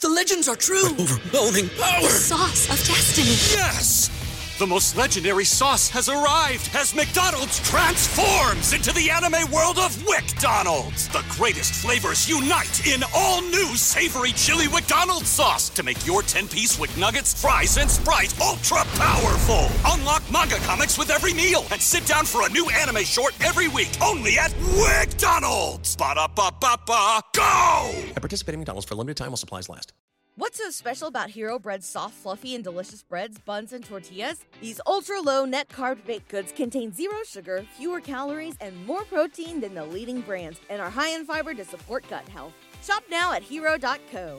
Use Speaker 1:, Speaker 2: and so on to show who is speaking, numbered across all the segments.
Speaker 1: The legends are true. Overwhelming power!
Speaker 2: Sauce of destiny.
Speaker 3: Yes! The most legendary sauce has arrived as McDonald's transforms into the anime world of WickDonald's. The greatest flavors unite in all new savory chili McDonald's sauce to make your 10-piece Wick Nuggets, fries, and Sprite ultra-powerful. Unlock manga comics with every meal and sit down for a new anime short every week only at WickDonald's. Ba-da-ba-ba-ba, go!
Speaker 1: At participating McDonald's for a limited time while supplies last.
Speaker 4: What's so special about Hero Bread's soft, fluffy, and delicious breads, buns, and tortillas? These ultra-low net-carb baked goods contain zero sugar, fewer calories, and more protein than the leading brands, and are high in fiber to support gut health. Shop now at hero.co.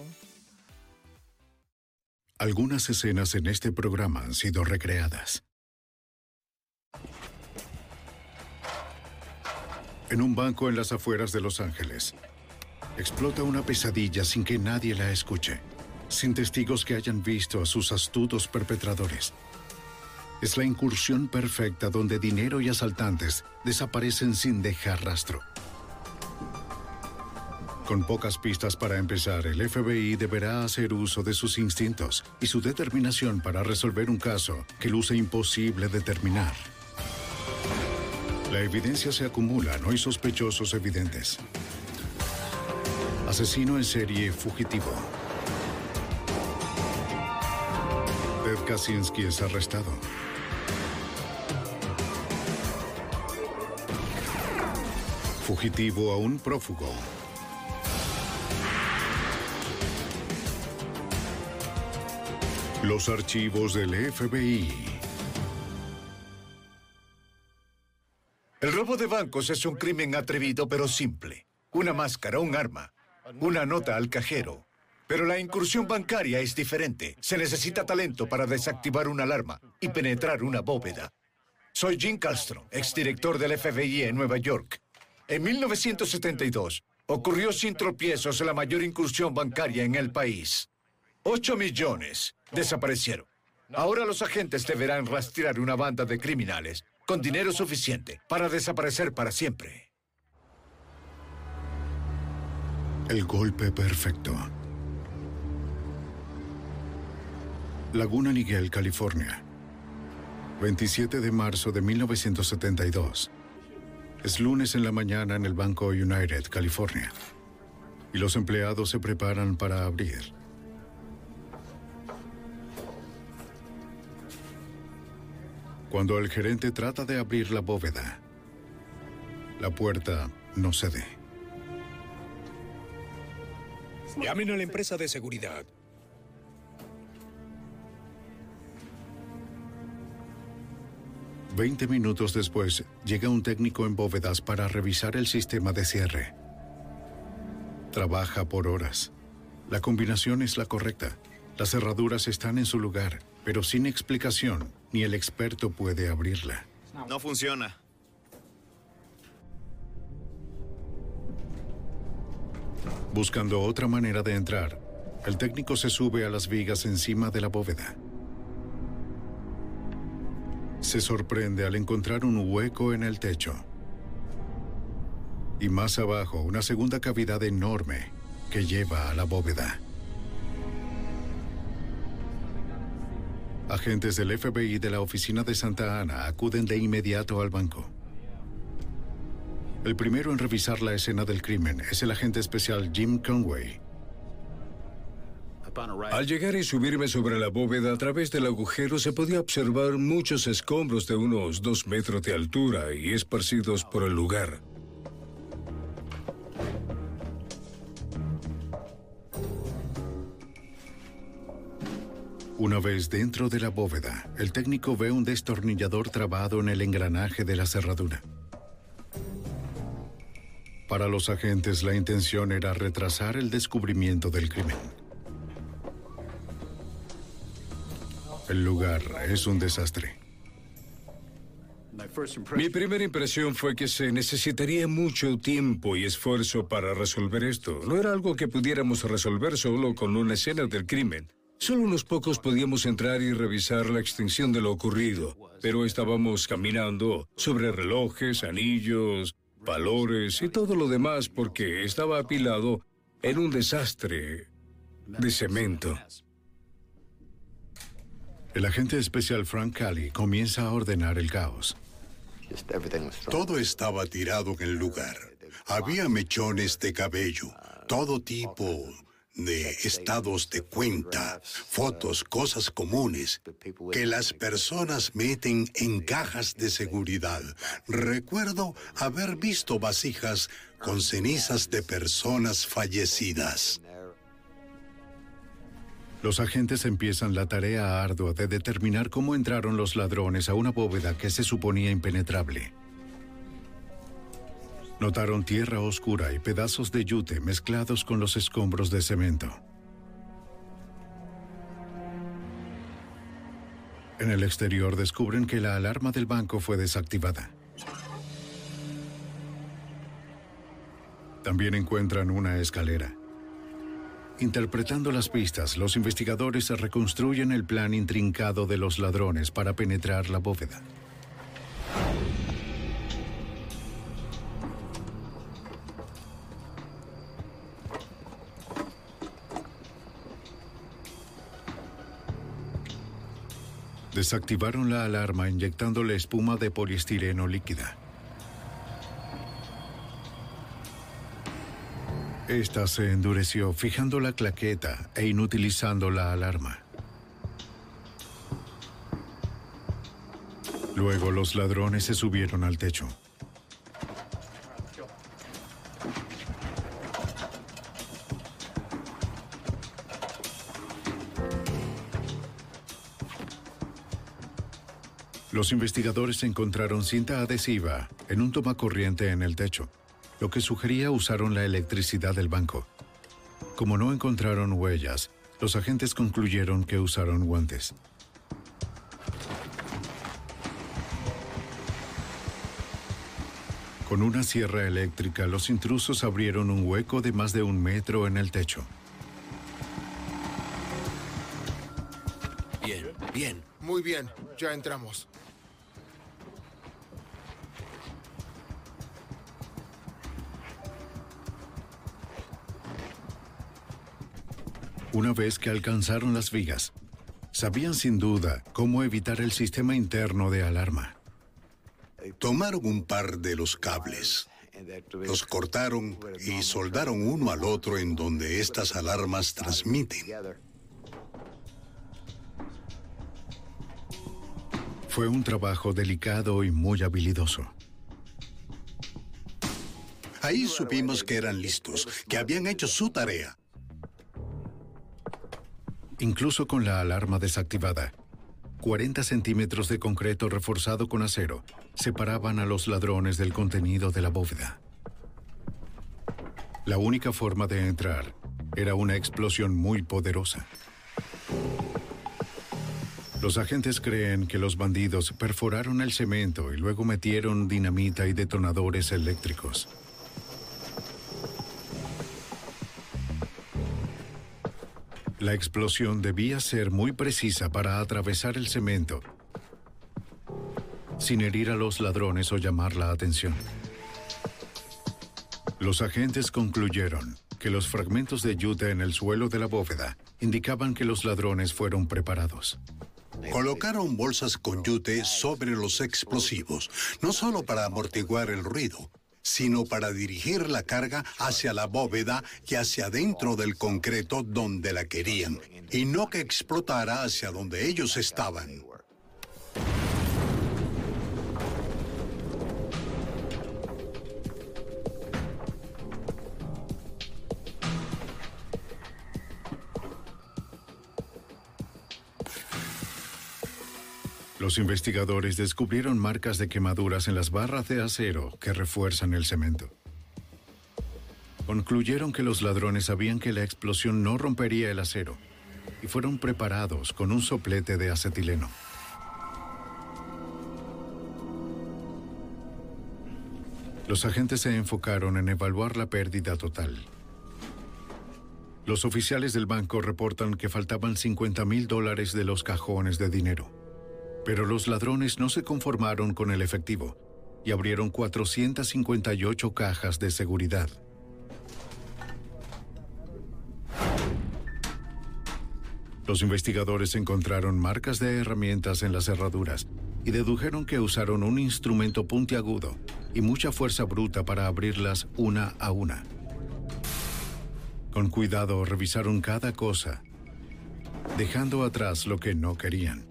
Speaker 5: Algunas escenas en este programa han sido recreadas. En un banco en las afueras de Los Ángeles, explota una pesadilla sin que nadie la escuche, sin testigos que hayan visto a sus astutos perpetradores. Es la incursión perfecta donde dinero y asaltantes desaparecen sin dejar rastro. Con pocas pistas para empezar, el FBI deberá hacer uso de sus instintos y su determinación para resolver un caso que luce imposible determinar. La evidencia se acumula, no hay sospechosos evidentes. Asesino en serie fugitivo. Ted Kaczynski es arrestado. Fugitivo a un prófugo. Los archivos del FBI.
Speaker 6: El robo de bancos es un crimen atrevido pero simple. Una máscara, un arma, una nota al cajero. Pero la incursión bancaria es diferente. Se necesita talento para desactivar una alarma y penetrar una bóveda. Soy Jim Castro, exdirector del FBI en Nueva York. En 1972, ocurrió sin tropiezos la mayor incursión bancaria en el país. 8 millones desaparecieron. Ahora los agentes deberán rastrear una banda de criminales con dinero suficiente para desaparecer para siempre.
Speaker 5: El golpe perfecto. Laguna Niguel, California. 27 de marzo de 1972. Es lunes en la mañana en el Banco United, California. Y los empleados se preparan para abrir. Cuando el gerente trata de abrir la bóveda, la puerta no cede.
Speaker 7: Llamen a la empresa de seguridad.
Speaker 5: Veinte minutos después, llega un técnico en bóvedas para revisar el sistema de cierre. Trabaja por horas. La combinación es la correcta. Las cerraduras están en su lugar, pero sin explicación, ni el experto puede abrirla.
Speaker 8: No funciona.
Speaker 5: Buscando otra manera de entrar, el técnico se sube a las vigas encima de la bóveda. Se sorprende al encontrar un hueco en el techo. Y más abajo, una segunda cavidad enorme que lleva a la bóveda. Agentes del FBI de la oficina de Santa Ana acuden de inmediato al banco. El primero en revisar la escena del crimen es el agente especial Jim Conway.
Speaker 7: Al llegar y subirme sobre la bóveda a través del agujero se podía observar muchos escombros de unos 2 metros de altura y esparcidos por el lugar.
Speaker 5: Una vez dentro de la bóveda, el técnico ve un destornillador trabado en el engranaje de la cerradura. Para los agentes, la intención era retrasar el descubrimiento del crimen. El lugar es un desastre.
Speaker 7: Mi primera impresión fue que se necesitaría mucho tiempo y esfuerzo para resolver esto. No era algo que pudiéramos resolver solo con una escena del crimen. Solo unos pocos podíamos entrar y revisar la extensión de lo ocurrido, pero estábamos caminando sobre relojes, anillos, valores y todo lo demás porque estaba apilado en un desastre de cemento.
Speaker 5: El agente especial Frank Cali comienza a ordenar el caos.
Speaker 2: Todo estaba tirado en el lugar. Había mechones de cabello, todo tipo de estados de cuenta, fotos, cosas comunes que las personas meten en cajas de seguridad. Recuerdo haber visto vasijas con cenizas de personas fallecidas.
Speaker 5: Los agentes empiezan la tarea ardua de determinar cómo entraron los ladrones a una bóveda que se suponía impenetrable. Notaron tierra oscura y pedazos de yute mezclados con los escombros de cemento. En el exterior descubren que la alarma del banco fue desactivada. También encuentran una escalera. Interpretando las pistas, los investigadores reconstruyen el plan intrincado de los ladrones para penetrar la bóveda. Desactivaron la alarma inyectándole espuma de poliestireno líquida. Esta se endureció fijando la claqueta e inutilizando la alarma. Luego los ladrones se subieron al techo. Los investigadores encontraron cinta adhesiva en un tomacorriente en el techo, lo que sugería usaron la electricidad del banco. Como no encontraron huellas, los agentes concluyeron que usaron guantes. Con una sierra eléctrica, los intrusos abrieron un hueco de más de 1 metro en el techo.
Speaker 1: Bien, bien.
Speaker 8: Muy bien, ya entramos.
Speaker 5: Una vez que alcanzaron las vigas, sabían sin duda cómo evitar el sistema interno de alarma.
Speaker 2: Tomaron un par de los cables, los cortaron y soldaron uno al otro en donde estas alarmas transmiten.
Speaker 5: Fue un trabajo delicado y muy habilidoso.
Speaker 2: Ahí supimos que eran listos, que habían hecho su tarea.
Speaker 5: Incluso con la alarma desactivada, 40 centímetros de concreto reforzado con acero separaban a los ladrones del contenido de la bóveda. La única forma de entrar era una explosión muy poderosa. Los agentes creen que los bandidos perforaron el cemento y luego metieron dinamita y detonadores eléctricos. La explosión debía ser muy precisa para atravesar el cemento, sin herir a los ladrones o llamar la atención. Los agentes concluyeron que los fragmentos de yute en el suelo de la bóveda indicaban que los ladrones fueron preparados.
Speaker 2: Colocaron bolsas con yute sobre los explosivos, no solo para amortiguar el ruido, sino para dirigir la carga hacia la bóveda y hacia dentro del concreto donde la querían, y no que explotara hacia donde ellos estaban.
Speaker 5: Los investigadores descubrieron marcas de quemaduras en las barras de acero que refuerzan el cemento. Concluyeron que los ladrones sabían que la explosión no rompería el acero y fueron preparados con un soplete de acetileno. Los agentes se enfocaron en evaluar la pérdida total. Los oficiales del banco reportan que faltaban $50,000 de los cajones de dinero. Pero los ladrones no se conformaron con el efectivo y abrieron 458 cajas de seguridad. Los investigadores encontraron marcas de herramientas en las cerraduras y dedujeron que usaron un instrumento puntiagudo y mucha fuerza bruta para abrirlas una a una. Con cuidado revisaron cada cosa, dejando atrás lo que no querían.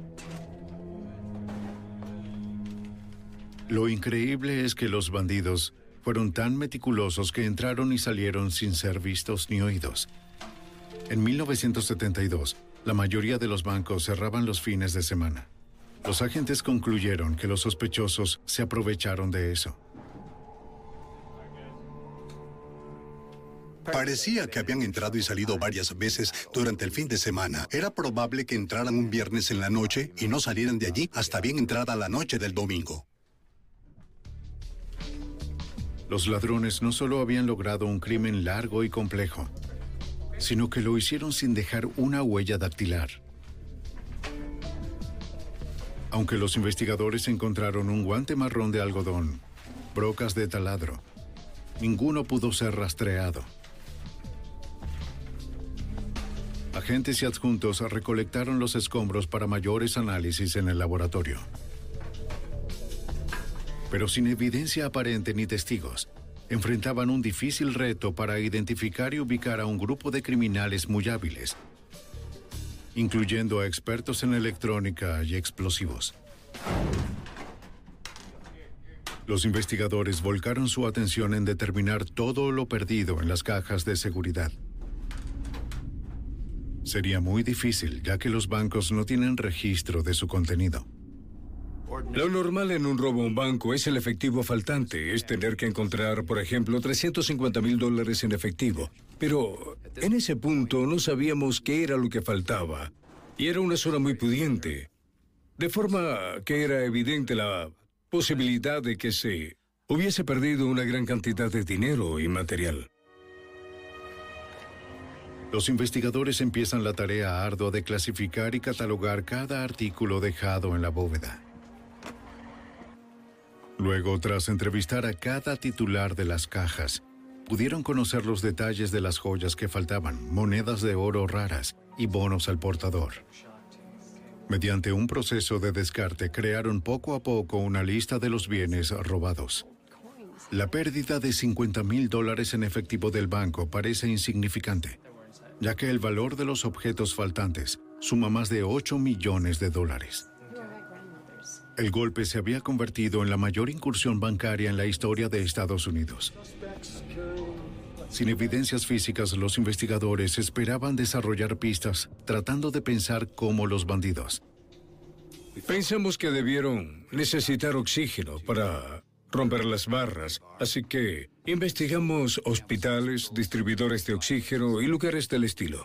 Speaker 5: Lo increíble es que los bandidos fueron tan meticulosos que entraron y salieron sin ser vistos ni oídos. En 1972, la mayoría de los bancos cerraban los fines de semana. Los agentes concluyeron que los sospechosos se aprovecharon de eso.
Speaker 2: Parecía que habían entrado y salido varias veces durante el fin de semana. Era probable que entraran un viernes en la noche y no salieran de allí hasta bien entrada la noche del domingo.
Speaker 5: Los ladrones no solo habían logrado un crimen largo y complejo, sino que lo hicieron sin dejar una huella dactilar. Aunque los investigadores encontraron un guante marrón de algodón, brocas de taladro, ninguno pudo ser rastreado. Agentes y adjuntos recolectaron los escombros para mayores análisis en el laboratorio. Pero sin evidencia aparente ni testigos, enfrentaban un difícil reto para identificar y ubicar a un grupo de criminales muy hábiles, incluyendo a expertos en electrónica y explosivos. Los investigadores volcaron su atención en determinar todo lo perdido en las cajas de seguridad. Sería muy difícil, ya que los bancos no tienen registro de su contenido.
Speaker 7: Lo normal en un robo a un banco es el efectivo faltante, es tener que encontrar, por ejemplo, $350,000 en efectivo. Pero en ese punto no sabíamos qué era lo que faltaba, y era una zona muy pudiente, de forma que era evidente la posibilidad de que se hubiese perdido una gran cantidad de dinero y material.
Speaker 5: Los investigadores empiezan la tarea ardua de clasificar y catalogar cada artículo dejado en la bóveda. Luego, tras entrevistar a cada titular de las cajas, pudieron conocer los detalles de las joyas que faltaban, monedas de oro raras y bonos al portador. Mediante un proceso de descarte, crearon poco a poco una lista de los bienes robados. La pérdida de $50,000 en efectivo del banco parece insignificante, ya que el valor de los objetos faltantes suma más de $8 millones. El golpe se había convertido en la mayor incursión bancaria en la historia de Estados Unidos. Sin evidencias físicas, los investigadores esperaban desarrollar pistas, tratando de pensar como los bandidos.
Speaker 7: Pensamos que debieron necesitar oxígeno para romper las barras, así que investigamos hospitales, distribuidores de oxígeno y lugares del estilo.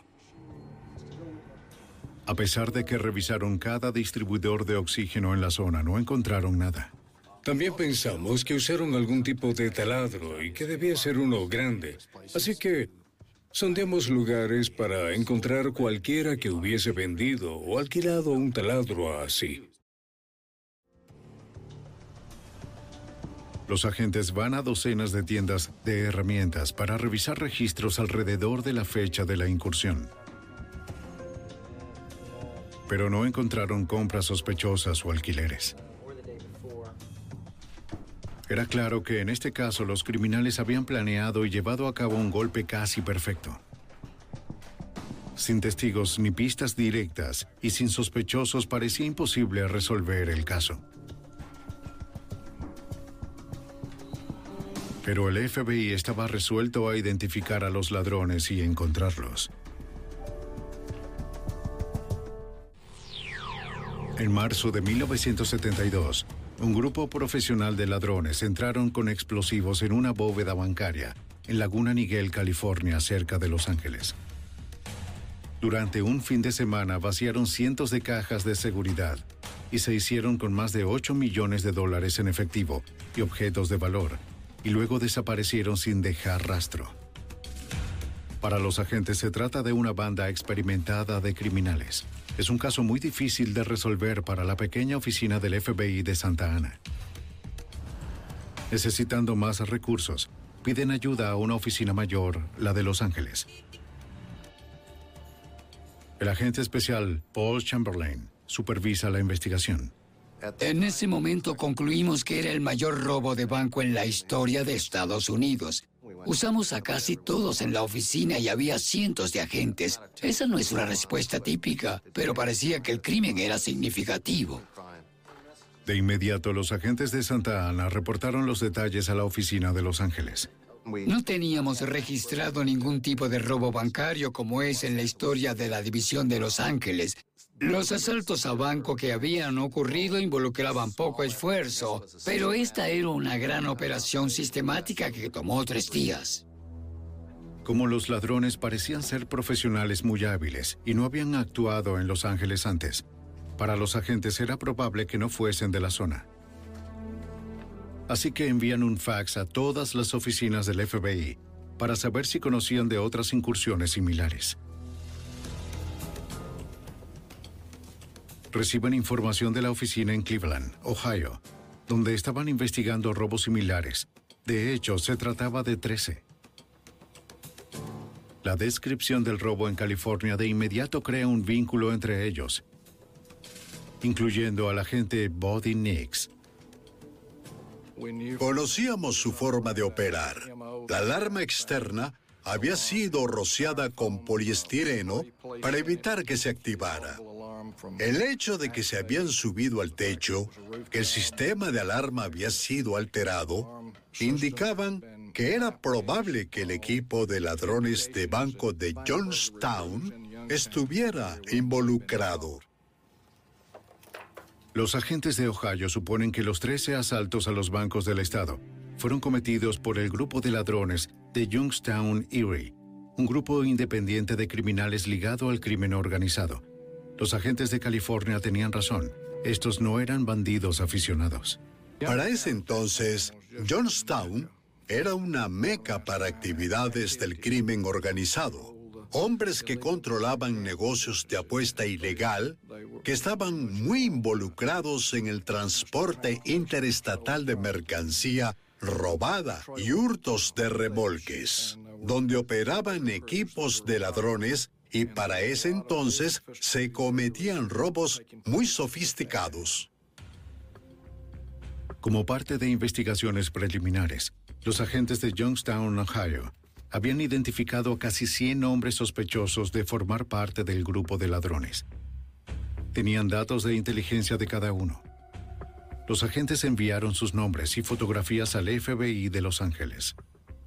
Speaker 5: A pesar de que revisaron cada distribuidor de oxígeno en la zona, no encontraron nada.
Speaker 7: También pensamos que usaron algún tipo de taladro y que debía ser uno grande. Así que sondeamos lugares para encontrar cualquiera que hubiese vendido o alquilado un taladro así.
Speaker 5: Los agentes van a docenas de tiendas de herramientas para revisar registros alrededor de la fecha de la incursión. Pero no encontraron compras sospechosas o alquileres. Era claro que en este caso los criminales habían planeado y llevado a cabo un golpe casi perfecto. Sin testigos ni pistas directas y sin sospechosos parecía imposible resolver el caso. Pero el FBI estaba resuelto a identificar a los ladrones y encontrarlos. En marzo de 1972, un grupo profesional de ladrones entraron con explosivos en una bóveda bancaria en Laguna Niguel, California, cerca de Los Ángeles. Durante un fin de semana vaciaron cientos de cajas de seguridad y se hicieron con más de $8 millones en efectivo y objetos de valor, y luego desaparecieron sin dejar rastro. Para los agentes se trata de una banda experimentada de criminales. Es un caso muy difícil de resolver para la pequeña oficina del FBI de Santa Ana. Necesitando más recursos, piden ayuda a una oficina mayor, la de Los Ángeles. El agente especial Paul Chamberlain supervisa la investigación.
Speaker 9: En ese momento concluimos que era el mayor robo de banco en la historia de Estados Unidos. Usamos a casi todos en la oficina y había cientos de agentes. Esa no es una respuesta típica, pero parecía que el crimen era significativo.
Speaker 5: De inmediato, los agentes de Santa Ana reportaron los detalles a la oficina de Los Ángeles.
Speaker 9: No teníamos registrado ningún tipo de robo bancario como es en la historia de la división de Los Ángeles. Los asaltos a banco que habían ocurrido involucraban poco esfuerzo, pero esta era una gran operación sistemática que tomó 3 días.
Speaker 5: Como los ladrones parecían ser profesionales muy hábiles y no habían actuado en Los Ángeles antes, para los agentes era probable que no fuesen de la zona. Así que envían un fax a todas las oficinas del FBI para saber si conocían de otras incursiones similares. Reciben información de la oficina en Cleveland, Ohio, donde estaban investigando robos similares. De hecho, se trataba de 13. La descripción del robo en California de inmediato crea un vínculo entre ellos, incluyendo al agente Buddy Nix.
Speaker 2: Conocíamos su forma de operar. La alarma externa había sido rociada con poliestireno para evitar que se activara. El hecho de que se habían subido al techo, que el sistema de alarma había sido alterado, indicaban que era probable que el equipo de ladrones de banco de Johnstown estuviera involucrado.
Speaker 5: Los agentes de Ohio suponen que los 13 asaltos a los bancos del estado fueron cometidos por el grupo de ladrones de Youngstown Erie, un grupo independiente de criminales ligado al crimen organizado. Los agentes de California tenían razón. Estos no eran bandidos aficionados.
Speaker 2: Para ese entonces, Johnstown era una meca para actividades del crimen organizado. Hombres que controlaban negocios de apuesta ilegal, que estaban muy involucrados en el transporte interestatal de mercancía robada y hurtos de remolques, donde operaban equipos de ladrones y para ese entonces se cometían robos muy sofisticados.
Speaker 5: Como parte de investigaciones preliminares, los agentes de Youngstown, Ohio, habían identificado a casi 100 hombres sospechosos de formar parte del grupo de ladrones. Tenían datos de inteligencia de cada uno. Los agentes enviaron sus nombres y fotografías al FBI de Los Ángeles.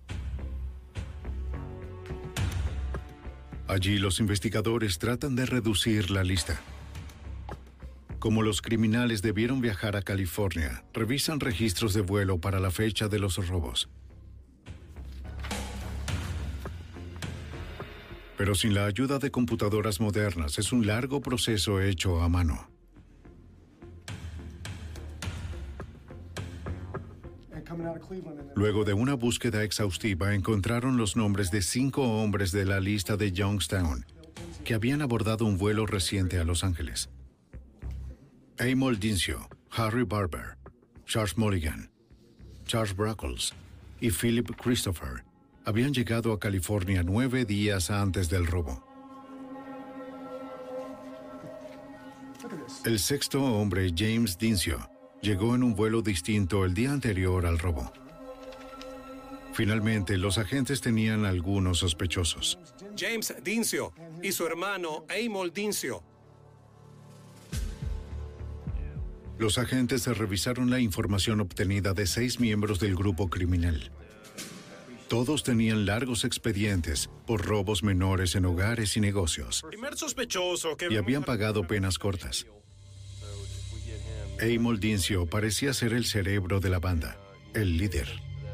Speaker 5: Allí los investigadores tratan de reducir la lista. Como los criminales debieron viajar a California, revisan registros de vuelo para la fecha de los robos. Pero sin la ayuda de computadoras modernas, es un largo proceso hecho a mano. Luego de una búsqueda exhaustiva, encontraron los nombres de 5 hombres de la lista de Youngstown que habían abordado un vuelo reciente a Los Ángeles. Amol Dincio, Harry Barber, Charles Mulligan, Charles Brackles y Philip Christopher habían llegado a California 9 días antes del robo. El sexto hombre, James Dincio, llegó en un vuelo distinto el día anterior al robo. Finalmente, los agentes tenían algunos sospechosos.
Speaker 10: James Dincio y su hermano Amol Dincio.
Speaker 5: Los agentes revisaron la información obtenida de 6 miembros del grupo criminal. Todos tenían largos expedientes por robos menores en hogares y negocios.
Speaker 10: Primer sospechoso que
Speaker 5: y habían pagado penas cortas. Amol Dincio parecía ser el cerebro de la banda, el líder.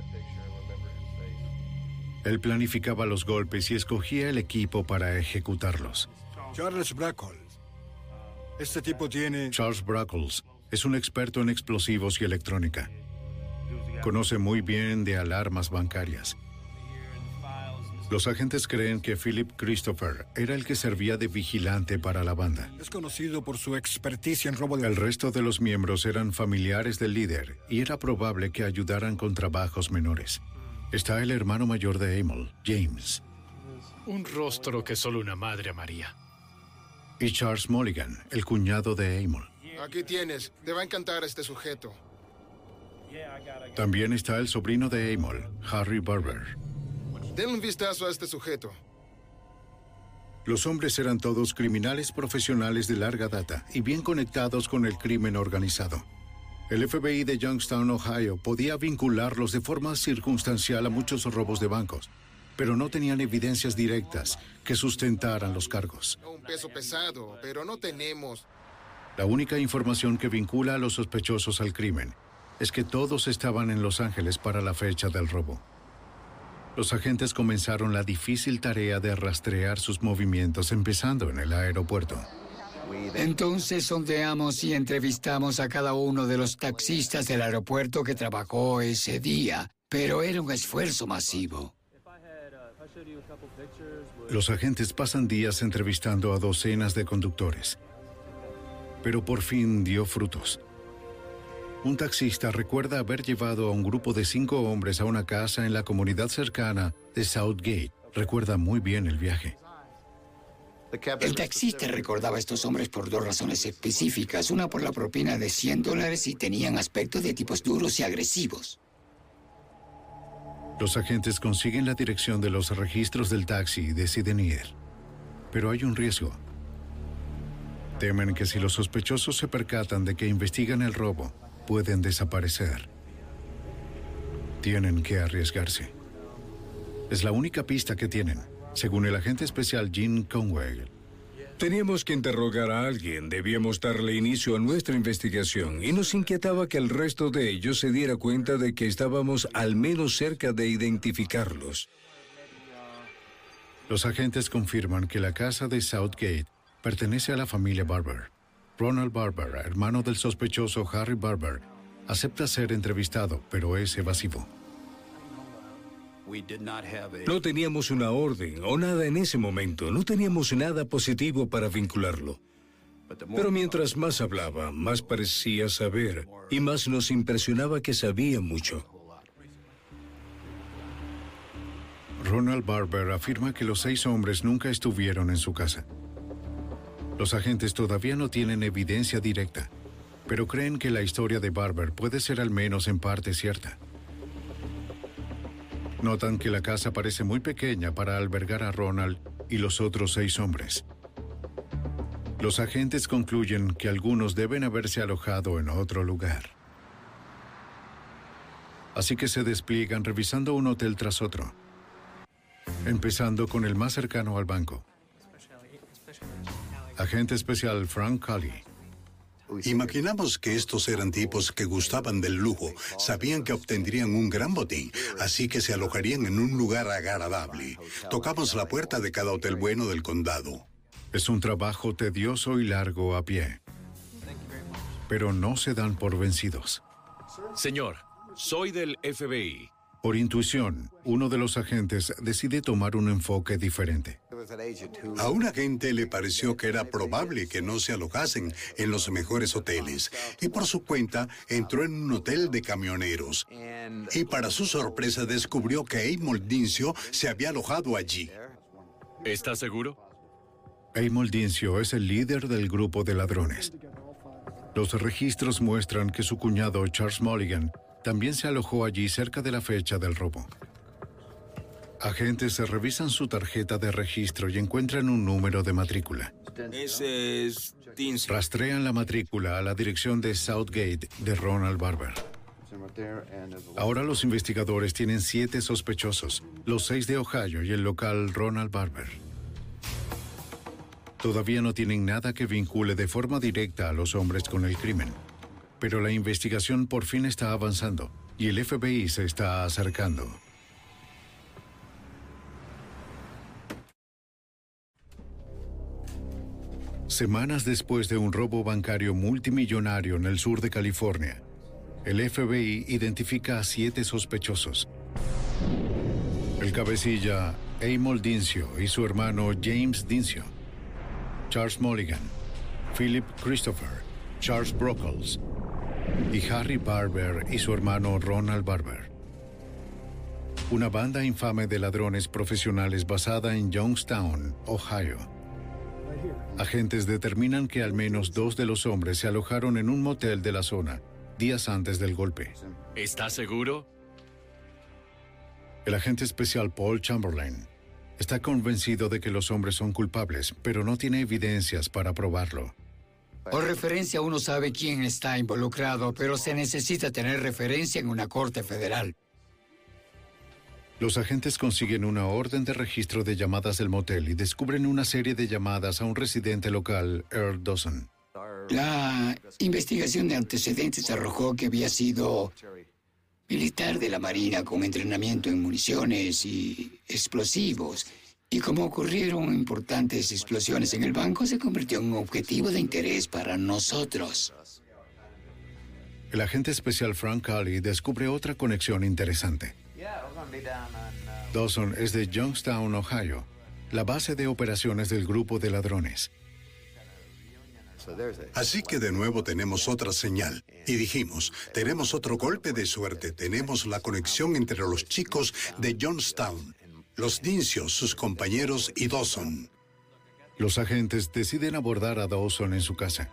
Speaker 5: Él planificaba los golpes y escogía el equipo para ejecutarlos.
Speaker 11: Charles Brackles. Este tipo tiene...
Speaker 5: Charles Brackles es un experto en explosivos y electrónica. Conoce muy bien de alarmas bancarias. Los agentes creen que Philip Christopher era el que servía de vigilante para la banda.
Speaker 11: Es conocido por su experticia en robo de...
Speaker 5: El resto de los miembros eran familiares del líder y era probable que ayudaran con trabajos menores. Está el hermano mayor de Amol, James.
Speaker 12: Un rostro que solo una madre amaría.
Speaker 5: y Charles Mulligan, el cuñado de Amol.
Speaker 8: Aquí tienes. Te va a encantar este sujeto.
Speaker 5: También está el sobrino de Amol, Harry Barber.
Speaker 8: Denle un vistazo a este sujeto.
Speaker 5: Los hombres eran todos criminales profesionales de larga data y bien conectados con el crimen organizado. El FBI de Youngstown, Ohio, podía vincularlos de forma circunstancial a muchos robos de bancos, pero no tenían evidencias directas que sustentaran los cargos.
Speaker 8: Un peso pesado, pero no tenemos.
Speaker 5: La única información que vincula a los sospechosos al crimen es que todos estaban en Los Ángeles para la fecha del robo. Los agentes comenzaron la difícil tarea de rastrear sus movimientos, empezando en el aeropuerto.
Speaker 9: Entonces sondeamos y entrevistamos a cada uno de los taxistas del aeropuerto que trabajó ese día, pero era un esfuerzo masivo.
Speaker 5: Los agentes pasan días entrevistando a docenas de conductores, pero por fin dio frutos. Un taxista recuerda haber llevado a un grupo de 5 hombres a una casa en la comunidad cercana de Southgate. Recuerda muy bien el viaje.
Speaker 9: El taxista recordaba a estos hombres por 2 razones específicas. Una por la propina de $100 y tenían aspecto de tipos duros y agresivos.
Speaker 5: Los agentes consiguen la dirección de los registros del taxi y deciden ir. Pero hay un riesgo. Temen que si los sospechosos se percatan de que investigan el robo, pueden desaparecer. Tienen que arriesgarse. Es la única pista que tienen, según el agente especial Gene Conway.
Speaker 7: Teníamos que interrogar a alguien, debíamos darle inicio a nuestra investigación y nos inquietaba que el resto de ellos se diera cuenta de que estábamos al menos cerca de identificarlos.
Speaker 5: Los agentes confirman que la casa de Southgate pertenece a la familia Barber. Ronald Barber, hermano del sospechoso Harry Barber, acepta ser entrevistado, pero es evasivo.
Speaker 7: No teníamos una orden o nada en ese momento, no teníamos nada positivo para vincularlo. Pero mientras más hablaba, más parecía saber y más nos impresionaba que sabía mucho.
Speaker 5: Ronald Barber afirma que los 6 hombres nunca estuvieron en su casa. Los agentes todavía no tienen evidencia directa, pero creen que la historia de Barber puede ser al menos en parte cierta. Notan que la casa parece muy pequeña para albergar a Ronald y los otros 6 hombres. Los agentes concluyen que algunos deben haberse alojado en otro lugar. Así que se despliegan revisando un hotel tras otro, empezando con el más cercano al banco. Agente especial Frank Cully.
Speaker 2: Imaginamos que estos eran tipos que gustaban del lujo, sabían que obtendrían un gran botín, así que se alojarían en un lugar agradable. Tocamos la puerta de cada hotel bueno del condado.
Speaker 5: Es un trabajo tedioso y largo a pie, pero no se dan por vencidos.
Speaker 12: Señor, soy del FBI.
Speaker 5: Por intuición, uno de los agentes decide tomar un enfoque diferente.
Speaker 2: A un agente le pareció que era probable que no se alojasen en los mejores hoteles, y por su cuenta entró en un hotel de camioneros. Y para su sorpresa descubrió que Amol Dincio se había alojado allí.
Speaker 12: ¿Está seguro?
Speaker 5: Amol Dincio es el líder del grupo de ladrones. Los registros muestran que su cuñado Charles Mulligan también se alojó allí cerca de la fecha del robo. Agentes revisan su tarjeta de registro y encuentran un número de matrícula.
Speaker 13: Ese es Dincio.
Speaker 5: Rastrean la matrícula a la dirección de Southgate de Ronald Barber. Ahora los investigadores tienen 7 sospechosos, los 6 de Ohio y el local Ronald Barber. Todavía no tienen nada que vincule de forma directa a los hombres con el crimen. Pero la investigación por fin está avanzando y el FBI se está acercando. Semanas después de un robo bancario multimillonario en el sur de California, el FBI identifica a 7 sospechosos. El cabecilla Amol Dincio y su hermano James Dincio, Charles Mulligan, Philip Christopher, Charles Brockles y Harry Barber y su hermano Ronald Barber. Una banda infame de ladrones profesionales basada en Youngstown, Ohio. Agentes determinan que al menos 2 de los hombres se alojaron en un motel de la zona días antes del golpe.
Speaker 12: ¿Estás seguro?
Speaker 5: El agente especial Paul Chamberlain está convencido de que los hombres son culpables, pero no tiene evidencias para probarlo.
Speaker 9: Por referencia uno sabe quién está involucrado, pero se necesita tener referencia en una corte federal.
Speaker 5: Los agentes consiguen una orden de registro de llamadas del motel y descubren una serie de llamadas a un residente local, Earl Dawson.
Speaker 9: La investigación de antecedentes arrojó que había sido militar de la Marina con entrenamiento en municiones y explosivos. Y como ocurrieron importantes explosiones en el banco, se convirtió en un objetivo de interés para nosotros.
Speaker 5: El agente especial Frank Cali descubre otra conexión interesante. Dawson es de Youngstown, Ohio, la base de operaciones del grupo de ladrones.
Speaker 2: Así que de nuevo tenemos otra señal. Y dijimos, tenemos otro golpe de suerte. Tenemos la conexión entre los chicos de Youngstown, los Dincios, sus compañeros y Dawson.
Speaker 5: Los agentes deciden abordar a Dawson en su casa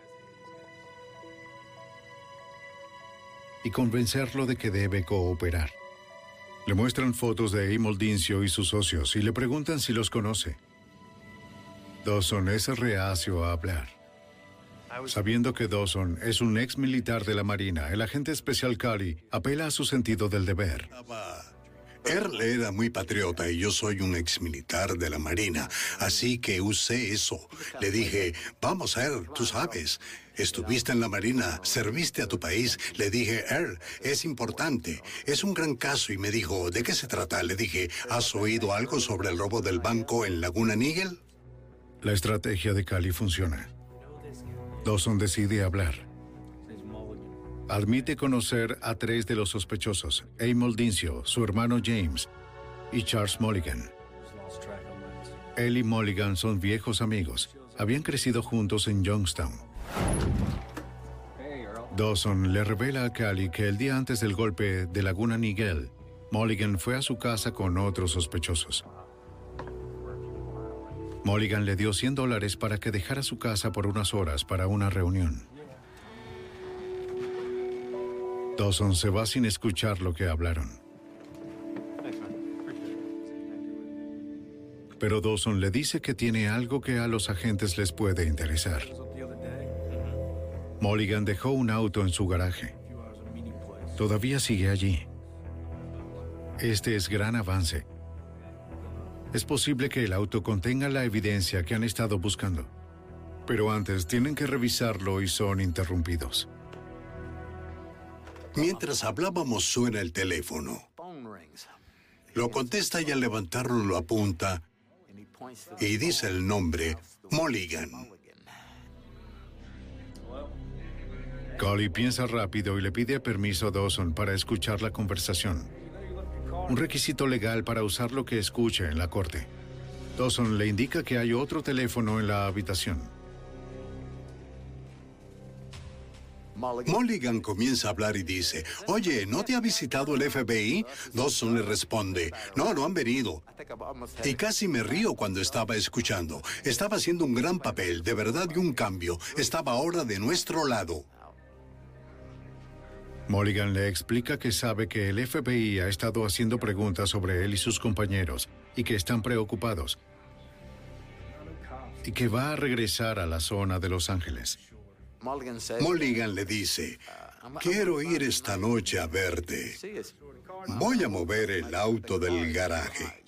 Speaker 5: y convencerlo de que debe cooperar. Le muestran fotos de Emil Dincio y sus socios y le preguntan si los conoce. Dawson es reacio a hablar. Sabiendo que Dawson es un ex militar de la Marina, el agente especial Cali apela a su sentido del deber.
Speaker 2: Earl era muy patriota y yo soy un ex militar de la Marina, así que usé eso. Le dije, vamos Earl, tú sabes, estuviste en la Marina, serviste a tu país. Le dije, Earl, es importante, es un gran caso. Y me dijo, ¿de qué se trata? Le dije, ¿has oído algo sobre el robo del banco en Laguna Niguel?
Speaker 5: La estrategia de Cali funciona. Dawson decide hablar. Admite conocer a 3 de los sospechosos, Emil Dincio, su hermano James y Charles Mulligan. Él y Mulligan son viejos amigos. Habían crecido juntos en Youngstown. Dawson le revela a Cali que el día antes del golpe de Laguna Niguel, Mulligan fue a su casa con otros sospechosos. Mulligan le dio $100 para que dejara su casa por unas horas para una reunión. Dawson se va sin escuchar lo que hablaron. Pero Dawson le dice que tiene algo que a los agentes les puede interesar. Mulligan dejó un auto en su garaje. Todavía sigue allí. Este es gran avance. Es posible que el auto contenga la evidencia que han estado buscando. Pero antes tienen que revisarlo y son interrumpidos.
Speaker 2: Mientras hablábamos suena el teléfono. Lo contesta y al levantarlo lo apunta y dice el nombre, Mulligan.
Speaker 5: Cali piensa rápido y le pide permiso a Dawson para escuchar la conversación. Un requisito legal para usar lo que escuche en la corte. Dawson le indica que hay otro teléfono en la habitación.
Speaker 2: Mulligan comienza a hablar y dice, oye, ¿no te ha visitado el FBI? Dawson le responde, no han venido. Y casi me río cuando estaba escuchando. Estaba haciendo un gran papel, de verdad, y un cambio. Estaba ahora de nuestro lado.
Speaker 5: Mulligan le explica que sabe que el FBI ha estado haciendo preguntas sobre él y sus compañeros y que están preocupados. Y que va a regresar a la zona de Los Ángeles.
Speaker 2: Mulligan le dice, quiero ir esta noche a verte. Voy a mover el auto del garaje.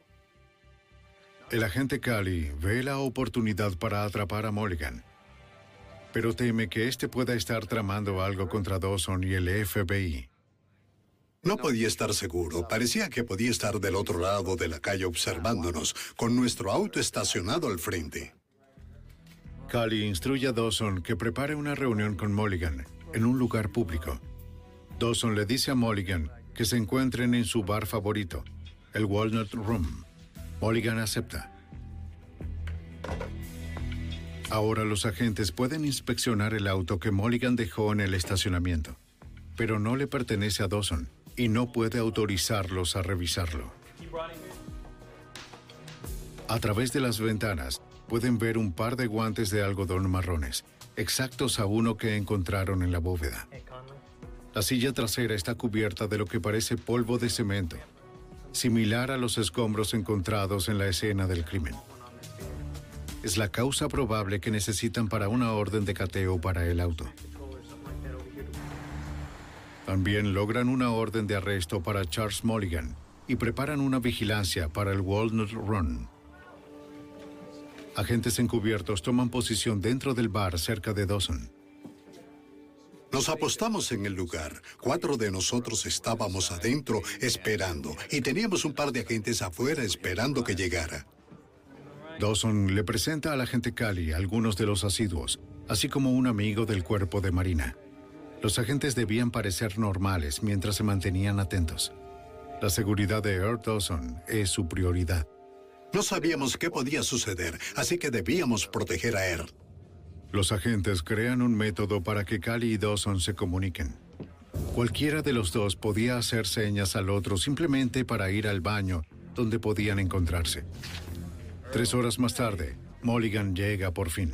Speaker 5: El agente Cali ve la oportunidad para atrapar a Mulligan, pero teme que éste pueda estar tramando algo contra Dawson y el FBI.
Speaker 2: No podía estar seguro. Parecía que podía estar del otro lado de la calle observándonos, con nuestro auto estacionado al frente.
Speaker 5: Cali instruye a Dawson que prepare una reunión con Mulligan en un lugar público. Dawson le dice a Mulligan que se encuentren en su bar favorito, el Walnut Room. Mulligan acepta. Ahora los agentes pueden inspeccionar el auto que Mulligan dejó en el estacionamiento, pero no le pertenece a Dawson y no puede autorizarlos a revisarlo. A través de las ventanas, pueden ver un par de guantes de algodón marrones, exactos a uno que encontraron en la bóveda. La silla trasera está cubierta de lo que parece polvo de cemento, similar a los escombros encontrados en la escena del crimen. Es la causa probable que necesitan para una orden de cateo para el auto. También logran una orden de arresto para Charles Mulligan y preparan una vigilancia para el Walnut Run. Agentes encubiertos toman posición dentro del bar cerca de Dawson.
Speaker 2: Nos apostamos en el lugar. 4 de nosotros estábamos adentro esperando y teníamos un par de agentes afuera esperando que llegara.
Speaker 5: Dawson le presenta al agente Cali a algunos de los asiduos, así como un amigo del cuerpo de marina. Los agentes debían parecer normales mientras se mantenían atentos. La seguridad de Earl Dawson es su prioridad.
Speaker 2: No sabíamos qué podía suceder, así que debíamos proteger a Earl.
Speaker 5: Los agentes crean un método para que Cali y Dawson se comuniquen. Cualquiera de los dos podía hacer señas al otro simplemente para ir al baño, donde podían encontrarse. 3 horas más tarde, Mulligan llega por fin.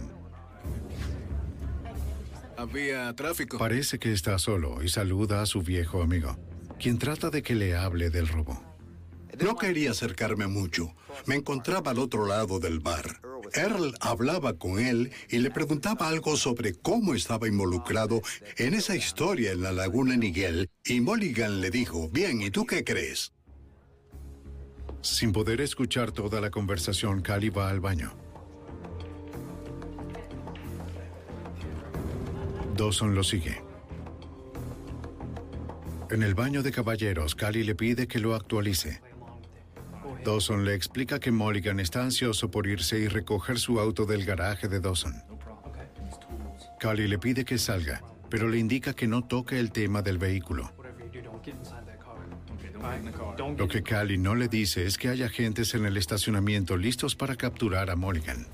Speaker 13: Había tráfico.
Speaker 5: Parece que está solo y saluda a su viejo amigo, quien trata de que le hable del robo.
Speaker 2: No quería acercarme mucho. Me encontraba al otro lado del bar. Earl hablaba con él y le preguntaba algo sobre cómo estaba involucrado en esa historia en la laguna Niguel, y Mulligan le dijo, bien, ¿y tú qué crees?
Speaker 5: Sin poder escuchar toda la conversación, Cali va al baño. Dawson lo sigue. En el baño de caballeros, Cali le pide que lo actualice. Dawson le explica que Mulligan está ansioso por irse y recoger su auto del garaje de Dawson. Cali le pide que salga, pero le indica que no toque el tema del vehículo. Lo que Cali no le dice es que hay agentes en el estacionamiento listos para capturar a Mulligan.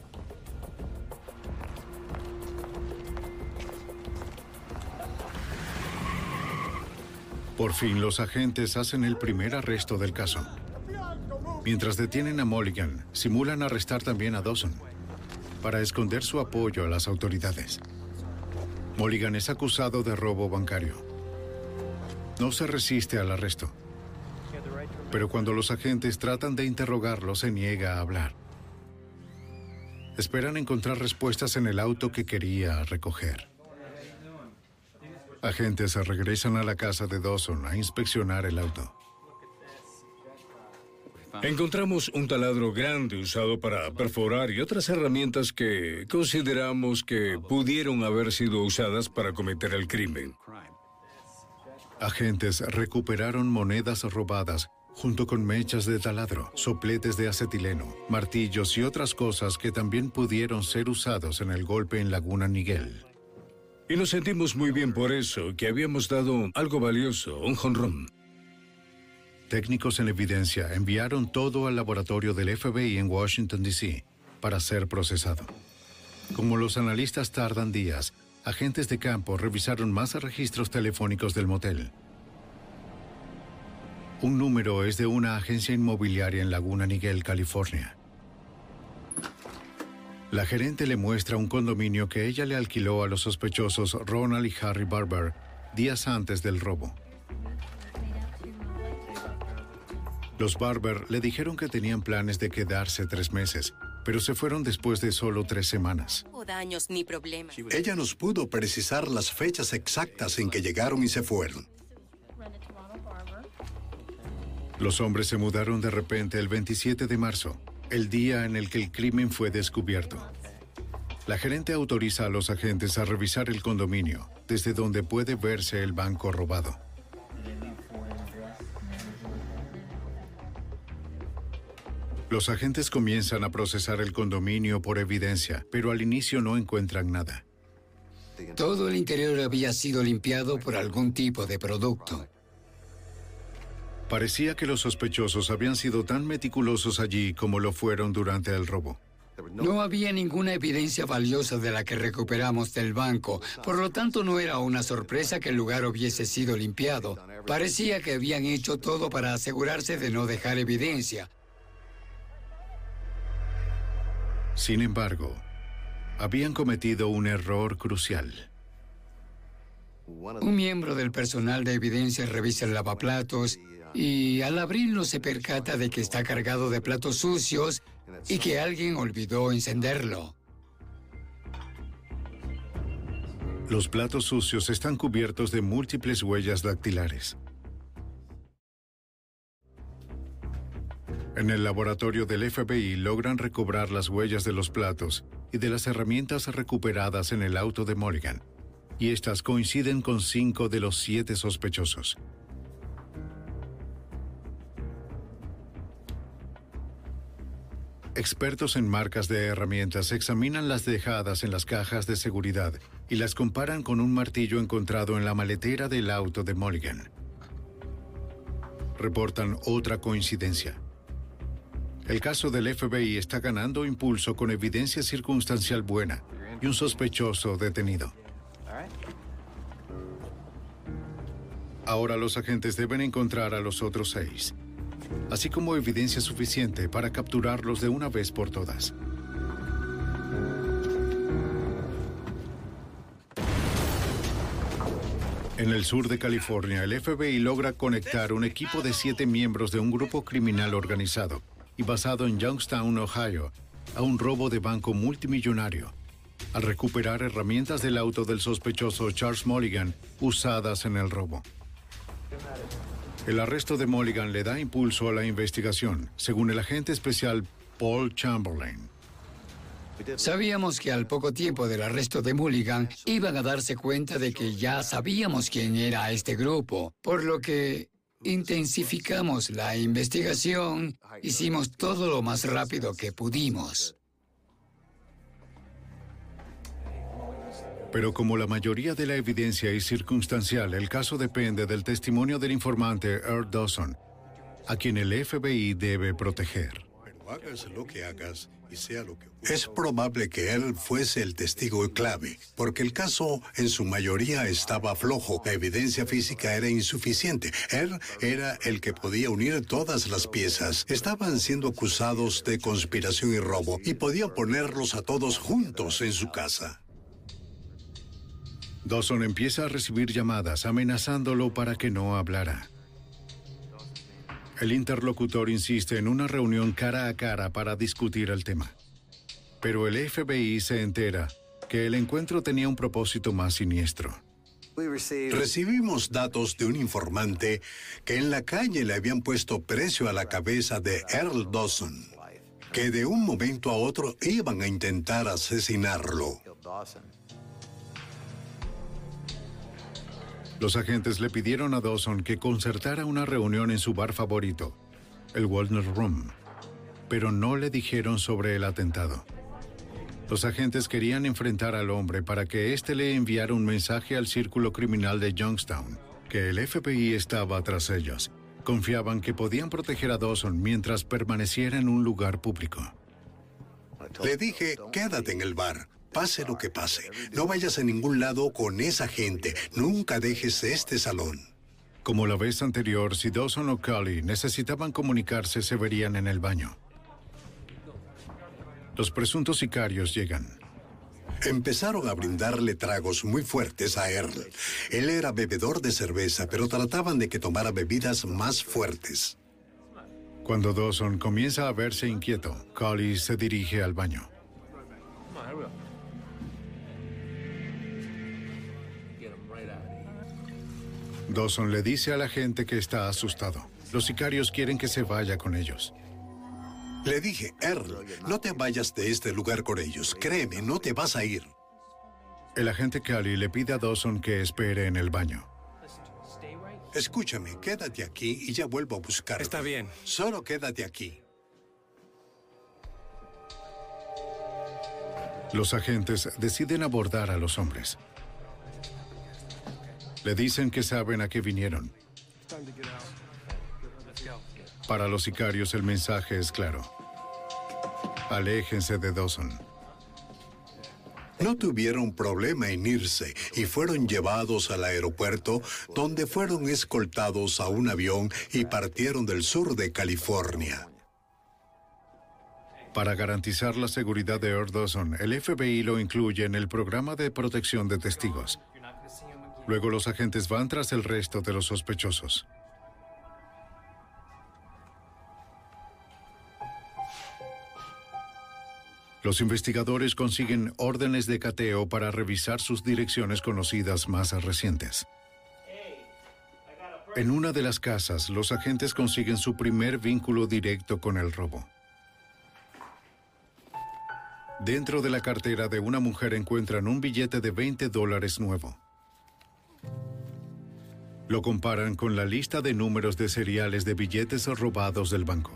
Speaker 5: Por fin, los agentes hacen el primer arresto del caso. Mientras detienen a Mulligan, simulan arrestar también a Dawson para esconder su apoyo a las autoridades. Mulligan es acusado de robo bancario. No se resiste al arresto, pero cuando los agentes tratan de interrogarlo, se niega a hablar. Esperan encontrar respuestas en el auto que quería recoger. Agentes regresan a la casa de Dawson a inspeccionar el auto.
Speaker 7: Encontramos un taladro grande usado para perforar y otras herramientas que consideramos que pudieron haber sido usadas para cometer el crimen.
Speaker 5: Agentes recuperaron monedas robadas junto con mechas de taladro, sopletes de acetileno, martillos y otras cosas que también pudieron ser usados en el golpe en Laguna Niguel.
Speaker 7: Y nos sentimos muy bien por eso, que habíamos dado algo valioso, un jonrón.
Speaker 5: Técnicos en evidencia enviaron todo al laboratorio del FBI en Washington, D.C. para ser procesado. Como los analistas tardan días, agentes de campo revisaron más registros telefónicos del motel. Un número es de una agencia inmobiliaria en Laguna Niguel, California. La gerente le muestra un condominio que ella le alquiló a los sospechosos Ronald y Harry Barber días antes del robo. Los Barber le dijeron que tenían planes de quedarse 3 meses, pero se fueron después de solo 3 semanas.
Speaker 14: No daños ni problemas.
Speaker 2: Ella nos pudo precisar las fechas exactas en que llegaron y se fueron.
Speaker 5: Los hombres se mudaron de repente el 27 de marzo, el día en el que el crimen fue descubierto. La gerente autoriza a los agentes a revisar el condominio, desde donde puede verse el banco robado. Los agentes comienzan a procesar el condominio por evidencia, pero al inicio no encuentran nada.
Speaker 9: Todo el interior había sido limpiado por algún tipo de producto.
Speaker 5: Parecía que los sospechosos habían sido tan meticulosos allí como lo fueron durante el robo.
Speaker 9: No había ninguna evidencia valiosa de la que recuperamos del banco, por lo tanto no era una sorpresa que el lugar hubiese sido limpiado. Parecía que habían hecho todo para asegurarse de no dejar evidencia.
Speaker 5: Sin embargo, habían cometido un error crucial.
Speaker 9: Un miembro del personal de evidencia revisa el lavaplatos y al abrirlo se percata de que está cargado de platos sucios y que alguien olvidó encenderlo.
Speaker 5: Los platos sucios están cubiertos de múltiples huellas dactilares. En el laboratorio del FBI logran recobrar las huellas de los platos y de las herramientas recuperadas en el auto de Mulligan, y estas coinciden con 5 de los 7 sospechosos. Expertos en marcas de herramientas examinan las dejadas en las cajas de seguridad y las comparan con un martillo encontrado en la maletera del auto de Mulligan. Reportan otra coincidencia. El caso del FBI está ganando impulso con evidencia circunstancial buena y un sospechoso detenido. Ahora los agentes deben encontrar a los otros 6, así como evidencia suficiente para capturarlos de una vez por todas. En el sur de California, el FBI logra conectar un equipo de 7 miembros de un grupo criminal organizado y basado en Youngstown, Ohio, a un robo de banco multimillonario, al recuperar herramientas del auto del sospechoso Charles Mulligan usadas en el robo. El arresto de Mulligan le da impulso a la investigación, según el agente especial Paul Chamberlain.
Speaker 9: Sabíamos que al poco tiempo del arresto de Mulligan iban a darse cuenta de que ya sabíamos quién era este grupo, por lo que intensificamos la investigación, hicimos todo lo más rápido que pudimos.
Speaker 5: Pero como la mayoría de la evidencia es circunstancial, el caso depende del testimonio del informante Earl Dawson, a quien el FBI debe proteger.
Speaker 2: Pero hagas lo que hagas y sea lo que ocurra, es probable que él fuese el testigo clave, porque el caso en su mayoría estaba flojo. La evidencia física era insuficiente. Él era el que podía unir todas las piezas. Estaban siendo acusados de conspiración y robo, y podía ponerlos a todos juntos en su casa.
Speaker 5: Dawson empieza a recibir llamadas amenazándolo para que no hablara. El interlocutor insiste en una reunión cara a cara para discutir el tema. Pero el FBI se entera que el encuentro tenía un propósito más siniestro.
Speaker 2: Recibimos datos de un informante que en la calle le habían puesto precio a la cabeza de Earl Dawson, que de un momento a otro iban a intentar asesinarlo.
Speaker 5: Los agentes le pidieron a Dawson que concertara una reunión en su bar favorito, el Walnut Room, pero no le dijeron sobre el atentado. Los agentes querían enfrentar al hombre para que éste le enviara un mensaje al círculo criminal de Youngstown, que el FBI estaba tras ellos. Confiaban que podían proteger a Dawson mientras permaneciera en un lugar público.
Speaker 2: Le dije, quédate en el bar. Pase lo que pase, no vayas a ningún lado con esa gente. Nunca dejes este salón.
Speaker 5: Como la vez anterior, si Dawson o Cully necesitaban comunicarse, se verían en el baño. Los presuntos sicarios llegan.
Speaker 2: Empezaron a brindarle tragos muy fuertes a Earl. Él era bebedor de cerveza, pero trataban de que tomara bebidas más fuertes.
Speaker 5: Cuando Dawson comienza a verse inquieto, Cully se dirige al baño. Dawson le dice a la gente que está asustado. Los sicarios quieren que se vaya con ellos.
Speaker 2: Le dije, Earl, no te vayas de este lugar con ellos. Créeme, no te vas a ir.
Speaker 5: El agente Cully le pide a Dawson que espere en el baño.
Speaker 2: Escúchame, quédate aquí y ya vuelvo a buscarte.
Speaker 10: Está bien.
Speaker 2: Solo quédate aquí.
Speaker 5: Los agentes deciden abordar a los hombres. Le dicen que saben a qué vinieron. Para los sicarios el mensaje es claro. Aléjense de Dawson.
Speaker 2: No tuvieron problema en irse y fueron llevados al aeropuerto, donde fueron escoltados a un avión y partieron del sur de California.
Speaker 5: Para garantizar la seguridad de Earl Dawson, el FBI lo incluye en el programa de protección de testigos. Luego los agentes van tras el resto de los sospechosos. Los investigadores consiguen órdenes de cateo para revisar sus direcciones conocidas más recientes. En una de las casas, los agentes consiguen su primer vínculo directo con el robo. Dentro de la cartera de una mujer encuentran un billete de $20 nuevo. Lo comparan con la lista de números de seriales de billetes robados del banco.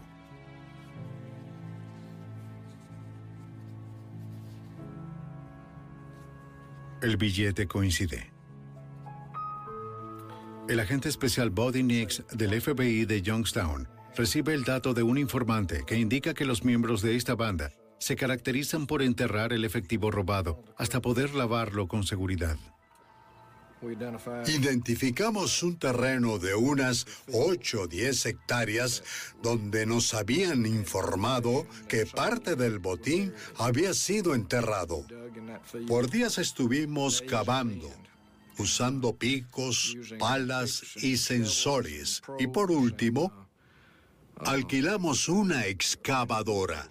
Speaker 5: El billete coincide. El agente especial Buddy Nix del FBI de Youngstown recibe el dato de un informante que indica que los miembros de esta banda se caracterizan por enterrar el efectivo robado hasta poder lavarlo con seguridad.
Speaker 2: Identificamos un terreno de unas 8 o 10 hectáreas donde nos habían informado que parte del botín había sido enterrado. Por días estuvimos cavando, usando picos, palas y sensores. Y por último, alquilamos una excavadora.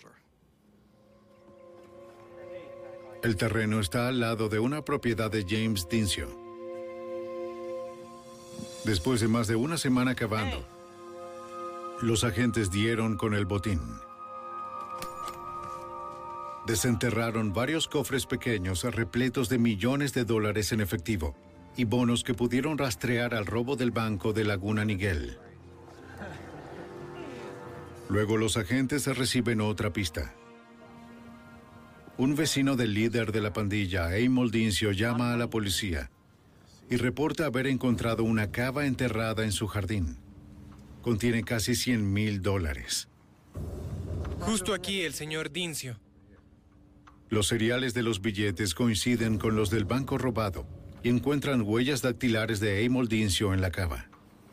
Speaker 5: El terreno está al lado de una propiedad de James Dincio. Después de más de una semana cavando, los agentes dieron con el botín. Desenterraron varios cofres pequeños repletos de millones de dólares en efectivo y bonos que pudieron rastrear al robo del banco de Laguna Niguel. Luego los agentes reciben otra pista. Un vecino del líder de la pandilla, Amol Dincio, llama a la policía y reporta haber encontrado una cava enterrada en su jardín. Contiene casi $100,000.
Speaker 14: Justo aquí el señor Dincio.
Speaker 5: Los seriales de los billetes coinciden con los del banco robado y encuentran huellas dactilares de Amol Dincio en la cava.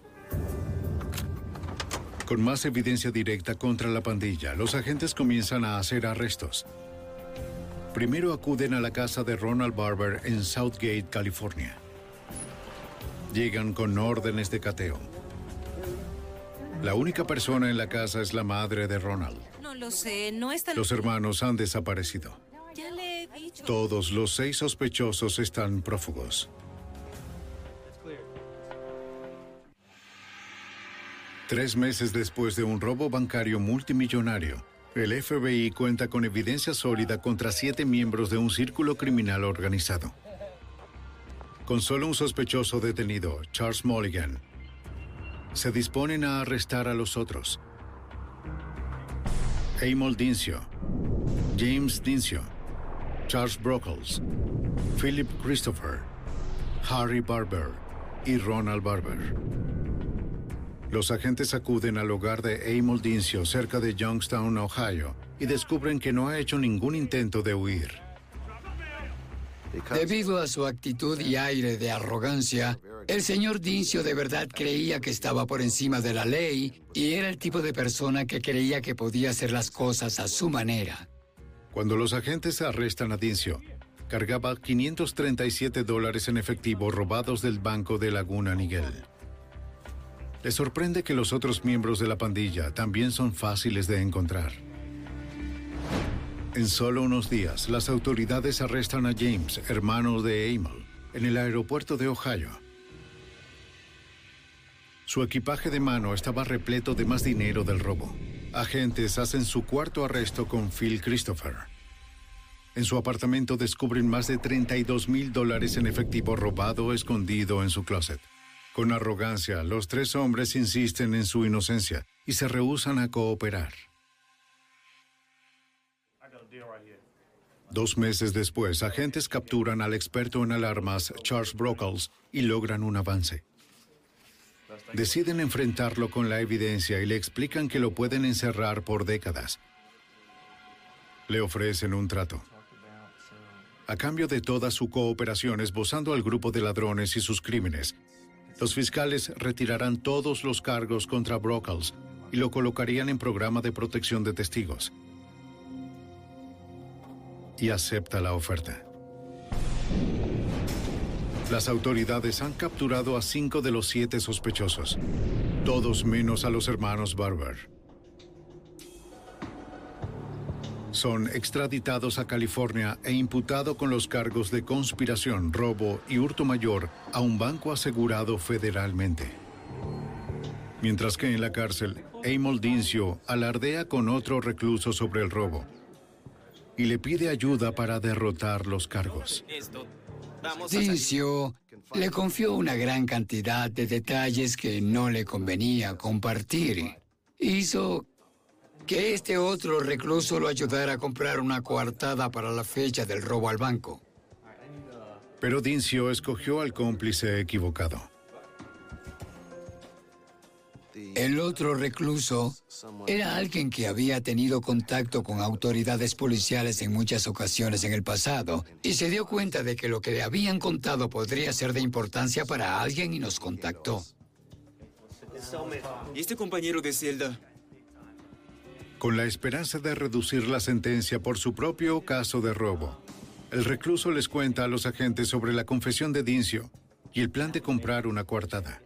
Speaker 5: Con más evidencia directa contra la pandilla, los agentes comienzan a hacer arrestos. Primero acuden a la casa de Ronald Barber en Southgate, California. Llegan con órdenes de cateo. La única persona en la casa es la madre de Ronald.
Speaker 15: No lo sé, no está...
Speaker 5: Los hermanos han desaparecido.
Speaker 15: Ya le he dicho.
Speaker 5: Todos los 6 sospechosos están prófugos. 3 meses después de un robo bancario multimillonario, el FBI cuenta con evidencia sólida contra 7 miembros de un círculo criminal organizado. Con solo un sospechoso detenido, Charles Mulligan, se disponen a arrestar a los otros. Amol Dincio, James Dincio, Charles Brockles, Philip Christopher, Harry Barber y Ronald Barber. Los agentes acuden al hogar de Amol Dincio cerca de Youngstown, Ohio, y descubren que no ha hecho ningún intento de huir.
Speaker 9: Debido a su actitud y aire de arrogancia, el señor Dincio de verdad creía que estaba por encima de la ley y era el tipo de persona que creía que podía hacer las cosas a su manera.
Speaker 5: Cuando los agentes arrestan a Dincio, cargaba $537 en efectivo robados del banco de Laguna Niguel. Les sorprende que los otros miembros de la pandilla también son fáciles de encontrar. En solo unos días, las autoridades arrestan a James, hermano de Amol, en el aeropuerto de Ohio. Su equipaje de mano estaba repleto de más dinero del robo. Agentes hacen su cuarto arresto con Phil Christopher. En su apartamento descubren más de $32,000 en efectivo robado escondido en su closet. Con arrogancia, los 3 hombres insisten en su inocencia y se rehúsan a cooperar. 2 meses después, agentes capturan al experto en alarmas, Charles Brockles, y logran un avance. Deciden enfrentarlo con la evidencia y le explican que lo pueden encerrar por décadas. Le ofrecen un trato. A cambio de toda su cooperación esbozando al grupo de ladrones y sus crímenes, los fiscales retirarán todos los cargos contra Brockles y lo colocarían en programa de protección de testigos. y acepta la oferta. Las autoridades han capturado a 5 de los 7 sospechosos, todos menos a los hermanos Barber. Son extraditados a California e imputados con los cargos de conspiración, robo y hurto mayor a un banco asegurado federalmente. Mientras que en la cárcel, Amol Dincio alardea con otro recluso sobre el robo y le pide ayuda para derrotar los cargos.
Speaker 9: Dincio le confió una gran cantidad de detalles que no le convenía compartir. Hizo que este otro recluso lo ayudara a comprar una coartada para la fecha del robo al banco.
Speaker 5: Pero Dincio escogió al cómplice equivocado.
Speaker 9: El otro recluso era alguien que había tenido contacto con autoridades policiales en muchas ocasiones en el pasado y se dio cuenta de que lo que le habían contado podría ser de importancia para alguien y nos contactó.
Speaker 16: ¿Y este compañero de celda?
Speaker 5: Con la esperanza de reducir la sentencia por su propio caso de robo, el recluso les cuenta a los agentes sobre la confesión de Dincio y el plan de comprar una coartada.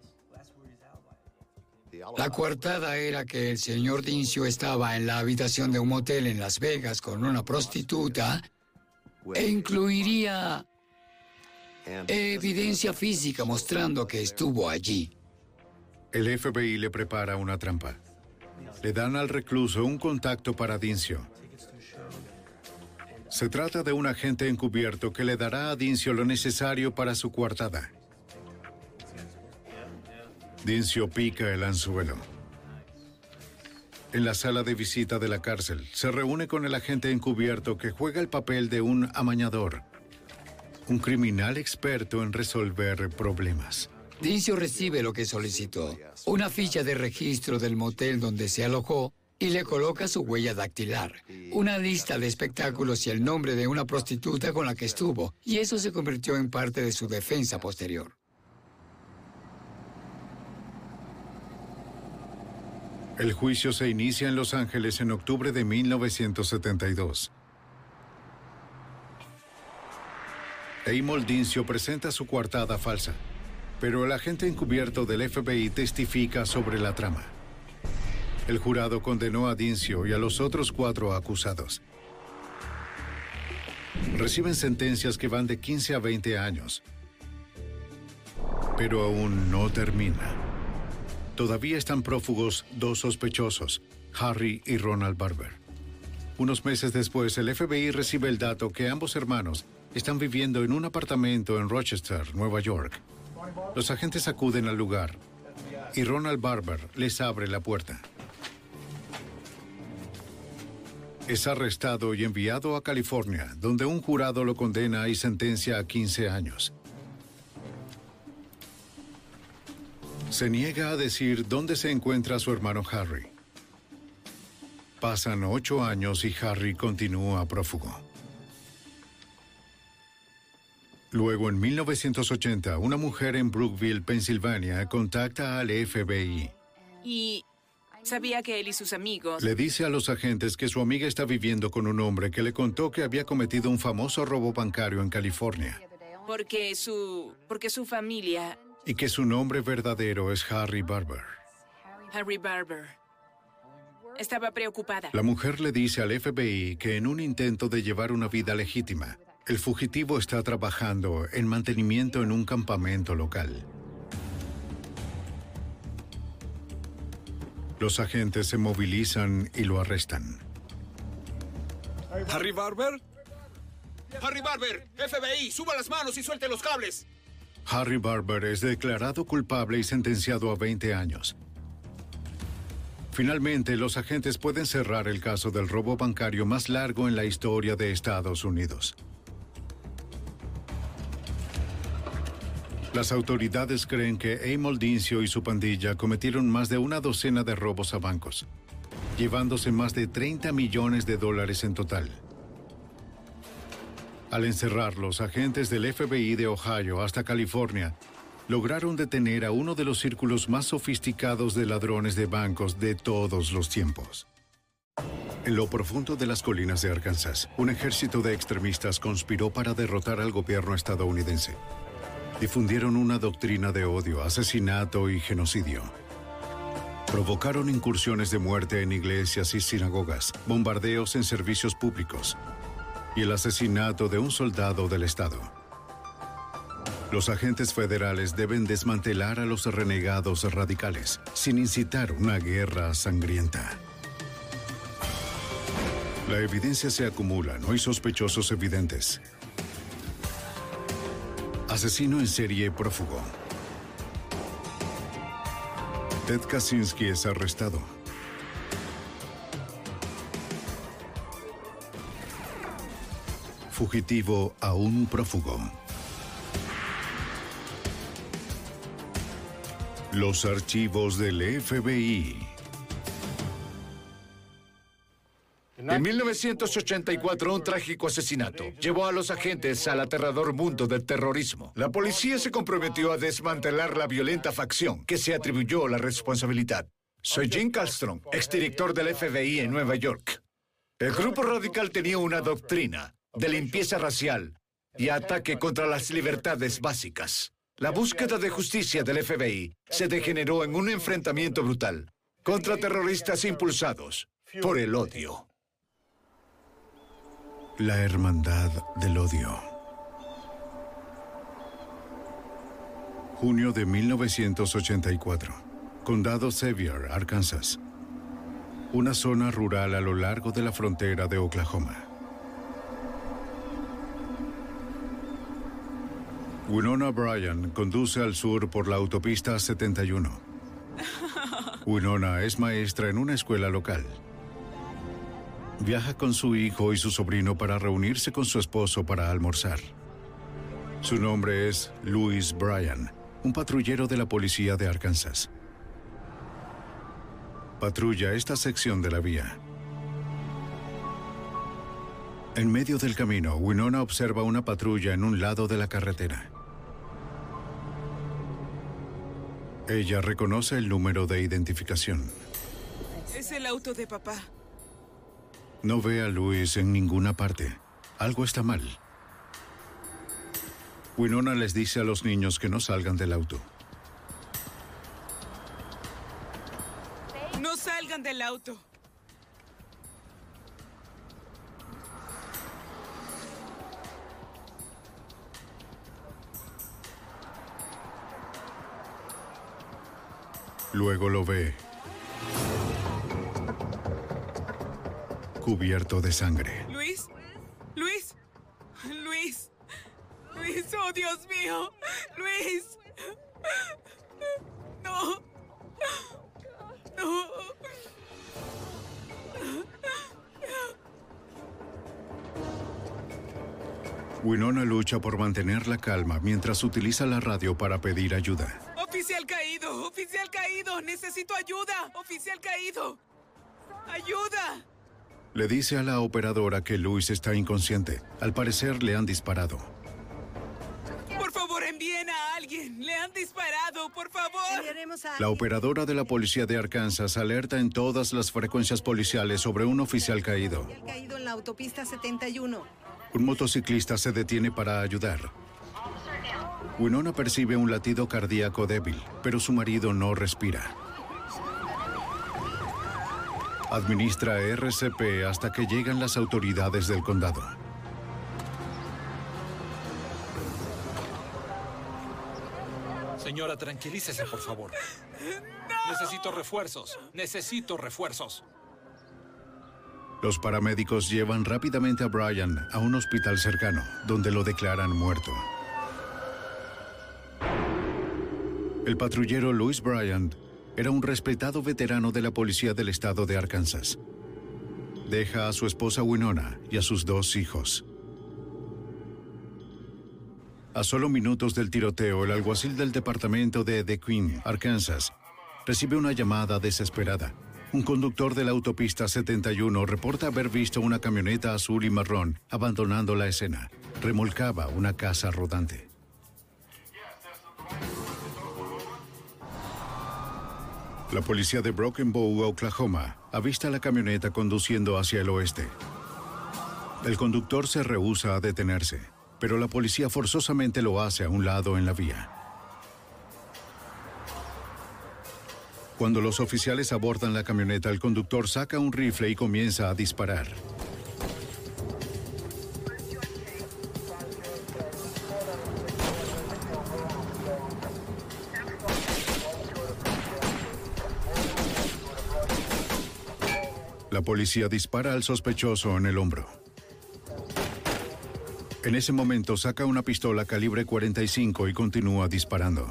Speaker 9: La coartada era que el señor Dincio estaba en la habitación de un motel en Las Vegas con una prostituta e incluiría evidencia física mostrando que estuvo allí.
Speaker 5: El FBI le prepara una trampa. Le dan al recluso un contacto para Dincio. Se trata de un agente encubierto que le dará a Dincio lo necesario para su coartada. Dincio pica el anzuelo. En la sala de visita de la cárcel, se reúne con el agente encubierto que juega el papel de un amañador, un criminal experto en resolver problemas.
Speaker 9: Dincio recibe lo que solicitó, una ficha de registro del motel donde se alojó y le coloca su huella dactilar, una lista de espectáculos y el nombre de una prostituta con la que estuvo, y eso se convirtió en parte de su defensa posterior.
Speaker 5: El juicio se inicia en Los Ángeles en octubre de 1972. Amol Dincio presenta su coartada falsa, pero el agente encubierto del FBI testifica sobre la trama. El jurado condenó a Dincio y a los otros 4 acusados. Reciben sentencias que van de 15 a 20 años. Pero aún no termina. Todavía están prófugos 2 sospechosos, Harry y Ronald Barber. Unos meses después, el FBI recibe el dato que ambos hermanos están viviendo en un apartamento en Rochester, Nueva York. Los agentes acuden al lugar y Ronald Barber les abre la puerta. Es arrestado y enviado a California, donde un jurado lo condena y sentencia a 15 años. Se niega a decir dónde se encuentra su hermano Harry. Pasan 8 años y Harry continúa prófugo. Luego, en 1980, una mujer en Brookville, Pensilvania, contacta al FBI.
Speaker 15: Y sabía que él y sus amigos...
Speaker 5: Le dice a los agentes que su amiga está viviendo con un hombre que le contó que había cometido un famoso robo bancario en California.
Speaker 15: Porque su familia...
Speaker 5: Y que su nombre verdadero es Harry Barber.
Speaker 15: Harry Barber. Estaba preocupada.
Speaker 5: La mujer le dice al FBI que en un intento de llevar una vida legítima, el fugitivo está trabajando en mantenimiento en un campamento local. Los agentes se movilizan y lo arrestan.
Speaker 10: ¿Harry Barber?
Speaker 17: ¡Harry Barber! ¡FBI! ¡Suba las manos y suelte los cables!
Speaker 5: Harry Barber es declarado culpable y sentenciado a 20 años. Finalmente, los agentes pueden cerrar el caso del robo bancario más largo en la historia de Estados Unidos. Las autoridades creen que Amol Dincio y su pandilla cometieron más de una docena de robos a bancos, llevándose más de $30 millones en total. Al encerrarlos, agentes del FBI de Ohio hasta California lograron detener a uno de los círculos más sofisticados de ladrones de bancos de todos los tiempos. En lo profundo de las colinas de Arkansas, un ejército de extremistas conspiró para derrotar al gobierno estadounidense. Difundieron una doctrina de odio, asesinato y genocidio. Provocaron incursiones de muerte en iglesias y sinagogas, bombardeos en servicios públicos y el asesinato de un soldado del Estado. Los agentes federales deben desmantelar a los renegados radicales sin incitar una guerra sangrienta. La evidencia se acumula, no hay sospechosos evidentes. Asesino en serie prófugo. Ted Kaczynski es arrestado. Fugitivo aún prófugo. Los archivos del FBI.
Speaker 6: En 1984, un trágico asesinato llevó a los agentes al aterrador mundo del terrorismo. La policía se comprometió a desmantelar la violenta facción que se atribuyó la responsabilidad. Soy Jim Kallstrom, exdirector del FBI en Nueva York. El grupo radical tenía una doctrina de limpieza racial y ataque contra las libertades básicas. La búsqueda de justicia del FBI se degeneró en un enfrentamiento brutal contra terroristas impulsados por el odio.
Speaker 5: La hermandad del odio. Junio de 1984. Condado Sevier, Arkansas. Una zona rural a lo largo de la frontera de Oklahoma. Winona Bryan conduce al sur por la autopista 71. Winona es maestra en una escuela local. Viaja con su hijo y su sobrino para reunirse con su esposo para almorzar. Su nombre es Louis Bryan, un patrullero de la policía de Arkansas. Patrulla esta sección de la vía. En medio del camino, Winona observa una patrulla en un lado de la carretera. Ella reconoce el número de identificación.
Speaker 15: Es el auto de papá.
Speaker 5: No ve a Louis en ninguna parte. Algo está mal. Winona les dice a los niños que no salgan del auto.
Speaker 15: No salgan del auto.
Speaker 5: Luego lo ve. Cubierto de sangre.
Speaker 15: Luis, Luis, Luis, Luis, oh Dios mío, Luis. No, no.
Speaker 5: Winona lucha por mantener la calma mientras utiliza la radio para pedir ayuda.
Speaker 15: Oficial caído, necesito ayuda, oficial caído. Ayuda.
Speaker 5: Le dice a la operadora que Louis está inconsciente. Al parecer le han disparado.
Speaker 15: Por favor, envíen a alguien. Le han disparado, por favor.
Speaker 5: La operadora de la policía de Arkansas alerta en todas las frecuencias policiales sobre un oficial caído.
Speaker 16: Caído en la autopista 71.
Speaker 5: Un motociclista se detiene para ayudar. Winona percibe un latido cardíaco débil, pero su marido no respira. Administra RCP hasta que llegan las autoridades del condado.
Speaker 17: Señora, tranquilícese, por favor. Necesito refuerzos. Necesito refuerzos.
Speaker 5: Los paramédicos llevan rápidamente a Bryan a un hospital cercano, donde lo declaran muerto. El patrullero Louis Bryan era un respetado veterano de la policía del estado de Arkansas. Deja a su esposa Winona y a sus 2 hijos. A solo minutos del tiroteo, el alguacil del departamento de DeQueen, Arkansas, recibe una llamada desesperada. Un conductor de la autopista 71 reporta haber visto una camioneta azul y marrón abandonando la escena. Remolcaba una casa rodante. La policía de Broken Bow, Oklahoma, avista la camioneta conduciendo hacia el oeste. El conductor se rehúsa a detenerse, pero la policía forzosamente lo hace a un lado en la vía. Cuando los oficiales abordan la camioneta, el conductor saca un rifle y comienza a disparar. La policía dispara al sospechoso en el hombro. En ese momento saca una pistola calibre 45 y continúa disparando.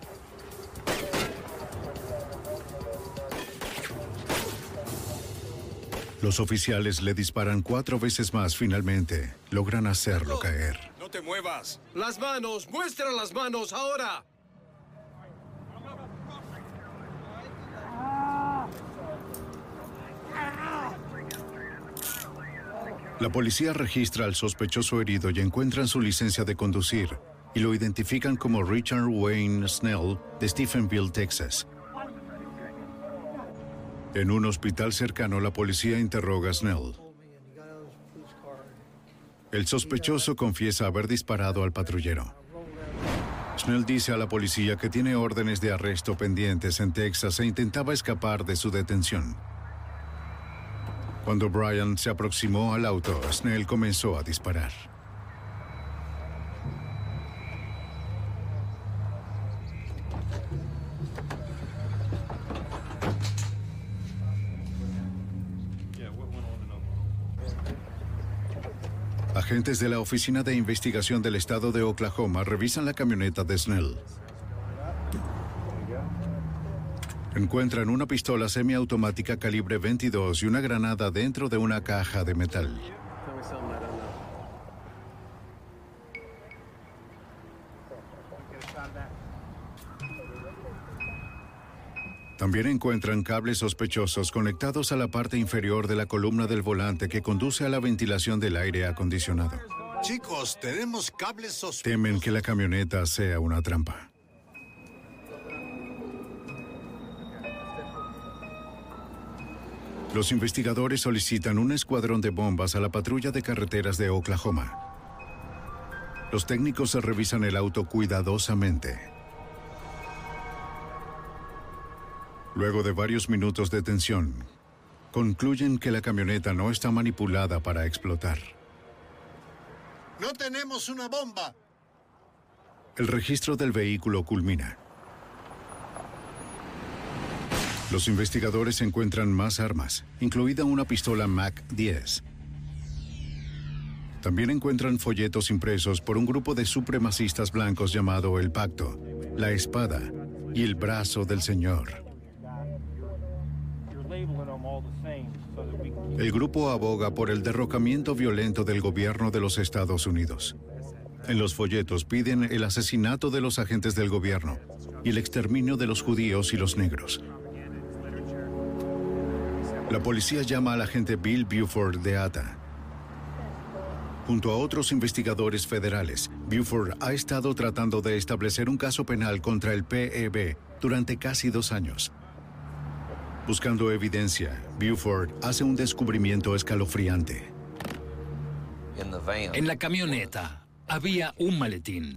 Speaker 5: Los oficiales le disparan 4 veces más. Finalmente, logran hacerlo caer.
Speaker 10: ¡No te muevas! ¡Las manos! ¡Muestra las manos ahora!
Speaker 5: La policía registra al sospechoso herido y encuentran su licencia de conducir y lo identifican como Richard Wayne Snell de Stephenville, Texas. En un hospital cercano, la policía interroga a Snell. El sospechoso confiesa haber disparado al patrullero. Snell dice a la policía que tiene órdenes de arresto pendientes en Texas e intentaba escapar de su detención. Cuando Brian se aproximó al auto, Snell comenzó a disparar. Agentes de la Oficina de Investigación del Estado de Oklahoma revisan la camioneta de Snell. Encuentran una pistola semiautomática calibre 22 y una granada dentro de una caja de metal. También encuentran cables sospechosos conectados a la parte inferior de la columna del volante que conduce a la ventilación del aire acondicionado.
Speaker 2: Chicos, tenemos cables sospechosos.
Speaker 5: Temen que la camioneta sea una trampa. Los investigadores solicitan un escuadrón de bombas a la patrulla de carreteras de Oklahoma. Los técnicos revisan el auto cuidadosamente. Luego de varios minutos de tensión, concluyen que la camioneta no está manipulada para explotar.
Speaker 2: ¡No tenemos una bomba!
Speaker 5: El registro del vehículo culmina. Los investigadores encuentran más armas, incluida una pistola MAC-10. También encuentran folletos impresos por un grupo de supremacistas blancos llamado El Pacto, La Espada y El Brazo del Señor. El grupo aboga por el derrocamiento violento del gobierno de los Estados Unidos. En los folletos piden el asesinato de los agentes del gobierno y el exterminio de los judíos y los negros. La policía llama al agente Bill Buford de ATA. Junto a otros investigadores federales, Buford ha estado tratando de establecer un caso penal contra el PEB durante casi 2 años. Buscando evidencia, Buford hace un descubrimiento escalofriante.
Speaker 18: En la camioneta había un maletín.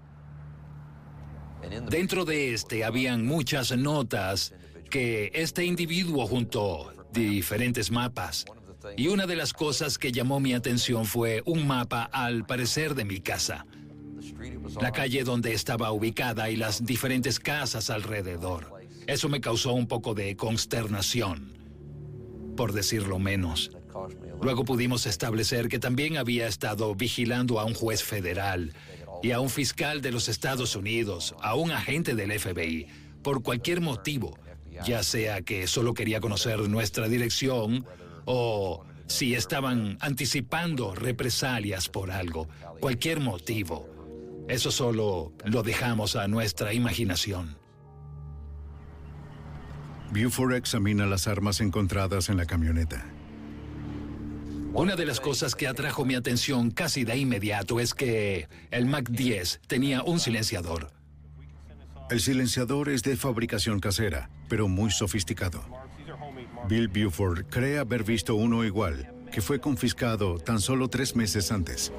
Speaker 18: Dentro de este habían muchas notas que este individuo juntó, diferentes mapas. Y una de las cosas que llamó mi atención fue un mapa, al parecer, de mi casa. La calle donde estaba ubicada y las diferentes casas alrededor. Eso me causó un poco de consternación, por decirlo menos. Luego pudimos establecer que también había estado vigilando a un juez federal y a un fiscal de los Estados Unidos, a un agente del FBI, por cualquier motivo, ya sea que solo quería conocer nuestra dirección o si estaban anticipando represalias por algo, cualquier motivo. Eso solo lo dejamos a nuestra imaginación.
Speaker 5: Buford examina las armas encontradas en la camioneta.
Speaker 18: Una de las cosas que atrajo mi atención casi de inmediato es que el MAC-10 tenía un silenciador.
Speaker 5: El silenciador es de fabricación casera, pero muy sofisticado. Bill Buford cree haber visto uno igual, que fue confiscado tan solo 3 meses antes.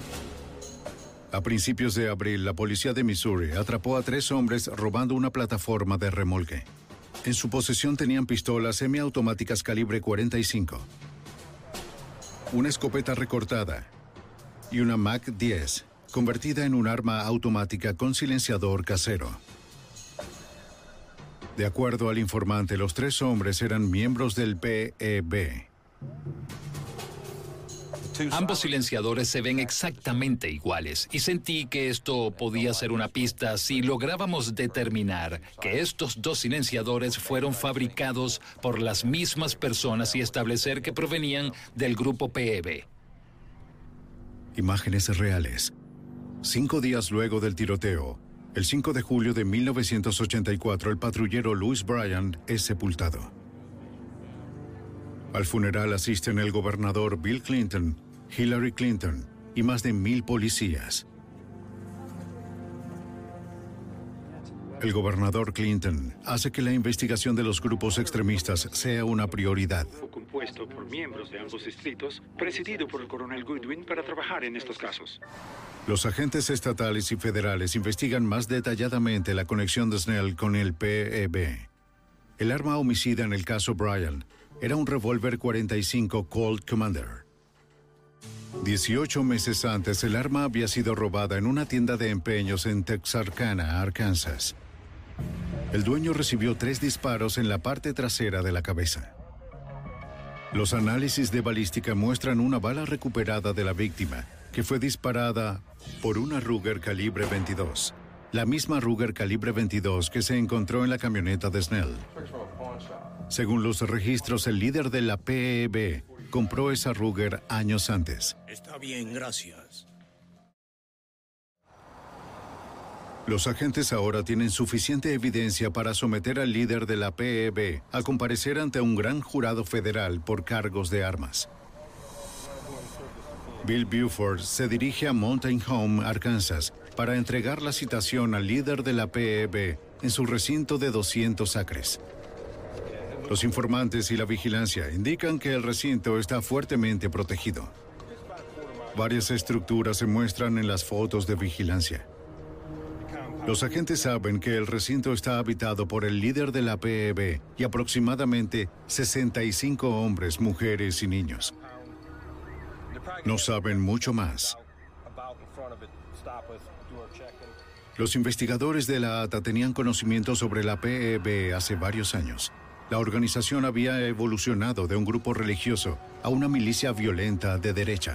Speaker 5: A principios de abril, la policía de Missouri atrapó a 3 hombres robando una plataforma de remolque. En su posesión tenían pistolas semiautomáticas calibre .45, una escopeta recortada y una MAC-10, convertida en un arma automática con silenciador casero. De acuerdo al informante, los 3 hombres eran miembros del PEB.
Speaker 18: Ambos silenciadores se ven exactamente iguales y sentí que esto podía ser una pista si lográbamos determinar que estos 2 silenciadores fueron fabricados por las mismas personas y establecer que provenían del grupo PEB.
Speaker 5: Imágenes reales. 5 días luego del tiroteo, el 5 de julio de 1984, el patrullero Louis Bryant es sepultado. Al funeral asisten el gobernador Bill Clinton, Hillary Clinton y más de 1000 policías. El gobernador Clinton hace que la investigación de los grupos extremistas sea una prioridad.
Speaker 19: Compuesto por miembros de ambos distritos, presidido por el coronel Goodwin para trabajar en estos casos.
Speaker 5: Los agentes estatales y federales investigan más detalladamente la conexión de Snell con el PEB. El arma homicida en el caso Bryant era un revólver .45 Colt Commander. 18 meses antes, el arma había sido robada en una tienda de empeños en Texarkana, Arkansas. El dueño recibió 3 disparos en la parte trasera de la cabeza. Los análisis de balística muestran una bala recuperada de la víctima, que fue disparada por una Ruger calibre .22, la misma Ruger calibre .22 que se encontró en la camioneta de Snell. Según los registros, el líder de la PEB compró esa Ruger años antes.
Speaker 1: Está bien, gracias.
Speaker 5: Los agentes ahora tienen suficiente evidencia para someter al líder de la PEB a comparecer ante un gran jurado federal por cargos de armas. Bill Buford se dirige a Mountain Home, Arkansas, para entregar la citación al líder de la PEB en su recinto de 200 acres. Los informantes y la vigilancia indican que el recinto está fuertemente protegido. Varias estructuras se muestran en las fotos de vigilancia. Los agentes saben que el recinto está habitado por el líder de la PEB y aproximadamente 65 hombres, mujeres y niños. No saben mucho más. Los investigadores de la ATA tenían conocimiento sobre la PEB hace varios años. La organización había evolucionado de un grupo religioso a una milicia violenta de derecha.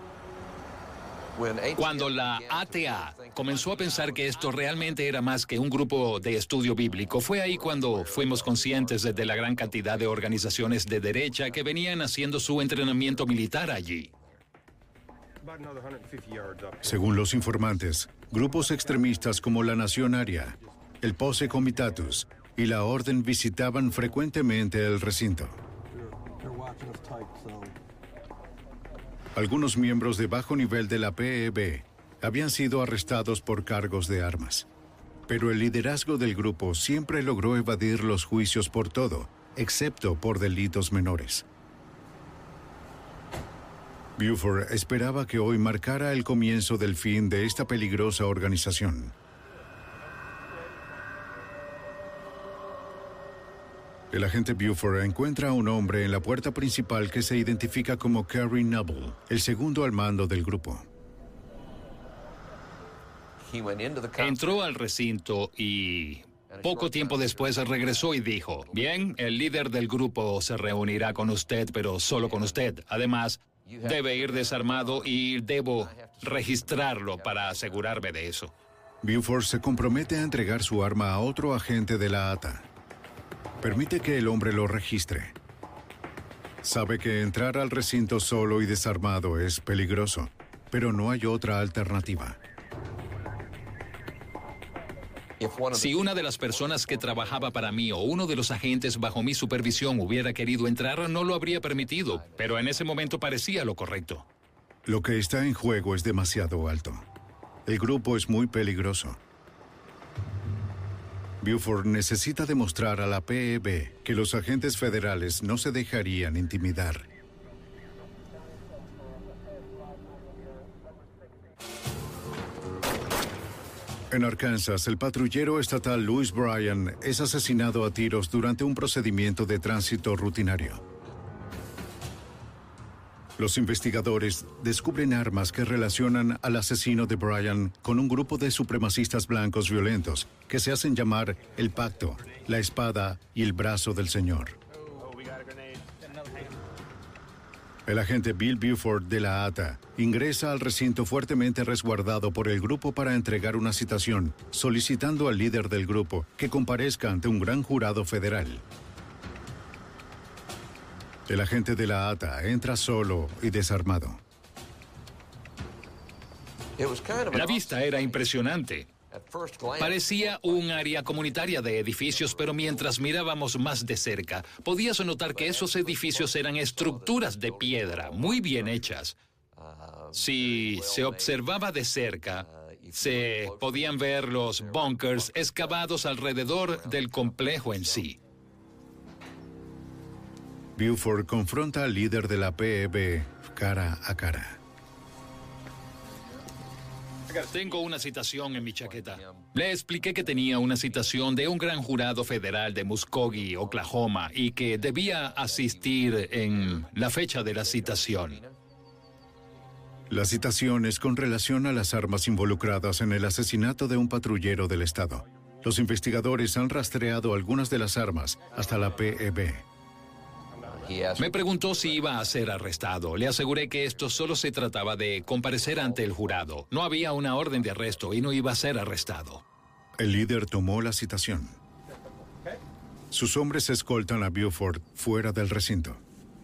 Speaker 18: Cuando la ATA comenzó a pensar que esto realmente era más que un grupo de estudio bíblico, fue ahí cuando fuimos conscientes de la gran cantidad de organizaciones de derecha que venían haciendo su entrenamiento militar allí.
Speaker 5: Según los informantes, grupos extremistas como la Nación Aria, el Posse Comitatus y la Orden visitaban frecuentemente el recinto. Algunos miembros de bajo nivel de la PEB habían sido arrestados por cargos de armas. Pero el liderazgo del grupo siempre logró evadir los juicios por todo, excepto por delitos menores. Buford esperaba que hoy marcara el comienzo del fin de esta peligrosa organización. El agente Buford encuentra a un hombre en la puerta principal que se identifica como Kerry Noble, el segundo al mando del grupo.
Speaker 18: Entró al recinto y poco tiempo después regresó y dijo: bien, el líder del grupo se reunirá con usted, pero solo con usted. Además, debe ir desarmado y debo registrarlo para asegurarme de eso.
Speaker 5: Buford se compromete a entregar su arma a otro agente de la ATA. Permite que el hombre lo registre. Sabe que entrar al recinto solo y desarmado es peligroso, pero no hay otra alternativa.
Speaker 18: Si una de las personas que trabajaba para mí o uno de los agentes bajo mi supervisión hubiera querido entrar, no lo habría permitido, pero en ese momento parecía lo correcto.
Speaker 5: Lo que está en juego es demasiado alto. El grupo es muy peligroso. Buford necesita demostrar a la PEB que los agentes federales no se dejarían intimidar. En Arkansas, el patrullero estatal Louis Bryan es asesinado a tiros durante un procedimiento de tránsito rutinario. Los investigadores descubren armas que relacionan al asesino de Bryan con un grupo de supremacistas blancos violentos que se hacen llamar el Pacto, la Espada y el Brazo del Señor. El agente Bill Buford de la ATA ingresa al recinto fuertemente resguardado por el grupo para entregar una citación, solicitando al líder del grupo que comparezca ante un gran jurado federal. El agente de la ATA entra solo y desarmado.
Speaker 18: La vista era impresionante. Parecía un área comunitaria de edificios, pero mientras mirábamos más de cerca, podías notar que esos edificios eran estructuras de piedra, muy bien hechas. Si se observaba de cerca, se podían ver los bunkers excavados alrededor del complejo en sí.
Speaker 5: Buford confronta al líder de la PEB cara a cara.
Speaker 18: Tengo una citación en mi chaqueta. Le expliqué que tenía una citación de un gran jurado federal de Muskogee, Oklahoma, y que debía asistir en la fecha de la citación.
Speaker 5: La citación es con relación a las armas involucradas en el asesinato de un patrullero del estado. Los investigadores han rastreado algunas de las armas hasta la PEB.
Speaker 18: Me preguntó si iba a ser arrestado. Le aseguré que esto solo se trataba de comparecer ante el jurado. No había una orden de arresto y no iba a ser arrestado.
Speaker 5: El líder tomó la citación. Sus hombres escoltan a Buford fuera del recinto.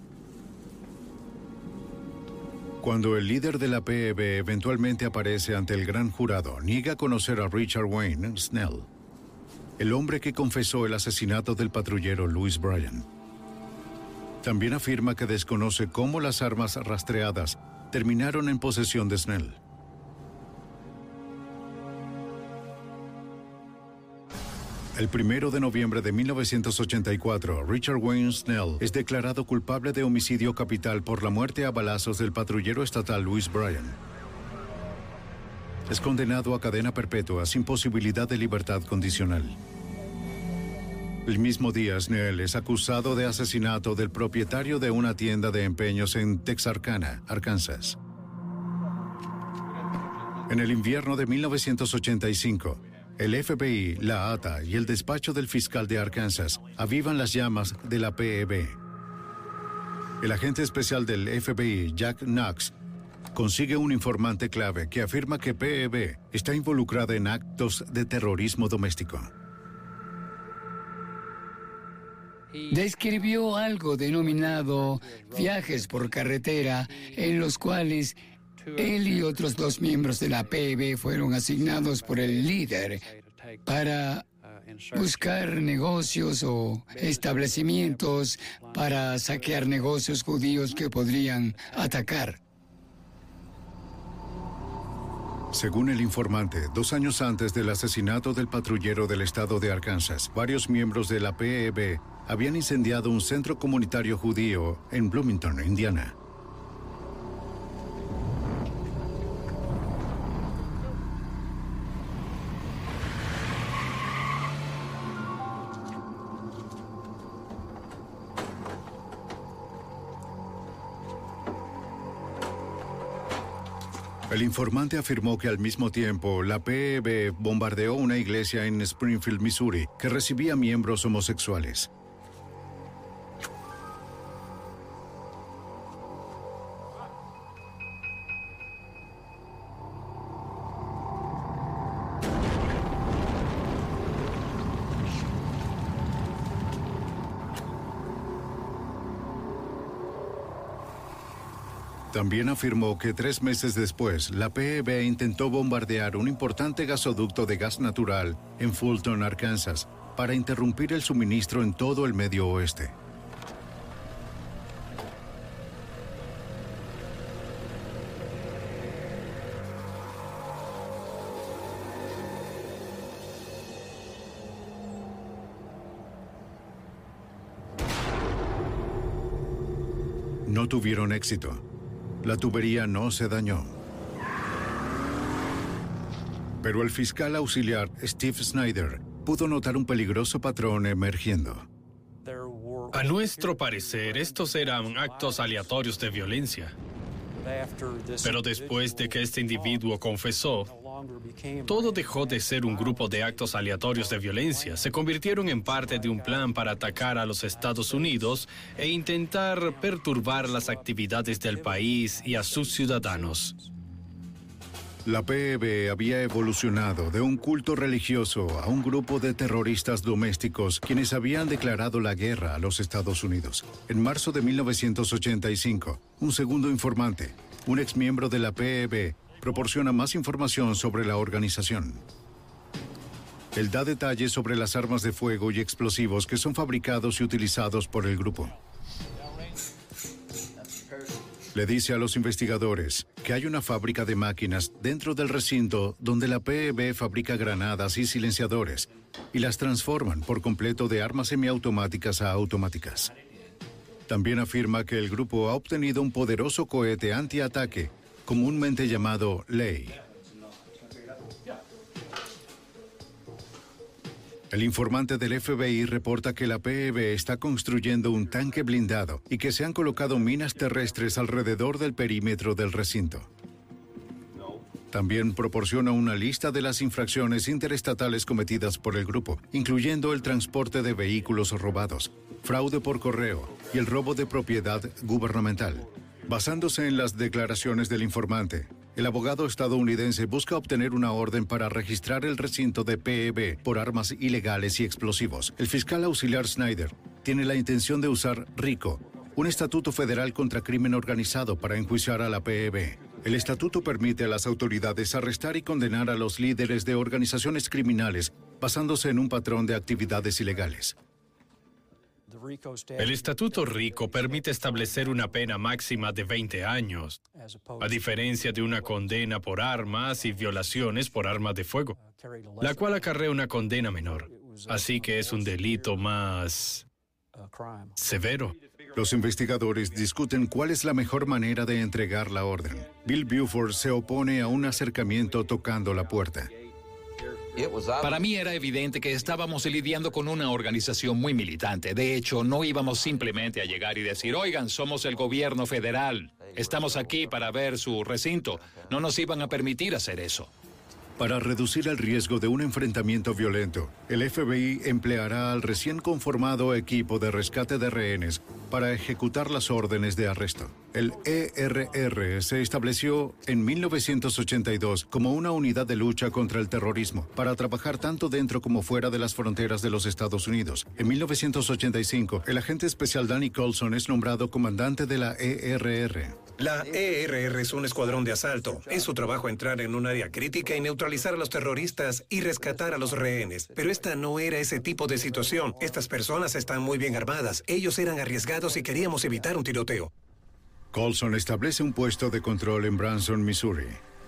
Speaker 5: Cuando el líder de la PEB eventualmente aparece ante el gran jurado, niega conocer a Richard Wayne Snell, el hombre que confesó el asesinato del patrullero Louis Bryan. También afirma que desconoce cómo las armas rastreadas terminaron en posesión de Snell. El 1 de noviembre de 1984, Richard Wayne Snell es declarado culpable de homicidio capital por la muerte a balazos del patrullero estatal Louis Bryan. Es condenado a cadena perpetua sin posibilidad de libertad condicional. El mismo día, Snell es acusado de asesinato del propietario de una tienda de empeños en Texarkana, Arkansas. En el invierno de 1985, el FBI, la ATA y el despacho del fiscal de Arkansas avivan las llamas de la PEB. El agente especial del FBI, Jack Knox, consigue un informante clave que afirma que PEB está involucrada en actos de terrorismo doméstico.
Speaker 9: Describió algo denominado viajes por carretera, en los cuales él y otros 2 miembros de la PEB fueron asignados por el líder para buscar negocios o establecimientos para saquear negocios judíos que podrían atacar.
Speaker 5: Según el informante, 2 años antes del asesinato del patrullero del estado de Arkansas, varios miembros de la PEB habían incendiado un centro comunitario judío en Bloomington, Indiana. El informante afirmó que al mismo tiempo la PEB bombardeó una iglesia en Springfield, Missouri, que recibía miembros homosexuales. También afirmó que 3 meses después, la PEB intentó bombardear un importante gasoducto de gas natural en Fulton, Arkansas, para interrumpir el suministro en todo el Medio Oeste. No tuvieron éxito. La tubería no se dañó. Pero el fiscal auxiliar Steve Snyder pudo notar un peligroso patrón emergiendo.
Speaker 20: A nuestro parecer, estos eran actos aleatorios de violencia. Pero después de que este individuo confesó, todo dejó de ser un grupo de actos aleatorios de violencia. Se convirtieron en parte de un plan para atacar a los Estados Unidos e intentar perturbar las actividades del país y a sus ciudadanos.
Speaker 5: La PEB había evolucionado de un culto religioso a un grupo de terroristas domésticos quienes habían declarado la guerra a los Estados Unidos. En marzo de 1985, un segundo informante, un exmiembro de la PEB, proporciona más información sobre la organización. Él da detalles sobre las armas de fuego y explosivos que son fabricados y utilizados por el grupo. Le dice a los investigadores que hay una fábrica de máquinas dentro del recinto donde la PEB fabrica granadas y silenciadores y las transforman por completo de armas semiautomáticas a automáticas. También afirma que el grupo ha obtenido un poderoso cohete antiataque, comúnmente llamado Ley. El informante del FBI reporta que la PEB está construyendo un tanque blindado y que se han colocado minas terrestres alrededor del perímetro del recinto. También proporciona una lista de las infracciones interestatales cometidas por el grupo, incluyendo el transporte de vehículos robados, fraude por correo y el robo de propiedad gubernamental. Basándose en las declaraciones del informante, el abogado estadounidense busca obtener una orden para registrar el recinto de PEB por armas ilegales y explosivos. El fiscal auxiliar Snyder tiene la intención de usar RICO, un estatuto federal contra crimen organizado, para enjuiciar a la PEB. El estatuto permite a las autoridades arrestar y condenar a los líderes de organizaciones criminales basándose en un patrón de actividades ilegales.
Speaker 20: El Estatuto RICO permite establecer una pena máxima de 20 años, a diferencia de una condena por armas y violaciones por armas de fuego, la cual acarrea una condena menor. Así que es un delito más severo.
Speaker 5: Los investigadores discuten cuál es la mejor manera de entregar la orden. Bill Buford se opone a un acercamiento tocando la puerta.
Speaker 18: Para mí era evidente que estábamos lidiando con una organización muy militante. De hecho, no íbamos simplemente a llegar y decir, oigan, somos el gobierno federal, estamos aquí para ver su recinto. No nos iban a permitir hacer eso.
Speaker 5: Para reducir el riesgo de un enfrentamiento violento, el FBI empleará al recién conformado equipo de rescate de rehenes para ejecutar las órdenes de arresto. El ERR se estableció en 1982 como una unidad de lucha contra el terrorismo para trabajar tanto dentro como fuera de las fronteras de los Estados Unidos. En 1985, el agente especial Danny Colson es nombrado comandante de la ERR.
Speaker 10: La ERR es un escuadrón de asalto. Es su trabajo entrar en un área crítica y neutralizar a los terroristas y rescatar a los rehenes. Pero esta no era ese tipo de situación. Estas personas están muy bien armadas. Ellos eran arriesgados y queríamos evitar un tiroteo.
Speaker 5: Colson establece un puesto de control en Branson, Missouri.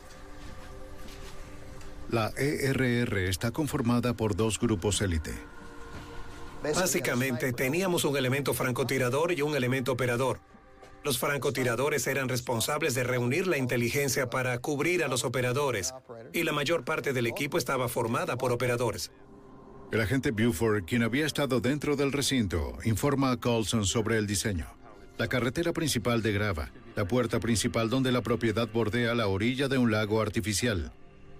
Speaker 5: La ERR está conformada por dos grupos élite.
Speaker 10: Básicamente, teníamos un elemento francotirador y un elemento operador. Los francotiradores eran responsables de reunir la inteligencia para cubrir a los operadores, y la mayor parte del equipo estaba formada por operadores.
Speaker 5: El agente Buford, quien había estado dentro del recinto, informa a Colson sobre el diseño. La carretera principal de grava, la puerta principal donde la propiedad bordea la orilla de un lago artificial.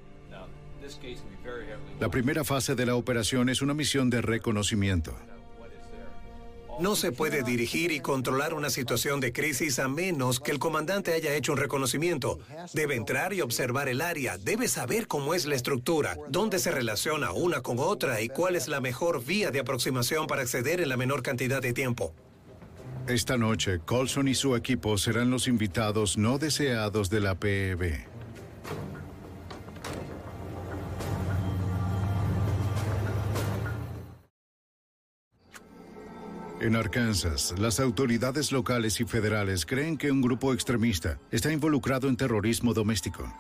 Speaker 5: La primera fase de la operación es una misión de reconocimiento.
Speaker 10: No se puede dirigir y controlar una situación de crisis a menos que el comandante haya hecho un reconocimiento. Debe entrar y observar el área, debe saber cómo es la estructura, dónde se relaciona una con otra y cuál es la mejor vía de aproximación para acceder en la menor cantidad de tiempo.
Speaker 5: Esta noche, Colson y su equipo serán los invitados no deseados de la PEB. En Arkansas, las autoridades locales y federales creen que un grupo extremista está involucrado en terrorismo doméstico.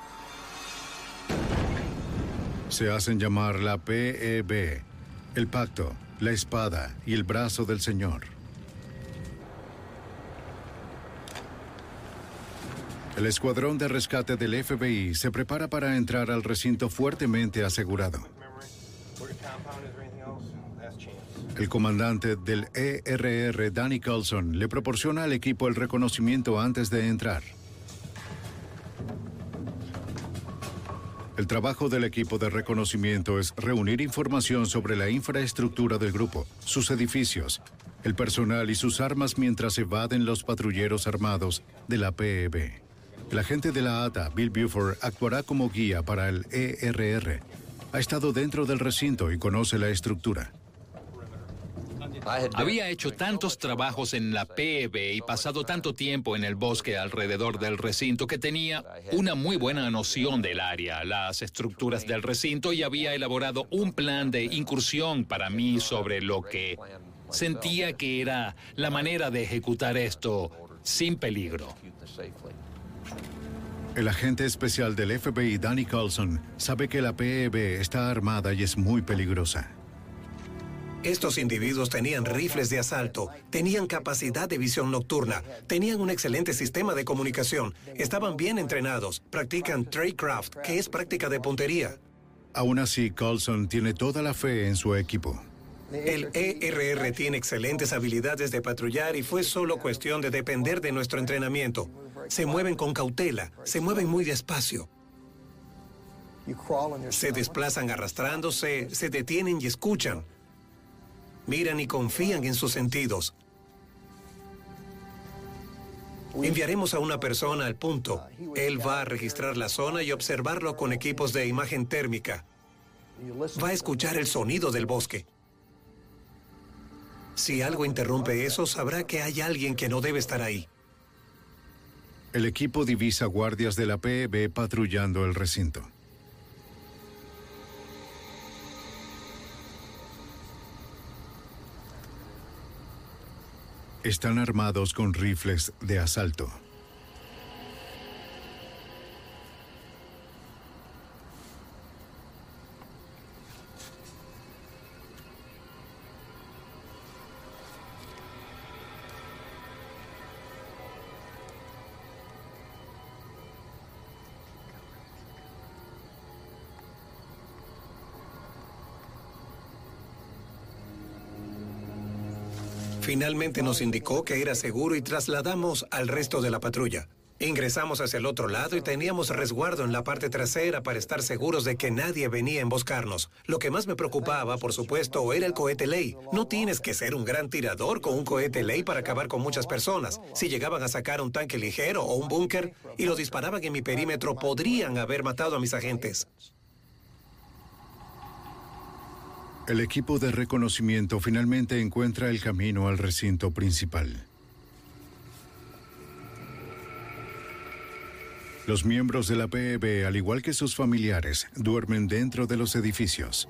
Speaker 5: Se hacen llamar la PEB, el pacto, la espada y el brazo del Señor. El escuadrón de rescate del FBI se prepara para entrar al recinto fuertemente asegurado. El comandante del ERR, Danny Coulson, le proporciona al equipo el reconocimiento antes de entrar. El trabajo del equipo de reconocimiento es reunir información sobre la infraestructura del grupo, sus edificios, el personal y sus armas mientras evaden los patrulleros armados de la PEB. El agente de la ATA, Bill Buford, actuará como guía para el ERR. Ha estado dentro del recinto y conoce la estructura.
Speaker 18: Había hecho tantos trabajos en la PEB y pasado tanto tiempo en el bosque alrededor del recinto que tenía una muy buena noción del área, las estructuras del recinto, y había elaborado un plan de incursión para mí sobre lo que sentía que era la manera de ejecutar esto sin peligro.
Speaker 5: El agente especial del FBI, Danny Coulson, sabe que la PEB está armada y es muy peligrosa.
Speaker 10: Estos individuos tenían rifles de asalto, tenían capacidad de visión nocturna, tenían un excelente sistema de comunicación, estaban bien entrenados, practican tradecraft, que es práctica de puntería.
Speaker 5: Aún así, Coulson tiene toda la fe en su equipo.
Speaker 10: El ERR tiene excelentes habilidades de patrullar y fue solo cuestión de depender de nuestro entrenamiento. Se mueven con cautela, se mueven muy despacio. Se desplazan arrastrándose, se detienen y escuchan. Miran y confían en sus sentidos. Enviaremos a una persona al punto. Él va a registrar la zona y observarlo con equipos de imagen térmica. Va a escuchar el sonido del bosque. Si algo interrumpe eso, sabrá que hay alguien que no debe estar ahí.
Speaker 5: El equipo divisa guardias de la PEB patrullando el recinto. Están armados con rifles de asalto.
Speaker 10: Finalmente nos indicó que era seguro y trasladamos al resto de la patrulla. Ingresamos hacia el otro lado y teníamos resguardo en la parte trasera para estar seguros de que nadie venía a emboscarnos. Lo que más me preocupaba, por supuesto, era el cohete Ley. No tienes que ser un gran tirador con un cohete Ley para acabar con muchas personas. Si llegaban a sacar un tanque ligero o un búnker y lo disparaban en mi perímetro, podrían haber matado a mis agentes.
Speaker 5: El equipo de reconocimiento finalmente encuentra el camino al recinto principal. Los miembros de la PEB, al igual que sus familiares, duermen dentro de los edificios.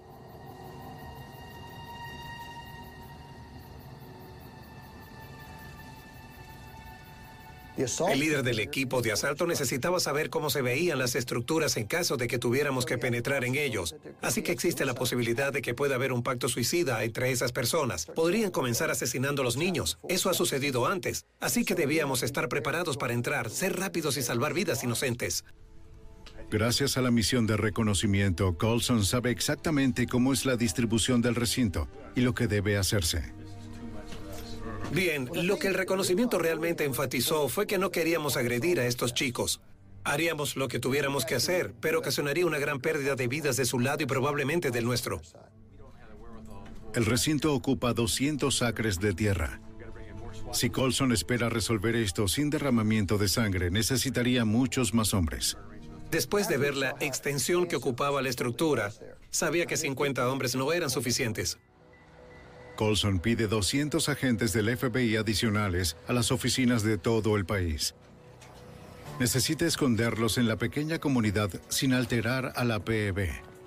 Speaker 10: El líder del equipo de asalto necesitaba saber cómo se veían las estructuras en caso de que tuviéramos que penetrar en ellos. Así que existe la posibilidad de que pueda haber un pacto suicida entre esas personas. Podrían comenzar asesinando a los niños. Eso ha sucedido antes. Así que debíamos estar preparados para entrar, ser rápidos y salvar vidas inocentes.
Speaker 5: Gracias a la misión de reconocimiento, Coulson sabe exactamente cómo es la distribución del recinto y lo que debe hacerse.
Speaker 10: Bien, lo que el reconocimiento realmente enfatizó fue que no queríamos agredir a estos chicos. Haríamos lo que tuviéramos que hacer, pero ocasionaría una gran pérdida de vidas de su lado y probablemente del nuestro.
Speaker 5: El recinto ocupa 200 acres de tierra. Si Coulson espera resolver esto sin derramamiento de sangre, necesitaría muchos más hombres.
Speaker 10: Después de ver la extensión que ocupaba la estructura, sabía que 50 hombres no eran suficientes.
Speaker 5: Coulson pide 200 agentes del FBI adicionales a las oficinas de todo el país. Necesita esconderlos en la pequeña comunidad sin alterar a la PEB.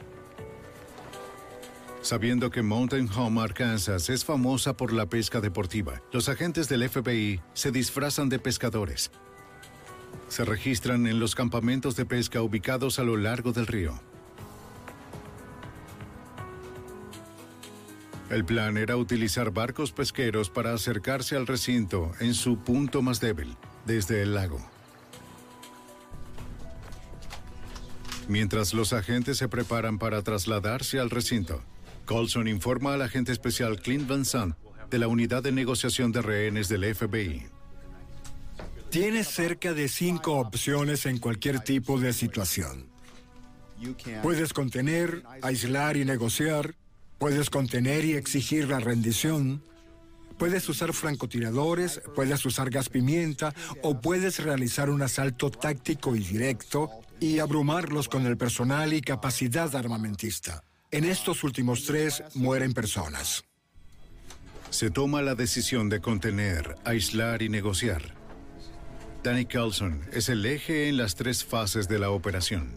Speaker 5: Sabiendo que Mountain Home, Arkansas, es famosa por la pesca deportiva, los agentes del FBI se disfrazan de pescadores. Se registran en los campamentos de pesca ubicados a lo largo del río. El plan era utilizar barcos pesqueros para acercarse al recinto en su punto más débil, desde el lago. Mientras los agentes se preparan para trasladarse al recinto, Coulson informa al agente especial Clint Van Zandt de la unidad de negociación de rehenes del FBI.
Speaker 11: Tienes cerca de 5 opciones en cualquier tipo de situación. Puedes contener, aislar y negociar. Puedes contener y exigir la rendición. Puedes usar francotiradores, puedes usar gas pimienta o puedes realizar un asalto táctico y directo y abrumarlos con el personal y capacidad armamentista. En estos últimos 3 mueren personas.
Speaker 5: Se toma la decisión de contener, aislar y negociar. Danny Coulson es el eje en las 3 fases de la operación.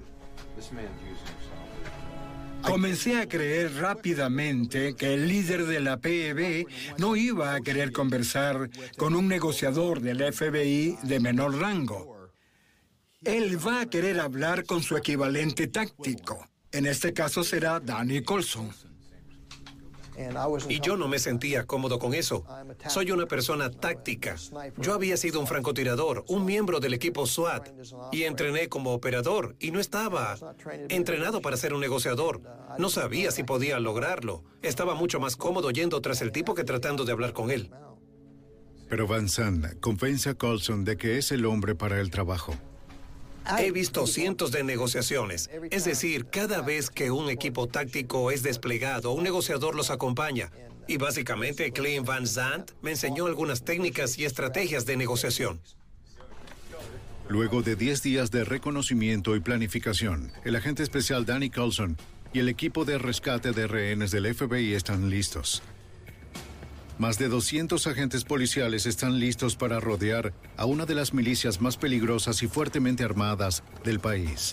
Speaker 11: Comencé a creer rápidamente que el líder de la PEB no iba a querer conversar con un negociador del FBI de menor rango. Él va a querer hablar con su equivalente táctico. En este caso será Danny Coulson.
Speaker 10: Y yo no me sentía cómodo con eso. Soy una persona táctica. Yo había sido un francotirador, un miembro del equipo SWAT, y entrené como operador, y no estaba entrenado para ser un negociador. No sabía si podía lograrlo. Estaba mucho más cómodo yendo tras el tipo que tratando de hablar con él.
Speaker 5: Pero Van Zandt convence a Coulson de que es el hombre para el trabajo.
Speaker 10: He visto cientos de negociaciones. Es decir, cada vez que un equipo táctico es desplegado, un negociador los acompaña. Y básicamente, Clint Van Zandt me enseñó algunas técnicas y estrategias de negociación.
Speaker 5: Luego de 10 días de reconocimiento y planificación, el agente especial Danny Coulson y el equipo de rescate de rehenes del FBI están listos. Más de 200 agentes policiales están listos para rodear a una de las milicias más peligrosas y fuertemente armadas del país.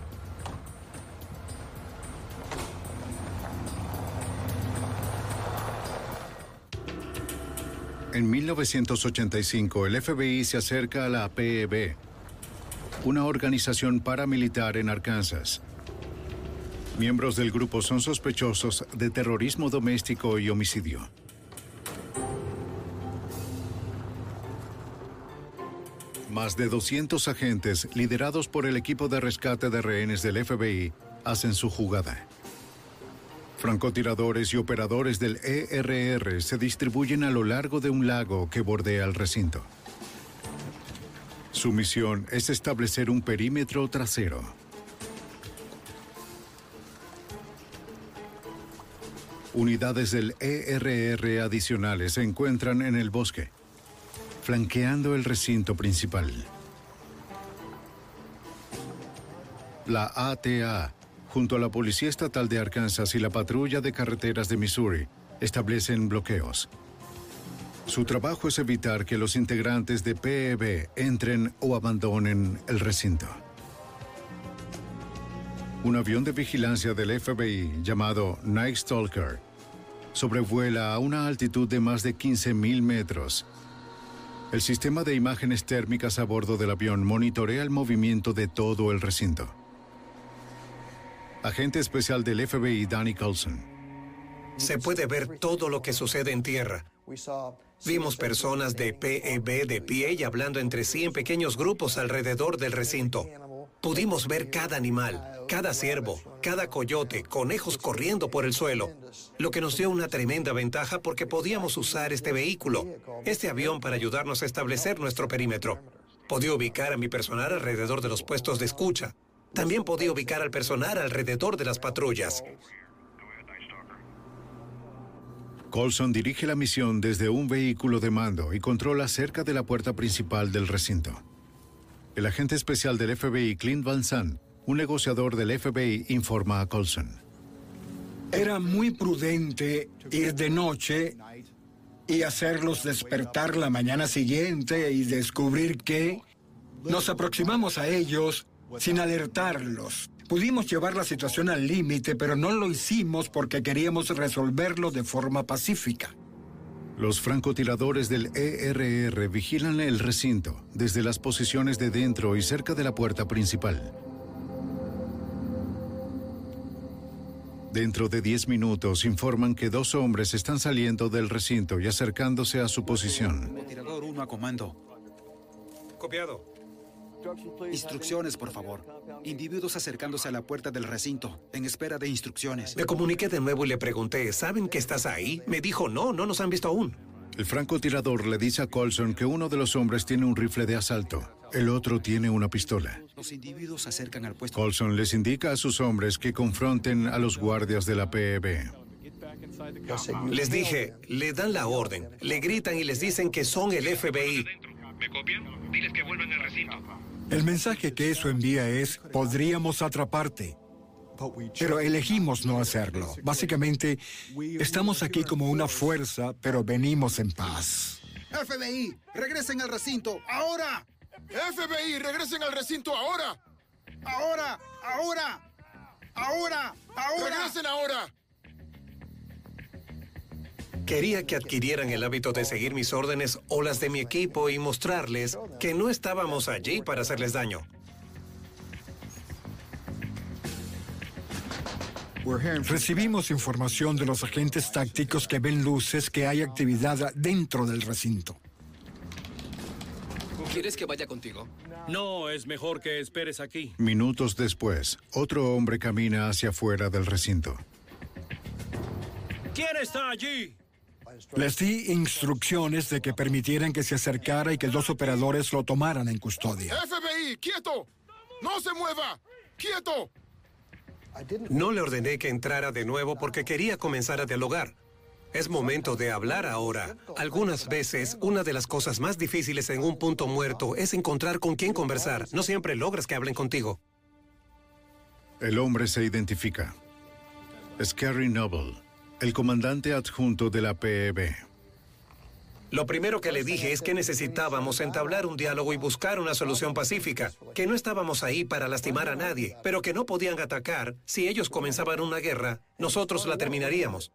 Speaker 5: En 1985, el FBI se acerca a la PEB, una organización paramilitar en Arkansas. Miembros del grupo son sospechosos de terrorismo doméstico y homicidio. Más de 200 agentes, liderados por el equipo de rescate de rehenes del FBI, hacen su jugada. Francotiradores y operadores del ERR se distribuyen a lo largo de un lago que bordea el recinto. Su misión es establecer un perímetro trasero. Unidades del ERR adicionales se encuentran en el bosque, flanqueando el recinto principal. La ATA, junto a la Policía Estatal de Arkansas y la Patrulla de Carreteras de Missouri, establecen bloqueos. Su trabajo es evitar que los integrantes de PEB entren o abandonen el recinto. Un avión de vigilancia del FBI llamado Night Stalker sobrevuela a una altitud de más de 15.000 metros. El sistema de imágenes térmicas a bordo del avión monitorea el movimiento de todo el recinto. Agente especial del FBI Danny Coulson.
Speaker 10: Se puede ver todo lo que sucede en tierra. Vimos personas de PEB de pie y hablando entre sí en pequeños grupos alrededor del recinto. Pudimos ver cada animal, cada ciervo, cada coyote, conejos corriendo por el suelo, lo que nos dio una tremenda ventaja porque podíamos usar este vehículo, este avión para ayudarnos a establecer nuestro perímetro. Podía ubicar a mi personal alrededor de los puestos de escucha. También podía ubicar al personal alrededor de las patrullas.
Speaker 5: Coulson dirige la misión desde un vehículo de mando y controla cerca de la puerta principal del recinto. El agente especial del FBI, Clint Van Zandt, un negociador del FBI, informa a Coulson.
Speaker 11: Era muy prudente ir de noche y hacerlos despertar la mañana siguiente y descubrir que nos aproximamos a ellos sin alertarlos. Pudimos llevar la situación al límite, pero no lo hicimos porque queríamos resolverlo de forma pacífica.
Speaker 5: Los francotiradores del ERR vigilan el recinto desde las posiciones de dentro y cerca de la puerta principal. Dentro de 10 minutos informan que 2 hombres están saliendo del recinto y acercándose a su posición.
Speaker 17: Tirador 1 a comando.
Speaker 10: Copiado.
Speaker 21: Instrucciones, por favor. Individuos acercándose a la puerta del recinto, en espera de instrucciones.
Speaker 10: Me comuniqué de nuevo y le pregunté, ¿saben que estás ahí? Me dijo, no nos han visto aún.
Speaker 5: El francotirador le dice a Coulson que uno de los hombres tiene un rifle de asalto. El otro tiene una pistola.
Speaker 21: Los individuos se acercan al puesto.
Speaker 5: Coulson les indica a sus hombres que confronten a los guardias de la PEB.
Speaker 10: Les dije, le dan la orden, le gritan y les dicen que son el FBI.
Speaker 22: ¿Me copian? Diles que vuelvan al recinto.
Speaker 11: El mensaje que eso envía es, podríamos atraparte. Pero elegimos no hacerlo. Básicamente, estamos aquí como una fuerza, pero venimos en paz.
Speaker 21: FBI, regresen al recinto, ahora.
Speaker 8: FBI, regresen al recinto ahora.
Speaker 21: Ahora.
Speaker 8: Regresen ahora.
Speaker 10: Quería que adquirieran el hábito de seguir mis órdenes o las de mi equipo y mostrarles que no estábamos allí para hacerles daño.
Speaker 11: Recibimos información de los agentes tácticos que ven luces que hay actividad dentro del recinto.
Speaker 13: ¿Quieres que vaya contigo?
Speaker 1: No, es mejor que esperes aquí.
Speaker 5: Minutos después, otro hombre camina hacia afuera del recinto.
Speaker 1: ¿Quién está allí?
Speaker 11: Les di instrucciones de que permitieran que se acercara y que 2 operadores lo tomaran en custodia.
Speaker 8: FBI, quieto. No se mueva. Quieto.
Speaker 10: No le ordené que entrara de nuevo porque quería comenzar a dialogar. Es momento de hablar ahora. Algunas veces, una de las cosas más difíciles en un punto muerto es encontrar con quién conversar. No siempre logras que hablen contigo.
Speaker 5: El hombre se identifica. Es Kerry Noble, el comandante adjunto de la PEB.
Speaker 10: Lo primero que le dije es que necesitábamos entablar un diálogo y buscar una solución pacífica, que no estábamos ahí para lastimar a nadie, pero que no podían atacar. Si ellos comenzaban una guerra, nosotros la terminaríamos.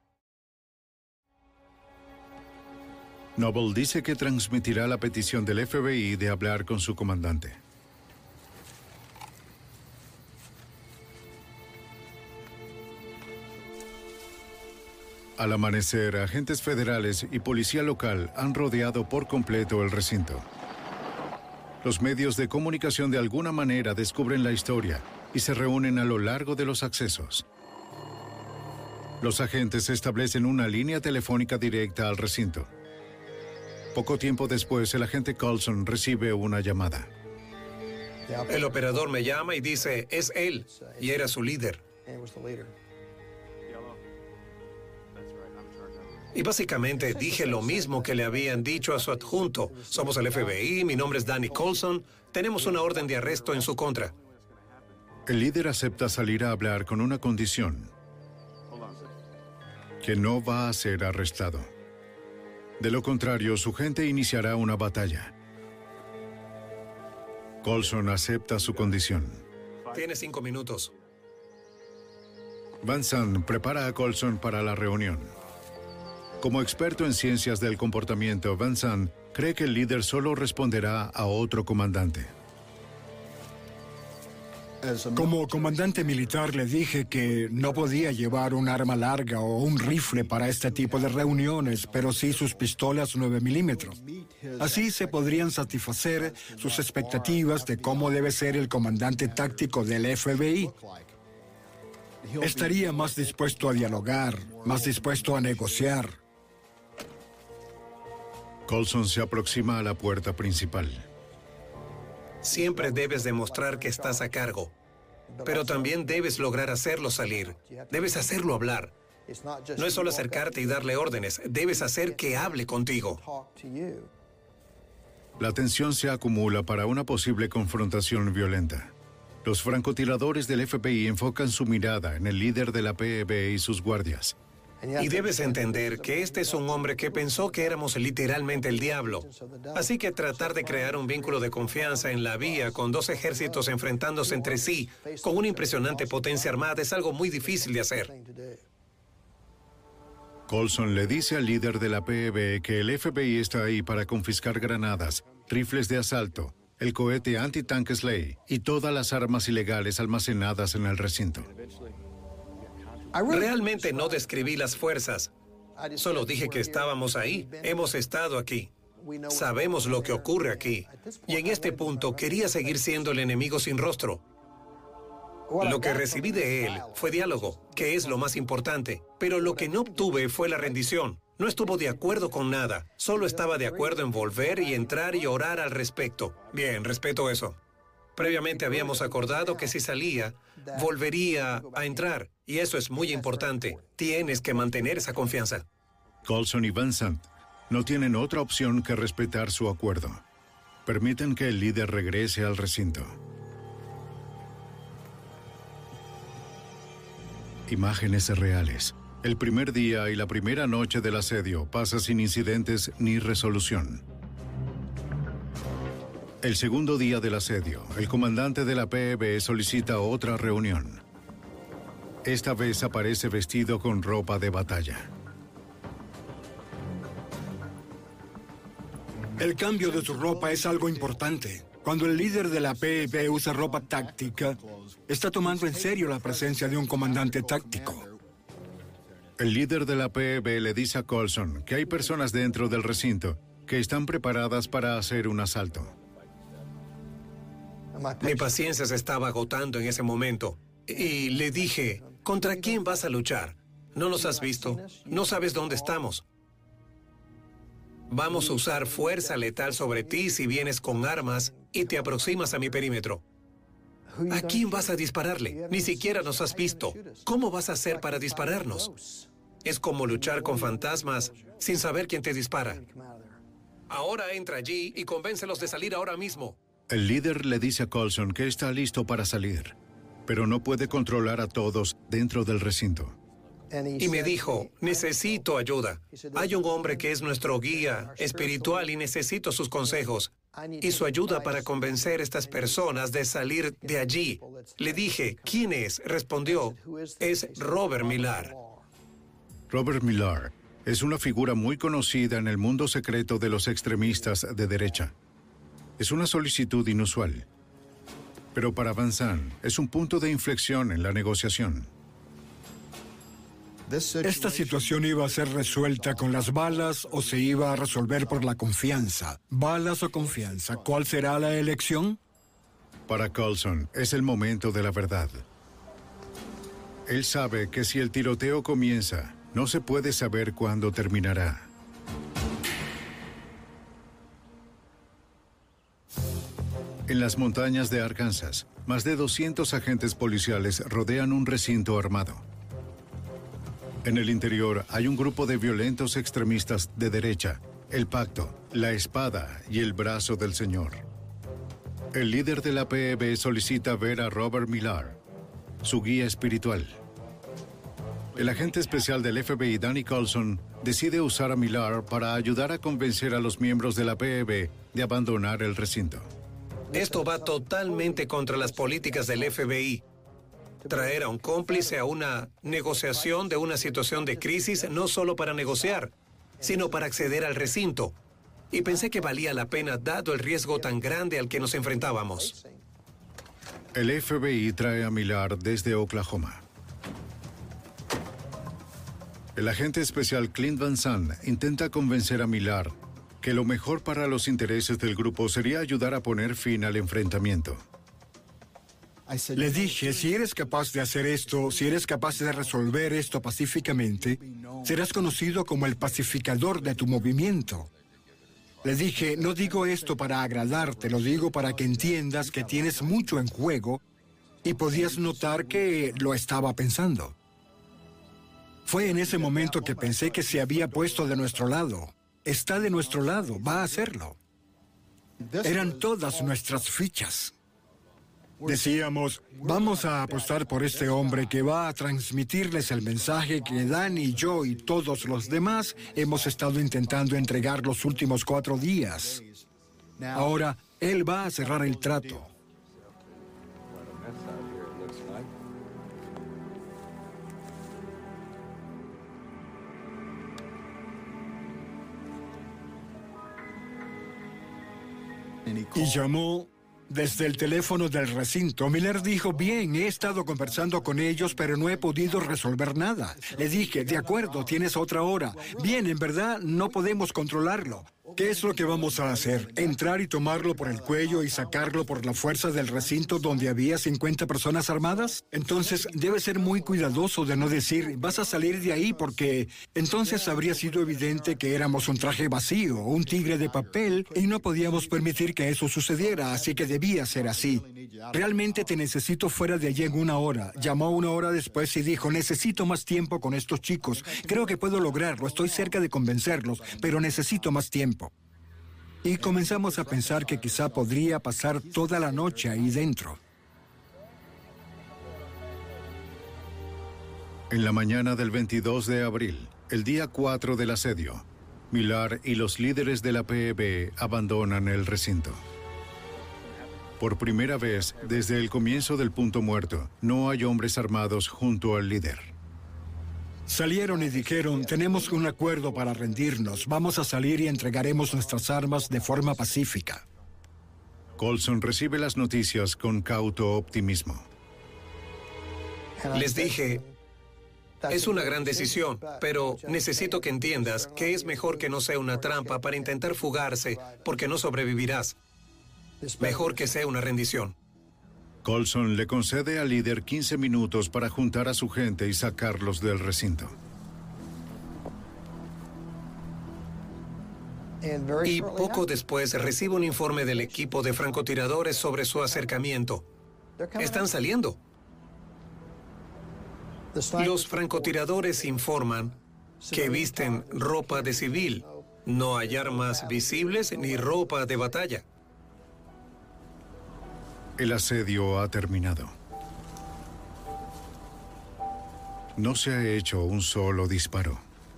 Speaker 5: Noble dice que transmitirá la petición del FBI de hablar con su comandante. Al amanecer, agentes federales y policía local han rodeado por completo el recinto. Los medios de comunicación de alguna manera descubren la historia y se reúnen a lo largo de los accesos. Los agentes establecen una línea telefónica directa al recinto. Poco tiempo después, el agente Coulson recibe una llamada.
Speaker 10: El operador me llama y dice, es él, y era su líder. Y básicamente dije lo mismo que le habían dicho a su adjunto. Somos el FBI, mi nombre es Danny Coulson, tenemos una orden de arresto en su contra.
Speaker 5: El líder acepta salir a hablar con una condición: que no va a ser arrestado. De lo contrario, su gente iniciará una batalla. Coulson acepta su condición.
Speaker 10: Tiene 5 minutos.
Speaker 5: Van Zandt prepara a Coulson para la reunión. Como experto en ciencias del comportamiento, Van Zandt cree que el líder solo responderá a otro comandante.
Speaker 11: Como comandante militar le dije que no podía llevar un arma larga o un rifle para este tipo de reuniones, pero sí sus pistolas 9 milímetros. Así se podrían satisfacer sus expectativas de cómo debe ser el comandante táctico del FBI. Estaría más dispuesto a dialogar, más dispuesto a negociar.
Speaker 5: Coulson se aproxima a la puerta principal.
Speaker 10: Siempre debes demostrar que estás a cargo, pero también debes lograr hacerlo salir. Debes hacerlo hablar. No es solo acercarte y darle órdenes, debes hacer que hable contigo.
Speaker 5: La tensión se acumula para una posible confrontación violenta. Los francotiradores del FBI enfocan su mirada en el líder de la PEB y sus guardias.
Speaker 10: Y debes entender que este es un hombre que pensó que éramos literalmente el diablo. Así que tratar de crear un vínculo de confianza en la vía con 2 ejércitos enfrentándose entre sí, con una impresionante potencia armada, es algo muy difícil de hacer.
Speaker 5: Coulson le dice al líder de la PEB que el FBI está ahí para confiscar granadas, rifles de asalto, el cohete antitanque Slay y todas las armas ilegales almacenadas en el recinto.
Speaker 10: Realmente no describí las fuerzas. Solo dije que estábamos ahí. Hemos estado aquí. Sabemos lo que ocurre aquí. Y en este punto quería seguir siendo el enemigo sin rostro. Lo que recibí de él fue diálogo, que es lo más importante. Pero lo que no obtuve fue la rendición. No estuvo de acuerdo con nada. Solo estaba de acuerdo en volver y entrar y orar al respecto. Bien, respeto eso. Previamente habíamos acordado que si salía, volvería a entrar. Y eso es muy importante. Tienes que mantener esa confianza.
Speaker 5: Coulson y Van Sant no tienen otra opción que respetar su acuerdo. Permiten que el líder regrese al recinto. Imágenes reales. El primer día y la primera noche del asedio pasa sin incidentes ni resolución. El segundo día del asedio, el comandante de la PEB solicita otra reunión. Esta vez aparece vestido con ropa de batalla.
Speaker 11: El cambio de su ropa es algo importante. Cuando el líder de la PEB usa ropa táctica, está tomando en serio la presencia de un comandante táctico.
Speaker 5: El líder de la PEB le dice a Coulson que hay personas dentro del recinto que están preparadas para hacer un asalto.
Speaker 10: Mi paciencia se estaba agotando en ese momento. Y le dije, ¿contra quién vas a luchar? ¿No nos has visto? ¿No sabes dónde estamos? Vamos a usar fuerza letal sobre ti si vienes con armas y te aproximas a mi perímetro. ¿A quién vas a dispararle? Ni siquiera nos has visto. ¿Cómo vas a hacer para dispararnos? Es como luchar con fantasmas sin saber quién te dispara. Ahora entra allí y convéncelos de salir ahora mismo.
Speaker 5: El líder le dice a Coulson que está listo para salir, pero no puede controlar a todos dentro del recinto.
Speaker 10: Y me dijo, necesito ayuda. Hay un hombre que es nuestro guía espiritual y necesito sus consejos y su ayuda para convencer a estas personas de salir de allí. Le dije, ¿quién es? Respondió, es Robert Millar.
Speaker 5: Robert Millar es una figura muy conocida en el mundo secreto de los extremistas de derecha. Es una solicitud inusual, pero para Van Sant es un punto de inflexión en la negociación.
Speaker 11: Esta situación iba a ser resuelta con las balas o se iba a resolver por la confianza. ¿Balas o confianza? ¿Cuál será la elección?
Speaker 5: Para Coulson es el momento de la verdad. Él sabe que si el tiroteo comienza, no se puede saber cuándo terminará. En las montañas de Arkansas, más de 200 agentes policiales rodean un recinto armado. En el interior hay un grupo de violentos extremistas de derecha, el Pacto, la Espada y el Brazo del Señor. El líder de la PEB solicita ver a Robert Millar, su guía espiritual. El agente especial del FBI, Danny Coulson, decide usar a Millar para ayudar a convencer a los miembros de la PEB de abandonar el recinto.
Speaker 10: Esto va totalmente contra las políticas del FBI. Traer a un cómplice a una negociación de una situación de crisis, no solo para negociar, sino para acceder al recinto. Y pensé que valía la pena dado el riesgo tan grande al que nos enfrentábamos.
Speaker 5: El FBI trae a Millar desde Oklahoma. El agente especial Clint Van Sant intenta convencer a Millar que lo mejor para los intereses del grupo sería ayudar a poner fin al enfrentamiento.
Speaker 11: Le dije, si eres capaz de hacer esto, si eres capaz de resolver esto pacíficamente, serás conocido como el pacificador de tu movimiento. Le dije, no digo esto para agradarte, lo digo para que entiendas que tienes mucho en juego y podías notar que lo estaba pensando. Fue en ese momento que pensé que se había puesto de nuestro lado. Está de nuestro lado, va a hacerlo. Eran todas nuestras fichas. Decíamos, vamos a apostar por este hombre que va a transmitirles el mensaje que Danny, yo y todos los demás hemos estado intentando entregar los últimos 4 días. Ahora, él va a cerrar el trato. Y llamó desde el teléfono del recinto. Millar dijo, bien, he estado conversando con ellos, pero no he podido resolver nada. Le dije, de acuerdo, tienes otra hora. Bien, en verdad, no podemos controlarlo. ¿Qué es lo que vamos a hacer? ¿Entrar y tomarlo por el cuello y sacarlo por la fuerza del recinto donde había 50 personas armadas? Entonces, debe ser muy cuidadoso de no decir, vas a salir de ahí porque entonces habría sido evidente que éramos un traje vacío, un tigre de papel, y no podíamos permitir que eso sucediera, así que debía ser así. Realmente te necesito fuera de allí en 1 hora. Llamó 1 hora después y dijo, necesito más tiempo con estos chicos. Creo que puedo lograrlo, estoy cerca de convencerlos, pero necesito más tiempo. Y comenzamos a pensar que quizá podría pasar toda la noche ahí dentro.
Speaker 5: En la mañana del 22 de abril, el día 4 del asedio, Millar y los líderes de la PEB abandonan el recinto. Por primera vez, desde el comienzo del punto muerto, no hay hombres armados junto al líder.
Speaker 11: Salieron y dijeron, tenemos un acuerdo para rendirnos. Vamos a salir y entregaremos nuestras armas de forma pacífica.
Speaker 5: Coulson recibe las noticias con cauto optimismo.
Speaker 10: Les dije, es una gran decisión, pero necesito que entiendas que es mejor que no sea una trampa para intentar fugarse, porque no sobrevivirás. Mejor que sea una rendición.
Speaker 5: Coulson le concede al líder 15 minutos para juntar a su gente y sacarlos del recinto.
Speaker 10: Y poco después recibe un informe del equipo de francotiradores sobre su acercamiento. Están saliendo. Los francotiradores informan que visten ropa de civil. No hay armas visibles ni ropa de batalla.
Speaker 5: El asedio ha terminado. No se ha hecho un solo disparo.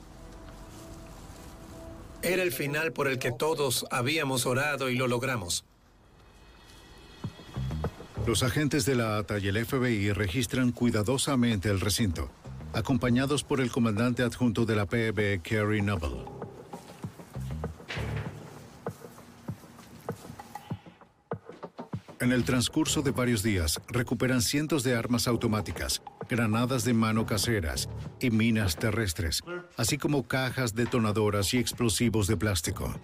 Speaker 10: Era el final por el que todos habíamos orado y lo logramos.
Speaker 5: Los agentes de la ATA y el FBI registran cuidadosamente el recinto, acompañados por el comandante adjunto de la PEB, Kerry Noble. En el transcurso de varios días, recuperan cientos de armas automáticas, granadas de mano caseras y minas terrestres, así como cajas detonadoras y explosivos de plástico.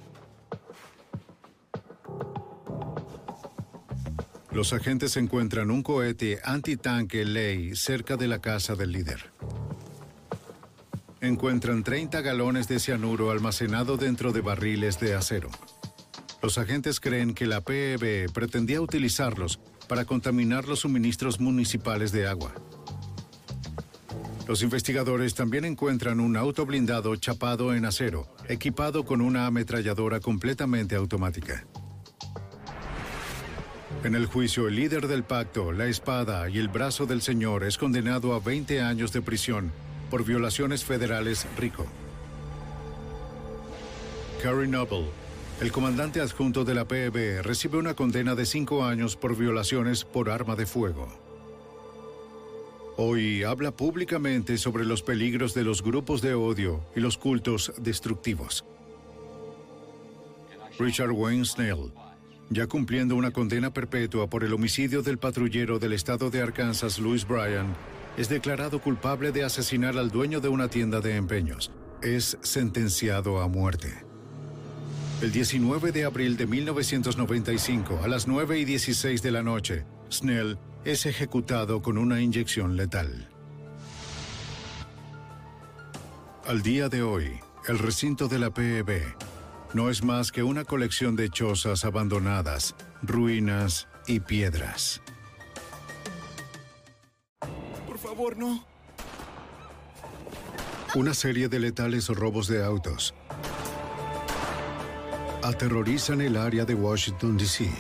Speaker 5: Los agentes encuentran un cohete antitanque Ley cerca de la casa del líder. Encuentran 30 galones de cianuro almacenado dentro de barriles de acero. Los agentes creen que la PEB pretendía utilizarlos para contaminar los suministros municipales de agua. Los investigadores también encuentran un auto blindado chapado en acero, equipado con una ametralladora completamente automática. En el juicio, el líder del pacto, la espada y el brazo del señor es condenado a 20 años de prisión por violaciones federales Rico. Kerry Noble, el comandante adjunto de la PEB, recibe una condena de 5 años por violaciones por arma de fuego. Hoy habla públicamente sobre los peligros de los grupos de odio y los cultos destructivos. Richard Wayne Snell, ya cumpliendo una condena perpetua por el homicidio del patrullero del estado de Arkansas, Louis Bryan, es declarado culpable de asesinar al dueño de una tienda de empeños. Es sentenciado a muerte. El 19 de abril de 1995, a las 9:16 de la noche, Snell es ejecutado con una inyección letal. Al día de hoy, el recinto de la PEB no es más que una colección de chozas abandonadas, ruinas y piedras.
Speaker 13: Por favor, no.
Speaker 5: Una serie de letales robos de autos aterrorizan el área de Washington, D.C.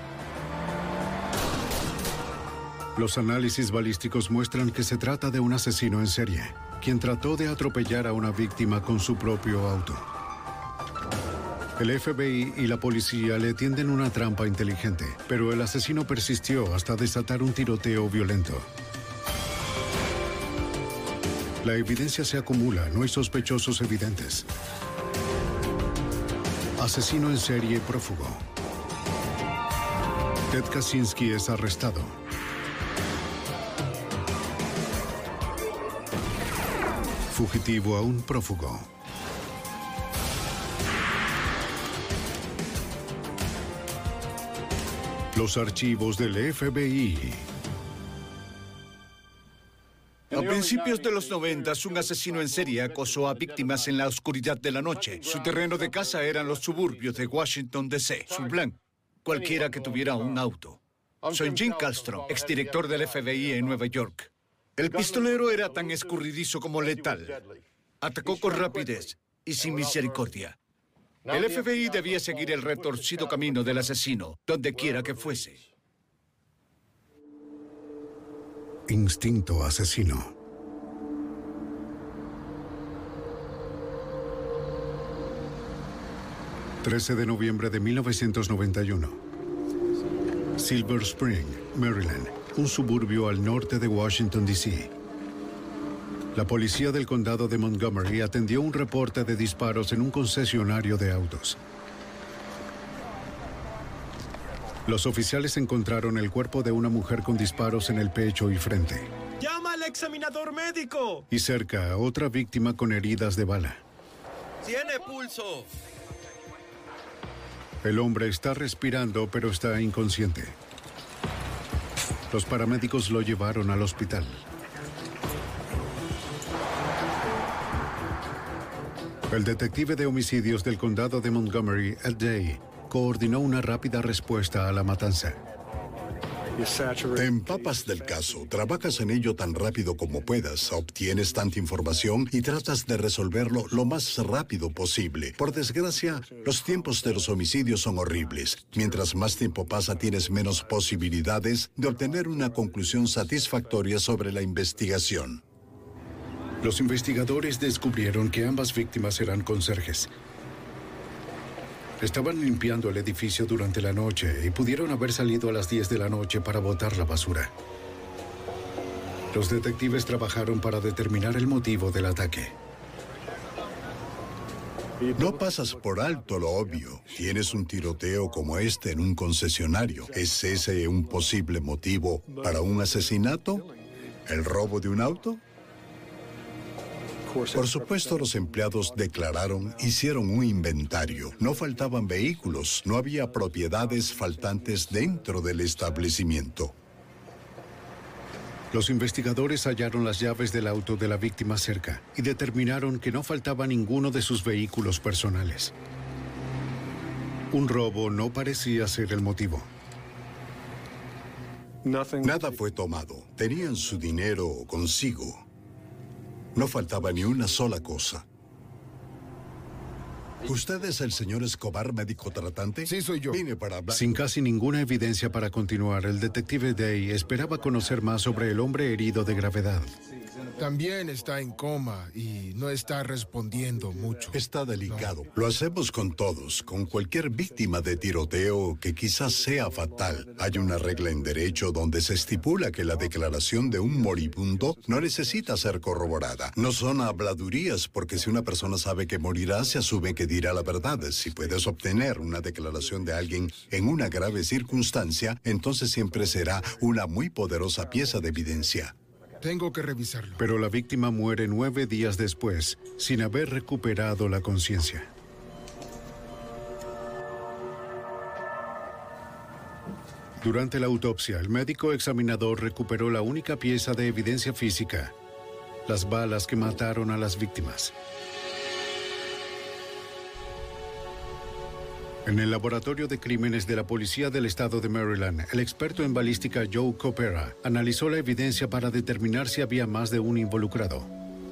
Speaker 5: Los análisis balísticos muestran que se trata de un asesino en serie, quien trató de atropellar a una víctima con su propio auto. El FBI y la policía le tienden una trampa inteligente, pero el asesino persistió hasta desatar un tiroteo violento. La evidencia se acumula, no hay sospechosos evidentes. Asesino en serie prófugo. Ted Kaczynski es arrestado. Fugitivo aún prófugo. Los archivos del FBI.
Speaker 6: A principios de los 90, un asesino en serie acosó a víctimas en la oscuridad de la noche. Su terreno de caza eran los suburbios de Washington, D.C. Su plan, cualquiera que tuviera un auto. Soy Jim Kallstrom, exdirector del FBI en Nueva York. El pistolero era tan escurridizo como letal. Atacó con rapidez y sin misericordia. El FBI debía seguir el retorcido camino del asesino, donde quiera que fuese.
Speaker 5: Instinto asesino. ...13 de noviembre de 1991... Silver Spring, Maryland... un suburbio al norte de Washington, D.C. La policía del condado de Montgomery atendió un reporte de disparos en un concesionario de autos. Los oficiales encontraron el cuerpo de una mujer con disparos en el pecho y frente.
Speaker 3: ¡Llama al examinador médico!
Speaker 5: Y cerca, otra víctima con heridas de bala.
Speaker 3: ¡Tiene pulso!
Speaker 5: El hombre está respirando, pero está inconsciente. Los paramédicos lo llevaron al hospital. El detective de homicidios del condado de Montgomery, Ed Day, coordinó una rápida respuesta a la matanza.
Speaker 2: Te empapas del caso, trabajas en ello tan rápido como puedas, obtienes tanta información y tratas de resolverlo lo más rápido posible. Por desgracia, los tiempos de los homicidios son horribles. Mientras más tiempo pasa, tienes menos posibilidades de obtener una conclusión satisfactoria sobre la investigación.
Speaker 5: Los investigadores descubrieron que ambas víctimas eran conserjes. Estaban limpiando el edificio durante la noche y pudieron haber salido a las 10 de la noche para botar la basura. Los detectives trabajaron para determinar el motivo del ataque.
Speaker 2: No pasas por alto lo obvio. Tienes un tiroteo como este en un concesionario. ¿Es ese un posible motivo para un asesinato? ¿El robo de un auto? Por supuesto, los empleados declararon, hicieron un inventario. No faltaban vehículos, no había propiedades faltantes dentro del establecimiento.
Speaker 5: Los investigadores hallaron las llaves del auto de la víctima cerca y determinaron que no faltaba ninguno de sus vehículos personales. Un robo no parecía ser el motivo.
Speaker 2: Nada fue tomado. Tenían su dinero consigo. No faltaba ni una sola cosa. ¿Usted es el señor Escobar, médico tratante?
Speaker 8: Sí, soy yo.
Speaker 2: Vine para hablar.
Speaker 5: Sin casi ninguna evidencia para continuar, el detective Day esperaba conocer más sobre el hombre herido de gravedad.
Speaker 8: También está en coma y no está respondiendo mucho.
Speaker 2: Está delicado. Lo hacemos con todos, con cualquier víctima de tiroteo que quizás sea fatal. Hay una regla en derecho donde se estipula que la declaración de un moribundo no necesita ser corroborada. No son habladurías, porque si una persona sabe que morirá, se asume que dirá la verdad. Si puedes obtener una declaración de alguien en una grave circunstancia, entonces siempre será una muy poderosa pieza de evidencia.
Speaker 8: Tengo que revisarlo.
Speaker 5: Pero la víctima muere 9 días después, sin haber recuperado la conciencia. Durante la autopsia, el médico examinador recuperó la única pieza de evidencia física: las balas que mataron a las víctimas. En el laboratorio de crímenes de la policía del estado de Maryland, el experto en balística Joe Copera analizó la evidencia para determinar si había más de un involucrado.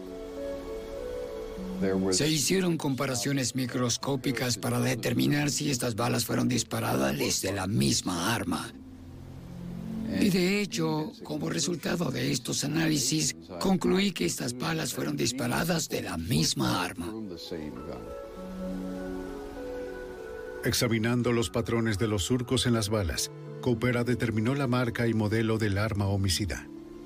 Speaker 9: Se hicieron comparaciones microscópicas para determinar si estas balas fueron disparadas desde la misma arma. Y de hecho, como resultado de estos análisis, concluí que estas balas fueron disparadas de la misma arma.
Speaker 5: Examinando los patrones de los surcos en las balas, Copera determinó la marca y modelo del arma homicida.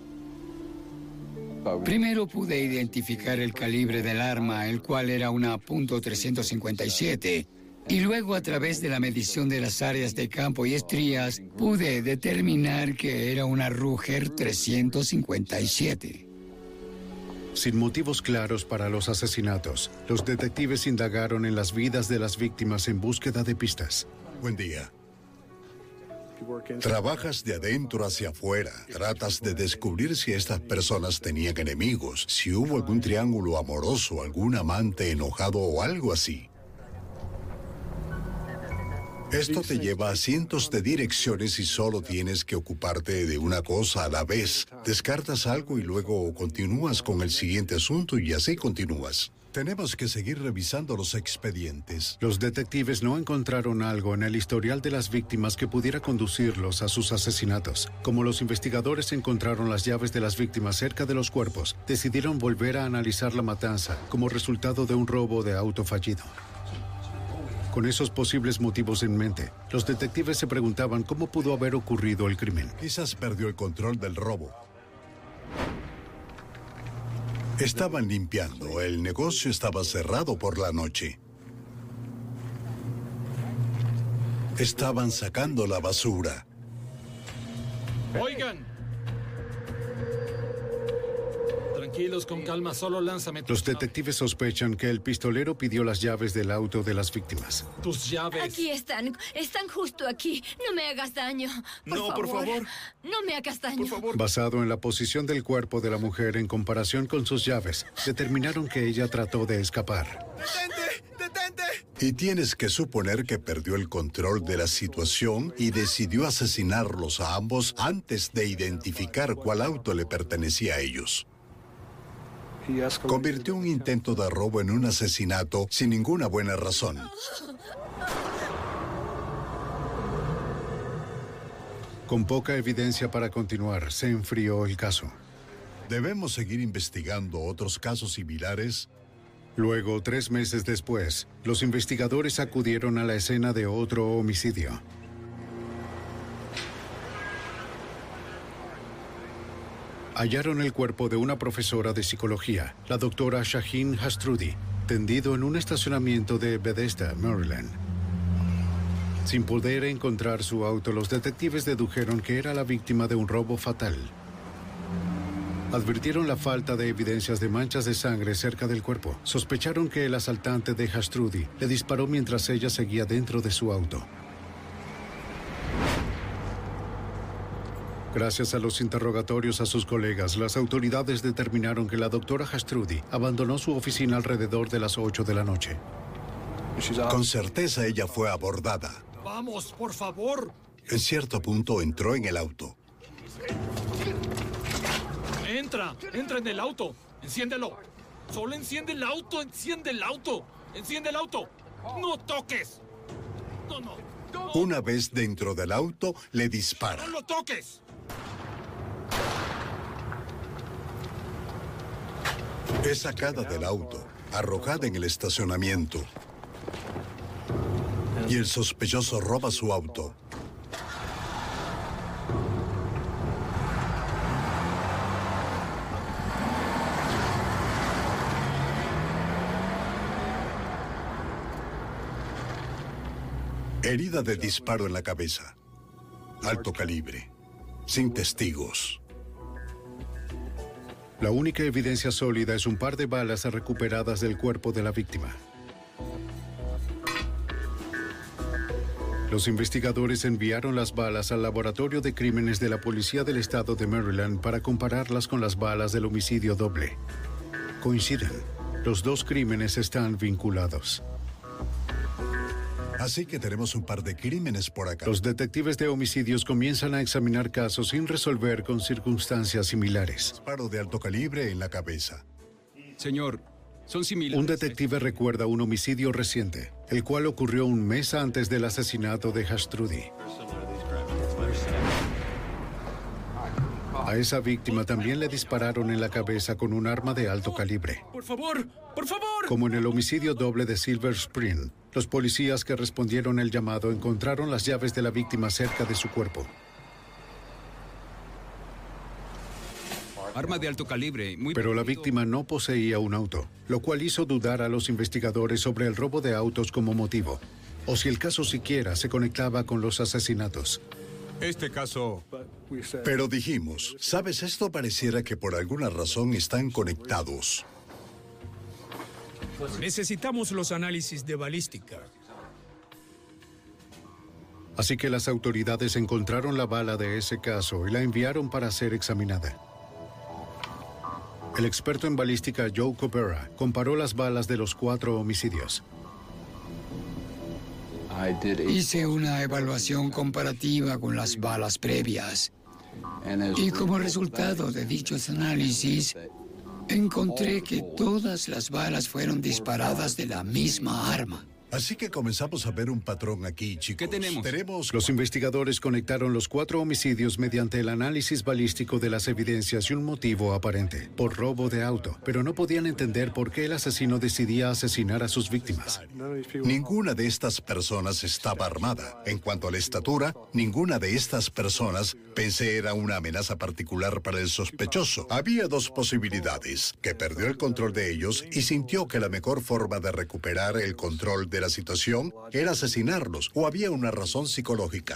Speaker 9: Primero pude identificar el calibre del arma, el cual era una .357, y luego a través de la medición de las áreas de campo y estrías, pude determinar que era una Ruger 357.
Speaker 5: Sin motivos claros para los asesinatos, los detectives indagaron en las vidas de las víctimas en búsqueda de pistas.
Speaker 2: Buen día. Trabajas de adentro hacia afuera. Tratas de descubrir si estas personas tenían enemigos, si hubo algún triángulo amoroso, algún amante enojado o algo así. Esto te lleva a cientos de direcciones y solo tienes que ocuparte de una cosa a la vez. Descartas algo y luego continúas con el siguiente asunto y así continúas. Tenemos que seguir revisando los expedientes.
Speaker 5: Los detectives no encontraron algo en el historial de las víctimas que pudiera conducirlos a sus asesinatos. Como los investigadores encontraron las llaves de las víctimas cerca de los cuerpos, decidieron volver a analizar la matanza como resultado de un robo de auto fallido. Con esos posibles motivos en mente, los detectives se preguntaban cómo pudo haber ocurrido el crimen.
Speaker 2: Quizás perdió el control del robo. Estaban limpiando. El negocio estaba cerrado por la noche. Estaban sacando la basura.
Speaker 17: Oigan. Tranquilos, con calma, solo lánzame tus
Speaker 5: Los detectives sospechan que el pistolero pidió las llaves del auto de las víctimas.
Speaker 17: Tus llaves.
Speaker 4: Aquí están justo aquí. No me hagas daño. Por favor. No me hagas daño. Por favor.
Speaker 5: Basado en la posición del cuerpo de la mujer en comparación con sus llaves, determinaron que ella trató de escapar.
Speaker 3: ¡Detente! ¡Detente!
Speaker 2: Y tienes que suponer que perdió el control de la situación y decidió asesinarlos a ambos antes de identificar cuál auto le pertenecía a ellos. Convirtió un intento de robo en un asesinato sin ninguna buena razón.
Speaker 5: Con poca evidencia para continuar, se enfrió el caso.
Speaker 2: ¿Debemos seguir investigando otros casos similares?
Speaker 5: Luego, 3 meses después, los investigadores acudieron a la escena de otro homicidio. Hallaron el cuerpo de una profesora de psicología, la doctora Shaheen Hastrudi, tendido en un estacionamiento de Bethesda, Maryland. Sin poder encontrar su auto, los detectives dedujeron que era la víctima de un robo fatal. Advirtieron la falta de evidencias de manchas de sangre cerca del cuerpo. Sospecharon que el asaltante de Hastrudi le disparó mientras ella seguía dentro de su auto. Gracias a los interrogatorios a sus colegas, las autoridades determinaron que la doctora Hastrudi abandonó su oficina alrededor de las 8 de la noche.
Speaker 2: Con certeza ella fue abordada.
Speaker 17: Vamos, por favor.
Speaker 2: En cierto punto entró en el auto.
Speaker 17: Entra en el auto. Enciéndelo. Solo enciende el auto, enciende el auto. Enciende el auto. No toques. No.
Speaker 2: Una vez dentro del auto, le dispara.
Speaker 17: ¡No lo toques!
Speaker 2: Es sacada del auto, arrojada en el estacionamiento. Y el sospechoso roba su auto. Herida de disparo en la cabeza. Alto calibre. Sin testigos.
Speaker 5: La única evidencia sólida es un par de balas recuperadas del cuerpo de la víctima. Los investigadores enviaron las balas al laboratorio de crímenes de la policía del estado de Maryland para compararlas con las balas del homicidio doble. Coinciden. Los 2 crímenes están vinculados.
Speaker 2: Así que tenemos un par de crímenes por acá.
Speaker 5: Los detectives de homicidios comienzan a examinar casos sin resolver con circunstancias similares.
Speaker 2: Disparo de alto calibre en la cabeza.
Speaker 12: Señor, son similares.
Speaker 5: Un detective recuerda un homicidio reciente, el cual ocurrió un mes antes del asesinato de Hastrudi. A esa víctima también le dispararon en la cabeza con un arma de alto calibre.
Speaker 1: ¡Por favor! ¡Por favor!
Speaker 5: Como en el homicidio doble de Silver Spring, los policías que respondieron el llamado encontraron las llaves de la víctima cerca de su cuerpo.
Speaker 12: Arma de alto calibre, muy
Speaker 5: Pero la
Speaker 12: parecido.
Speaker 5: víctima no poseía un auto, lo cual hizo dudar a los investigadores sobre el robo de autos como motivo, o si el caso siquiera se conectaba con los asesinatos.
Speaker 2: Este caso... Pero dijimos, ¿sabes? Esto pareciera que por alguna razón están conectados.
Speaker 1: Necesitamos los análisis de balística.
Speaker 5: Así que las autoridades encontraron la bala de ese caso y la enviaron para ser examinada. El experto en balística Joe Cobera comparó las balas de los 4 homicidios.
Speaker 9: Hice una evaluación comparativa con las balas previas. Y como resultado de dichos análisis, encontré que todas las balas fueron disparadas de la misma arma.
Speaker 2: Así que comenzamos a ver un patrón aquí, chicos.
Speaker 12: ¿Qué tenemos?
Speaker 5: Los investigadores conectaron los 4 homicidios mediante el análisis balístico de las evidencias y un motivo aparente, por robo de auto, pero no podían entender por qué el asesino decidía asesinar a sus víctimas.
Speaker 2: Ninguna de estas personas estaba armada. En cuanto a la estatura, ninguna de estas personas pensé era una amenaza particular para el sospechoso. Había 2 posibilidades, que perdió el control de ellos y sintió que la mejor forma de recuperar el control de la situación era asesinarlos, o había una razón psicológica.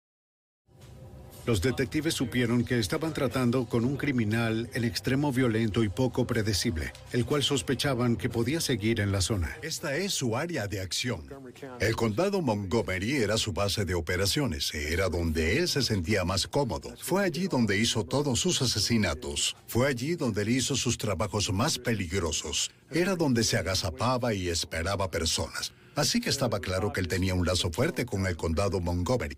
Speaker 5: Los detectives supieron que estaban tratando con un criminal en extremo violento y poco predecible, el cual sospechaban que podía seguir en la zona.
Speaker 2: Esta es su área de acción. El condado Montgomery era su base de operaciones, era donde él se sentía más cómodo. Fue allí donde hizo todos sus asesinatos. Fue allí donde él hizo sus trabajos más peligrosos. Era donde se agazapaba y esperaba personas. Así que estaba claro que él tenía un lazo fuerte con el condado Montgomery.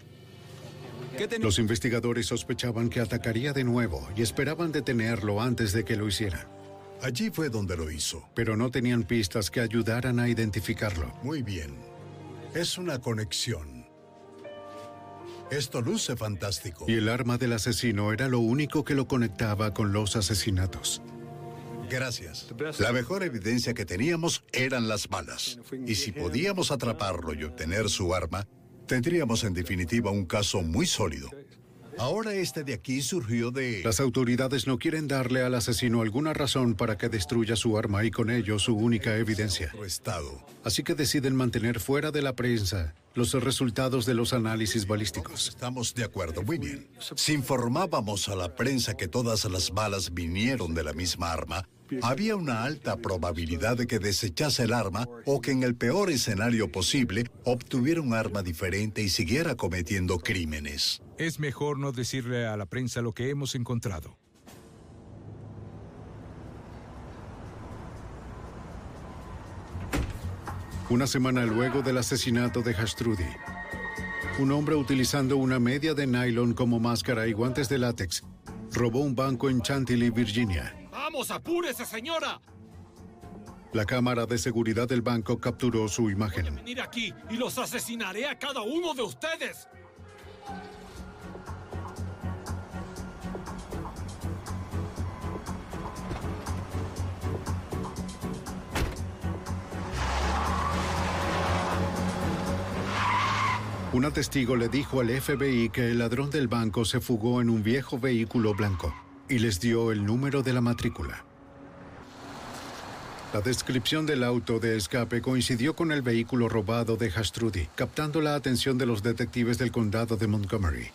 Speaker 5: Los investigadores sospechaban que atacaría de nuevo y esperaban detenerlo antes de que lo hiciera.
Speaker 2: Allí fue donde lo hizo.
Speaker 5: Pero no tenían pistas que ayudaran a identificarlo.
Speaker 2: Muy bien. Es una conexión. Esto luce fantástico.
Speaker 5: Y el arma del asesino era lo único que lo conectaba con los asesinatos.
Speaker 2: Gracias. La mejor evidencia que teníamos eran las balas. Y si podíamos atraparlo y obtener su arma, tendríamos en definitiva un caso muy sólido. Ahora este de aquí surgió de...
Speaker 5: Las autoridades no quieren darle al asesino alguna razón para que destruya su arma y con ello su única evidencia. Así que deciden mantener fuera de la prensa los resultados de los análisis balísticos.
Speaker 2: Estamos de acuerdo, muy bien. Si informábamos a la prensa que todas las balas vinieron de la misma arma, había una alta probabilidad de que desechase el arma o que en el peor escenario posible obtuviera un arma diferente y siguiera cometiendo crímenes.
Speaker 7: Es mejor no decirle a la prensa lo que hemos encontrado.
Speaker 5: Una semana luego del asesinato de Hastrudy, un hombre utilizando una media de nylon como máscara y guantes de látex robó un banco en Chantilly, Virginia.
Speaker 17: ¡Vamos, apúrese, señora!
Speaker 5: La cámara de seguridad del banco capturó su imagen.
Speaker 17: Venir aquí y los asesinaré a cada uno de ustedes.
Speaker 5: Una testigo le dijo al FBI que el ladrón del banco se fugó en un viejo vehículo blanco y les dio el número de la matrícula. La descripción del auto de escape coincidió con el vehículo robado de Hastrudy, captando la atención de los detectives del condado de Montgomery.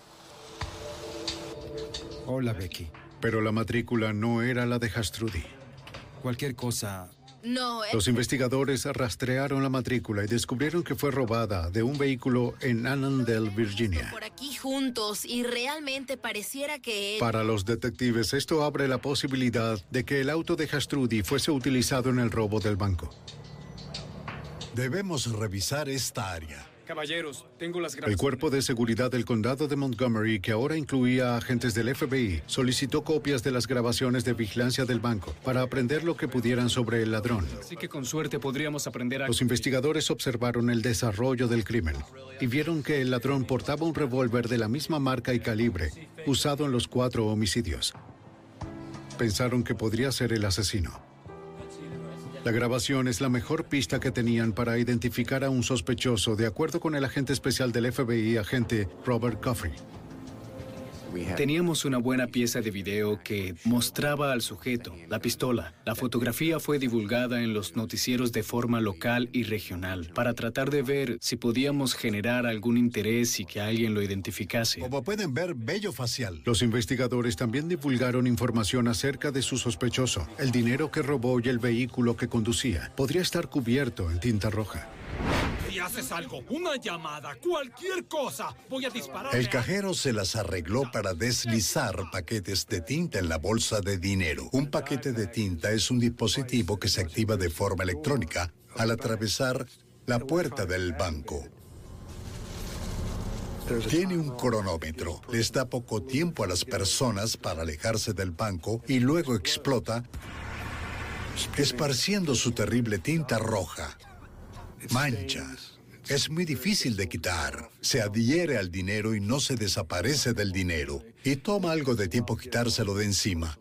Speaker 21: Hola, Becky.
Speaker 5: Pero la matrícula no era la de Hastrudy.
Speaker 21: Cualquier cosa...
Speaker 4: No,
Speaker 5: Los investigadores rastrearon la matrícula y descubrieron que fue robada de un vehículo en Annandale, Virginia.
Speaker 4: por aquí juntos y realmente pareciera que...
Speaker 5: Para los detectives, esto abre la posibilidad de que el auto de Hastrudy fuese utilizado en el robo del banco.
Speaker 2: Debemos revisar esta área.
Speaker 12: Caballeros, tengo las
Speaker 5: El
Speaker 12: grabaciones.
Speaker 5: cuerpo de seguridad del condado de Montgomery, que ahora incluía agentes del FBI, solicitó copias de las grabaciones de vigilancia del banco para aprender lo que pudieran sobre el ladrón.
Speaker 12: Así que con suerte podríamos aprender a...
Speaker 5: Los investigadores observaron el desarrollo del crimen y vieron que el ladrón portaba un revólver de la misma marca y calibre usado en los 4 homicidios. Pensaron que podría ser el asesino. La grabación es la mejor pista que tenían para identificar a un sospechoso, de acuerdo con el agente especial del FBI, agente Robert Coffey.
Speaker 12: Teníamos una buena pieza de video que mostraba al sujeto, la pistola. La fotografía fue divulgada en los noticieros de forma local y regional para tratar de ver si podíamos generar algún interés y que alguien lo identificase.
Speaker 2: Como pueden ver, vello facial.
Speaker 5: Los investigadores también divulgaron información acerca de su sospechoso. El dinero que robó y el vehículo que conducía podría estar cubierto en tinta roja.
Speaker 17: haces algo, una llamada, cualquier cosa, voy a disparar.
Speaker 2: El cajero se las arregló para deslizar paquetes de tinta en la bolsa de dinero. Un paquete de tinta es un dispositivo que se activa de forma electrónica al atravesar la puerta del banco. Tiene un cronómetro. Les da poco tiempo a las personas para alejarse del banco y luego explota, esparciendo su terrible tinta roja. Mancha. Es muy difícil de quitar. Se adhiere al dinero y no se desaparece del dinero. Y toma algo de tiempo quitárselo de encima.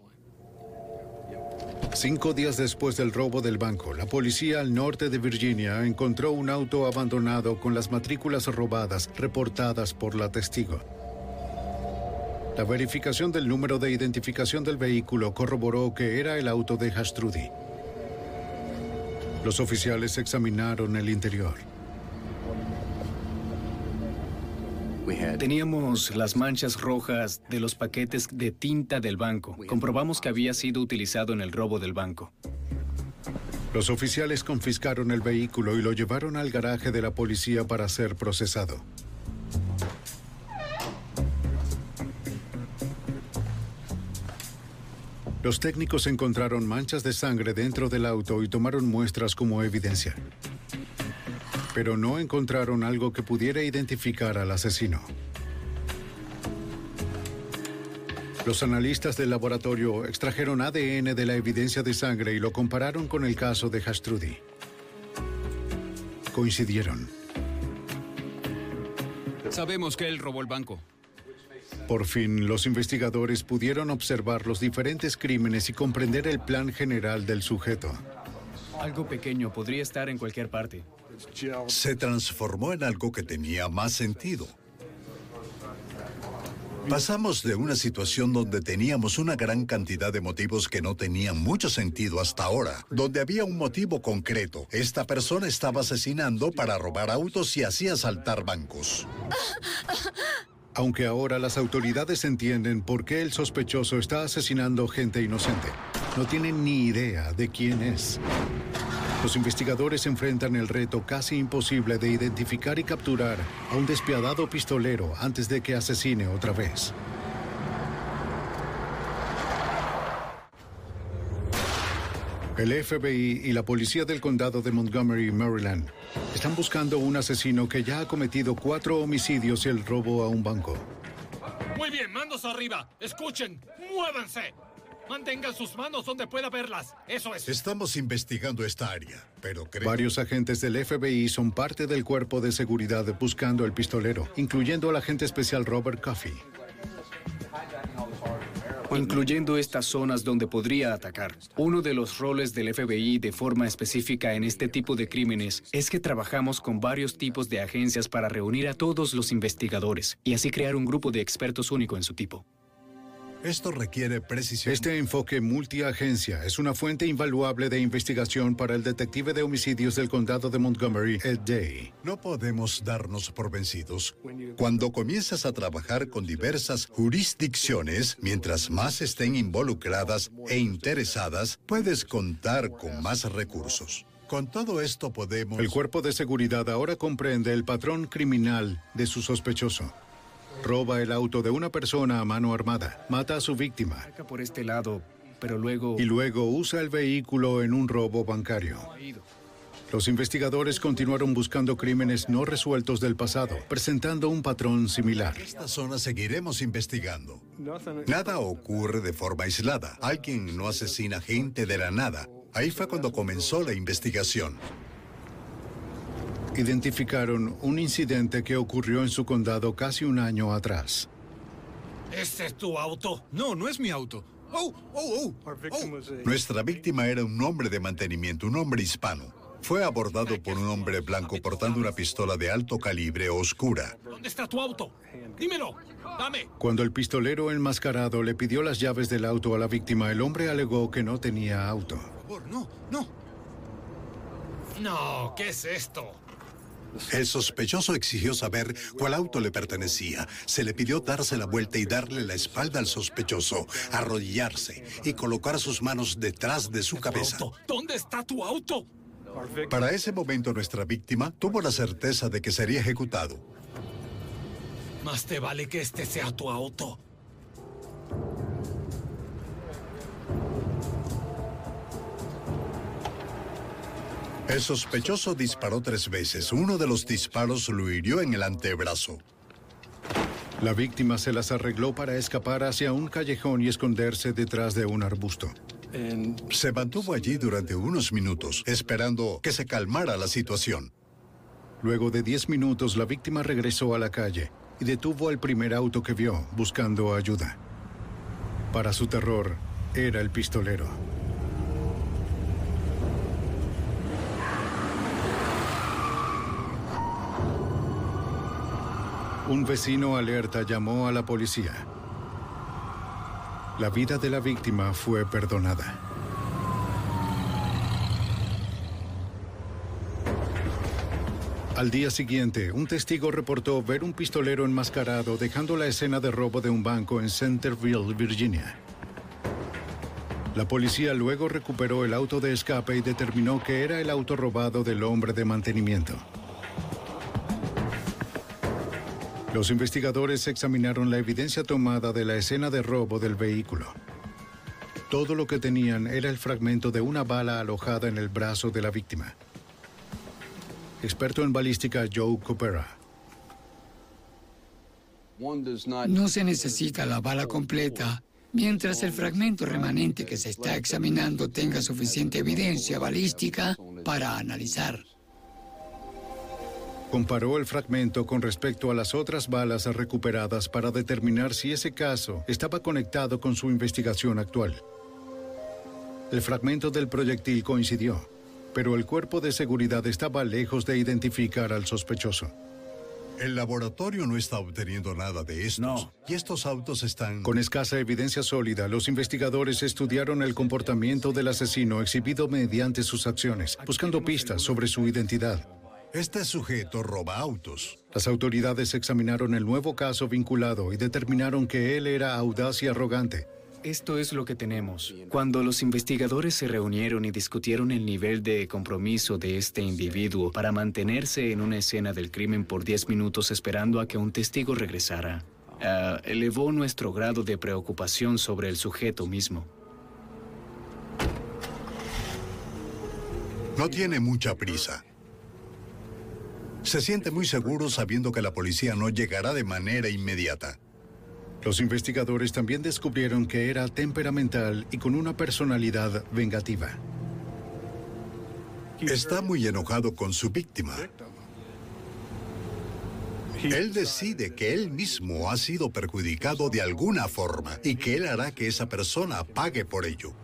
Speaker 5: 5 días después del robo del banco, la policía al norte de Virginia encontró un auto abandonado con las matrículas robadas reportadas por la testigo. La verificación del número de identificación del vehículo corroboró que era el auto de Hastrudy. Los oficiales examinaron el interior.
Speaker 12: Teníamos las manchas rojas de los paquetes de tinta del banco. Comprobamos que había sido utilizado en el robo del banco.
Speaker 5: Los oficiales confiscaron el vehículo y lo llevaron al garaje de la policía para ser procesado. Los técnicos encontraron manchas de sangre dentro del auto y tomaron muestras como evidencia. Pero no encontraron algo que pudiera identificar al asesino. Los analistas del laboratorio extrajeron ADN de la evidencia de sangre y lo compararon con el caso de Hastrudy. Coincidieron.
Speaker 21: Sabemos que él robó el banco.
Speaker 5: Por fin, los investigadores pudieron observar los diferentes crímenes y comprender el plan general del sujeto.
Speaker 12: Algo pequeño podría estar en cualquier parte.
Speaker 2: Se transformó en algo que tenía más sentido. Pasamos de una situación donde teníamos una gran cantidad de motivos que no tenían mucho sentido hasta ahora, donde había un motivo concreto. Esta persona estaba asesinando para robar autos y así asaltar bancos.
Speaker 5: Aunque ahora las autoridades entienden por qué el sospechoso está asesinando gente inocente, no tienen ni idea de quién es. Los investigadores enfrentan el reto casi imposible de identificar y capturar a un despiadado pistolero antes de que asesine otra vez. El FBI y la policía del condado de Montgomery, Maryland, están buscando un asesino que ya ha cometido 4 homicidios y el robo a un banco.
Speaker 17: Muy bien, manos arriba. Escuchen, muévanse. Mantengan sus manos donde pueda verlas. Eso es.
Speaker 2: Estamos investigando esta área, pero creo...
Speaker 5: Varios agentes del FBI son parte del cuerpo de seguridad buscando el pistolero, incluyendo al agente especial Robert Coffey.
Speaker 12: Incluyendo estas zonas donde podría atacar. Uno de los roles del FBI de forma específica en este tipo de crímenes es que trabajamos con varios tipos de agencias para reunir a todos los investigadores y así crear un grupo de expertos único en su tipo.
Speaker 2: Esto requiere precisión.
Speaker 5: Este enfoque multiagencia es una fuente invaluable de investigación para el detective de homicidios del condado de Montgomery, Ed Day.
Speaker 2: No podemos darnos por vencidos. Cuando comienzas a trabajar con diversas jurisdicciones, mientras más estén involucradas e interesadas, puedes contar con más recursos. Con todo esto podemos...
Speaker 5: El cuerpo de seguridad ahora comprende el patrón criminal de su sospechoso. Roba el auto de una persona a mano armada, mata a su víctima.
Speaker 12: Por este lado, pero luego...
Speaker 5: Y luego usa el vehículo en un robo bancario. Los investigadores continuaron buscando crímenes no resueltos del pasado, presentando un patrón similar.
Speaker 2: En esta zona seguiremos investigando. Nada ocurre de forma aislada. Alguien no asesina gente de la nada. Ahí fue cuando comenzó la investigación.
Speaker 5: Identificaron un incidente que ocurrió en su condado casi un año atrás.
Speaker 17: ¿Este es tu auto?
Speaker 3: No, no es mi auto.
Speaker 2: Nuestra víctima era un hombre de mantenimiento, un hombre hispano. Fue abordado por un hombre blanco portando una pistola de alto calibre oscura.
Speaker 17: ¿Dónde está tu auto? Dímelo, dame.
Speaker 5: Cuando el pistolero enmascarado le pidió las llaves del auto a la víctima, el hombre alegó que no tenía auto.
Speaker 3: Por favor, no.
Speaker 17: No, ¿qué es esto?
Speaker 2: El sospechoso exigió saber cuál auto le pertenecía. Se le pidió darse la vuelta y darle la espalda al sospechoso, arrodillarse y colocar sus manos detrás de su cabeza.
Speaker 17: ¿Dónde está tu auto?
Speaker 2: Para ese momento nuestra víctima tuvo la certeza de que sería ejecutado.
Speaker 17: Más te vale que este sea tu auto.
Speaker 2: El sospechoso disparó 3 veces. Uno de los disparos lo hirió en el antebrazo.
Speaker 5: La víctima se las arregló para escapar hacia un callejón y esconderse detrás de un arbusto.
Speaker 2: Se mantuvo allí durante unos minutos, esperando que se calmara la situación.
Speaker 5: Luego de 10 minutos, la víctima regresó a la calle y detuvo al primer auto que vio, buscando ayuda. Para su terror, era el pistolero. Un vecino alerta llamó a la policía. La vida de la víctima fue perdonada. Al día siguiente, un testigo reportó ver un pistolero enmascarado dejando la escena de robo de un banco en Centerville, Virginia. La policía luego recuperó el auto de escape y determinó que era el auto robado del hombre de mantenimiento. Los investigadores examinaron la evidencia tomada de la escena de robo del vehículo. Todo lo que tenían era el fragmento de una bala alojada en el brazo de la víctima. Experto en balística Joe Coopera.
Speaker 9: No se necesita la bala completa mientras el fragmento remanente que se está examinando tenga suficiente evidencia balística para analizar.
Speaker 5: Comparó el fragmento con respecto a las otras balas recuperadas para determinar si ese caso estaba conectado con su investigación actual. El fragmento del proyectil coincidió, pero el cuerpo de seguridad estaba lejos de identificar al sospechoso.
Speaker 2: El laboratorio no está obteniendo nada de estos. No. Y estos autos están...
Speaker 5: Con escasa evidencia sólida, los investigadores estudiaron el comportamiento del asesino exhibido mediante sus acciones, buscando pistas sobre su identidad.
Speaker 2: Este sujeto roba autos.
Speaker 5: Las autoridades examinaron el nuevo caso vinculado y determinaron que él era audaz y arrogante.
Speaker 12: Esto es lo que tenemos. Cuando los investigadores se reunieron y discutieron el nivel de compromiso de este individuo para mantenerse en una escena del crimen por 10 minutos esperando a que un testigo regresara, elevó nuestro grado de preocupación sobre el sujeto mismo.
Speaker 2: No tiene mucha prisa. Se siente muy seguro sabiendo que la policía no llegará de manera inmediata.
Speaker 5: Los investigadores también descubrieron que era temperamental y con una personalidad vengativa.
Speaker 2: Está muy enojado con su víctima. Él decide que él mismo ha sido perjudicado de alguna forma y que él hará que esa persona pague por ello.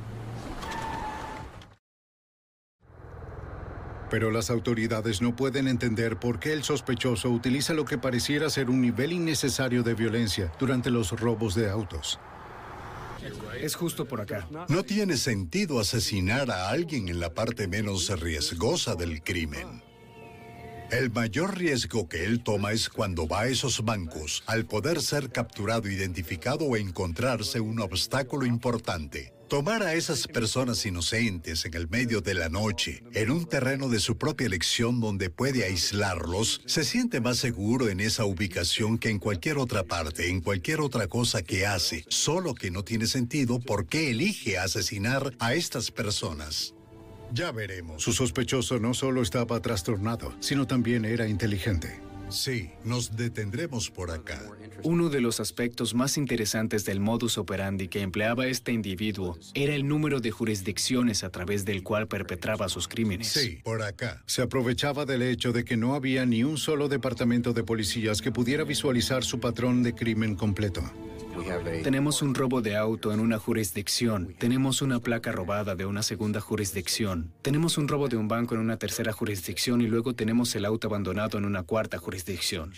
Speaker 5: Pero las autoridades no pueden entender por qué el sospechoso utiliza lo que pareciera ser un nivel innecesario de violencia durante los robos de autos.
Speaker 12: Es justo por acá.
Speaker 2: No tiene sentido asesinar a alguien en la parte menos riesgosa del crimen. El mayor riesgo que él toma es cuando va a esos bancos, al poder ser capturado, identificado o encontrarse un obstáculo importante. Tomar a esas personas inocentes en el medio de la noche, en un terreno de su propia elección donde puede aislarlos, se siente más seguro en esa ubicación que en cualquier otra parte, en cualquier otra cosa que hace, solo que no tiene sentido por qué elige asesinar a estas personas. Ya veremos.
Speaker 5: Su sospechoso no solo estaba trastornado, sino también era inteligente.
Speaker 2: Sí, nos detendremos por acá.
Speaker 12: Uno de los aspectos más interesantes del modus operandi que empleaba este individuo era el número de jurisdicciones a través del cual perpetraba sus crímenes.
Speaker 2: Sí, por acá.
Speaker 5: Se aprovechaba del hecho de que no había ni un solo departamento de policías que pudiera visualizar su patrón de crimen completo.
Speaker 12: Tenemos un robo de auto en una jurisdicción, tenemos una placa robada de una segunda jurisdicción, tenemos un robo de un banco en una tercera jurisdicción y luego tenemos el auto abandonado en una cuarta jurisdicción.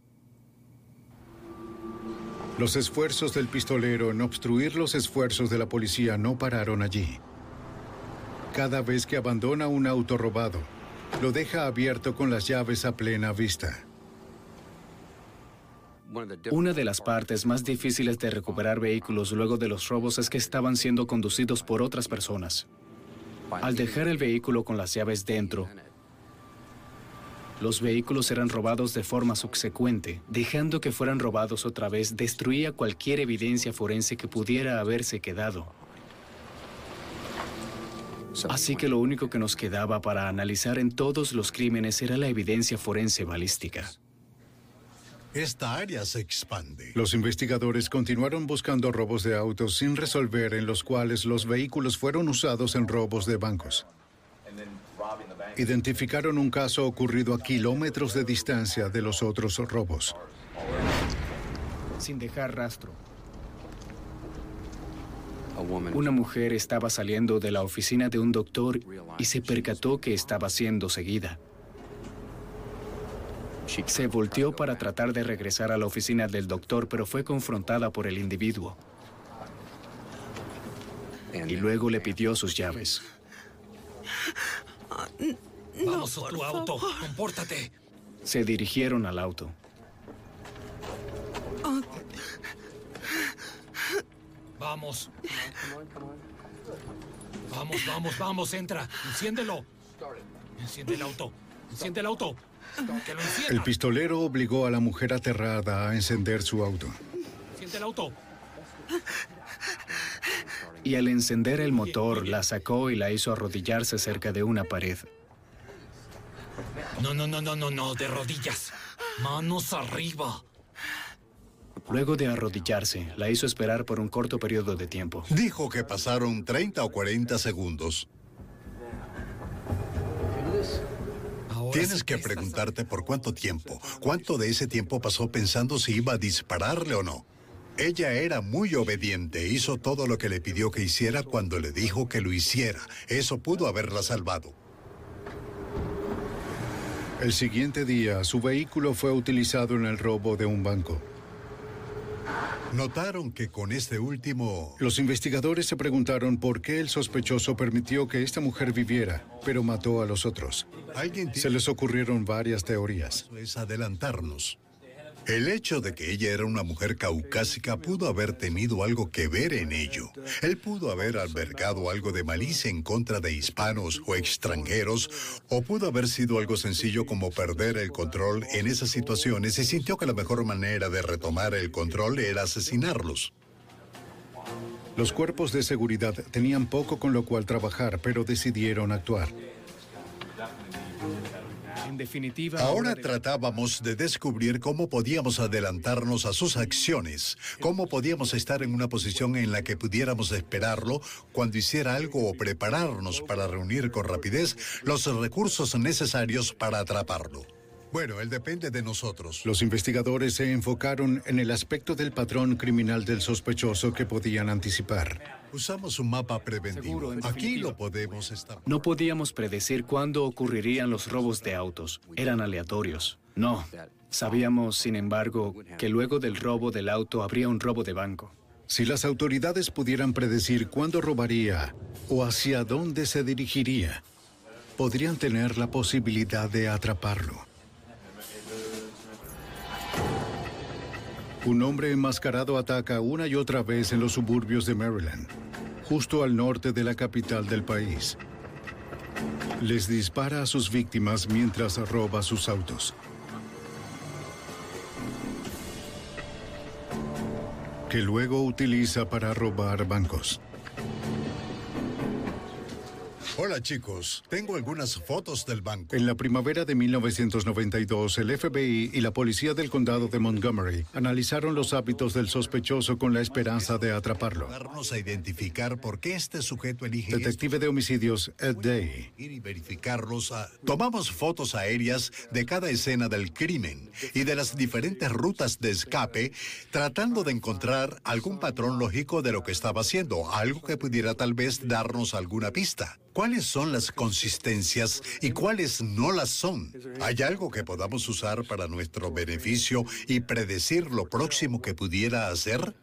Speaker 5: Los esfuerzos del pistolero en obstruir los esfuerzos de la policía no pararon allí. Cada vez que abandona un auto robado, lo deja abierto con las llaves a plena vista.
Speaker 12: Una de las partes más difíciles de recuperar vehículos luego de los robos es que estaban siendo conducidos por otras personas. Al dejar el vehículo con las llaves dentro, los vehículos eran robados de forma subsecuente. Dejando que fueran robados otra vez, destruía cualquier evidencia forense que pudiera haberse quedado. Así que lo único que nos quedaba para analizar en todos los crímenes era la evidencia forense balística.
Speaker 2: Esta área se expande.
Speaker 5: Los investigadores continuaron buscando robos de autos sin resolver, en los cuales los vehículos fueron usados en robos de bancos. Identificaron un caso ocurrido a kilómetros de distancia de los otros robos.
Speaker 12: Sin dejar rastro. Una mujer estaba saliendo de la oficina de un doctor y se percató que estaba siendo seguida. Se volteó para tratar de regresar a la oficina del doctor, pero fue confrontada por el individuo. Y luego le pidió sus llaves.
Speaker 17: Vamos a tu auto. Compórtate.
Speaker 12: Se dirigieron al auto.
Speaker 17: Vamos. Vamos, entra. Enciéndelo. Enciende el auto. Enciende el auto. Que lo encienda.
Speaker 5: El pistolero obligó a la mujer aterrada a encender su auto.
Speaker 17: Enciende el auto.
Speaker 12: Y al encender el motor, la sacó y la hizo arrodillarse cerca de una pared.
Speaker 17: No, de rodillas. Manos arriba.
Speaker 12: Luego de arrodillarse, la hizo esperar por un corto periodo de tiempo.
Speaker 2: Dijo que pasaron 30 o 40 segundos. Tienes que preguntarte por cuánto tiempo. ¿Cuánto de ese tiempo pasó pensando si iba a dispararle o no? Ella era muy obediente. Hizo todo lo que le pidió que hiciera cuando le dijo que lo hiciera. Eso pudo haberla salvado.
Speaker 5: El siguiente día, su vehículo fue utilizado en el robo de un banco.
Speaker 2: Notaron que con este último...
Speaker 5: Los investigadores se preguntaron por qué el sospechoso permitió que esta mujer viviera, pero mató a los otros. Se les ocurrieron varias teorías.
Speaker 2: Eso es adelantarnos. El hecho de que ella era una mujer caucásica pudo haber tenido algo que ver en ello. Él pudo haber albergado algo de malicia en contra de hispanos o extranjeros, o pudo haber sido algo sencillo como perder el control en esas situaciones y sintió que la mejor manera de retomar el control era asesinarlos.
Speaker 5: Los cuerpos de seguridad tenían poco con lo cual trabajar, pero decidieron actuar.
Speaker 12: En definitiva,
Speaker 2: ahora tratábamos de descubrir cómo podíamos adelantarnos a sus acciones, cómo podíamos estar en una posición en la que pudiéramos esperarlo cuando hiciera algo o prepararnos para reunir con rapidez los recursos necesarios para atraparlo. Bueno, él depende de nosotros.
Speaker 5: Los investigadores se enfocaron en el aspecto del patrón criminal del sospechoso que podían anticipar.
Speaker 2: Usamos un mapa preventivo. Aquí lo podemos establecer.
Speaker 12: No podíamos predecir cuándo ocurrirían los robos de autos. Eran aleatorios. No. Sabíamos, sin embargo, que luego del robo del auto habría un robo de banco.
Speaker 5: Si las autoridades pudieran predecir cuándo robaría o hacia dónde se dirigiría, podrían tener la posibilidad de atraparlo. Un hombre enmascarado ataca una y otra vez en los suburbios de Maryland, justo al norte de la capital del país. Les dispara a sus víctimas mientras roba sus autos, que luego utiliza para robar bancos.
Speaker 2: Hola chicos, tengo algunas fotos del banco.
Speaker 5: En la primavera de 1992, el FBI y la policía del condado de Montgomery analizaron los hábitos del sospechoso con la esperanza de atraparlo.
Speaker 2: Vamos a identificar por qué este sujeto elige...
Speaker 5: Detective de homicidios Ed Day.
Speaker 2: Y verificarlos. Tomamos fotos aéreas de cada escena del crimen y de las diferentes rutas de escape, tratando de encontrar algún patrón lógico de lo que estaba haciendo, algo que pudiera tal vez darnos alguna pista. ¿Cuáles son las consistencias y cuáles no las son? ¿Hay algo que podamos usar para nuestro beneficio y predecir lo próximo que pudiera hacer?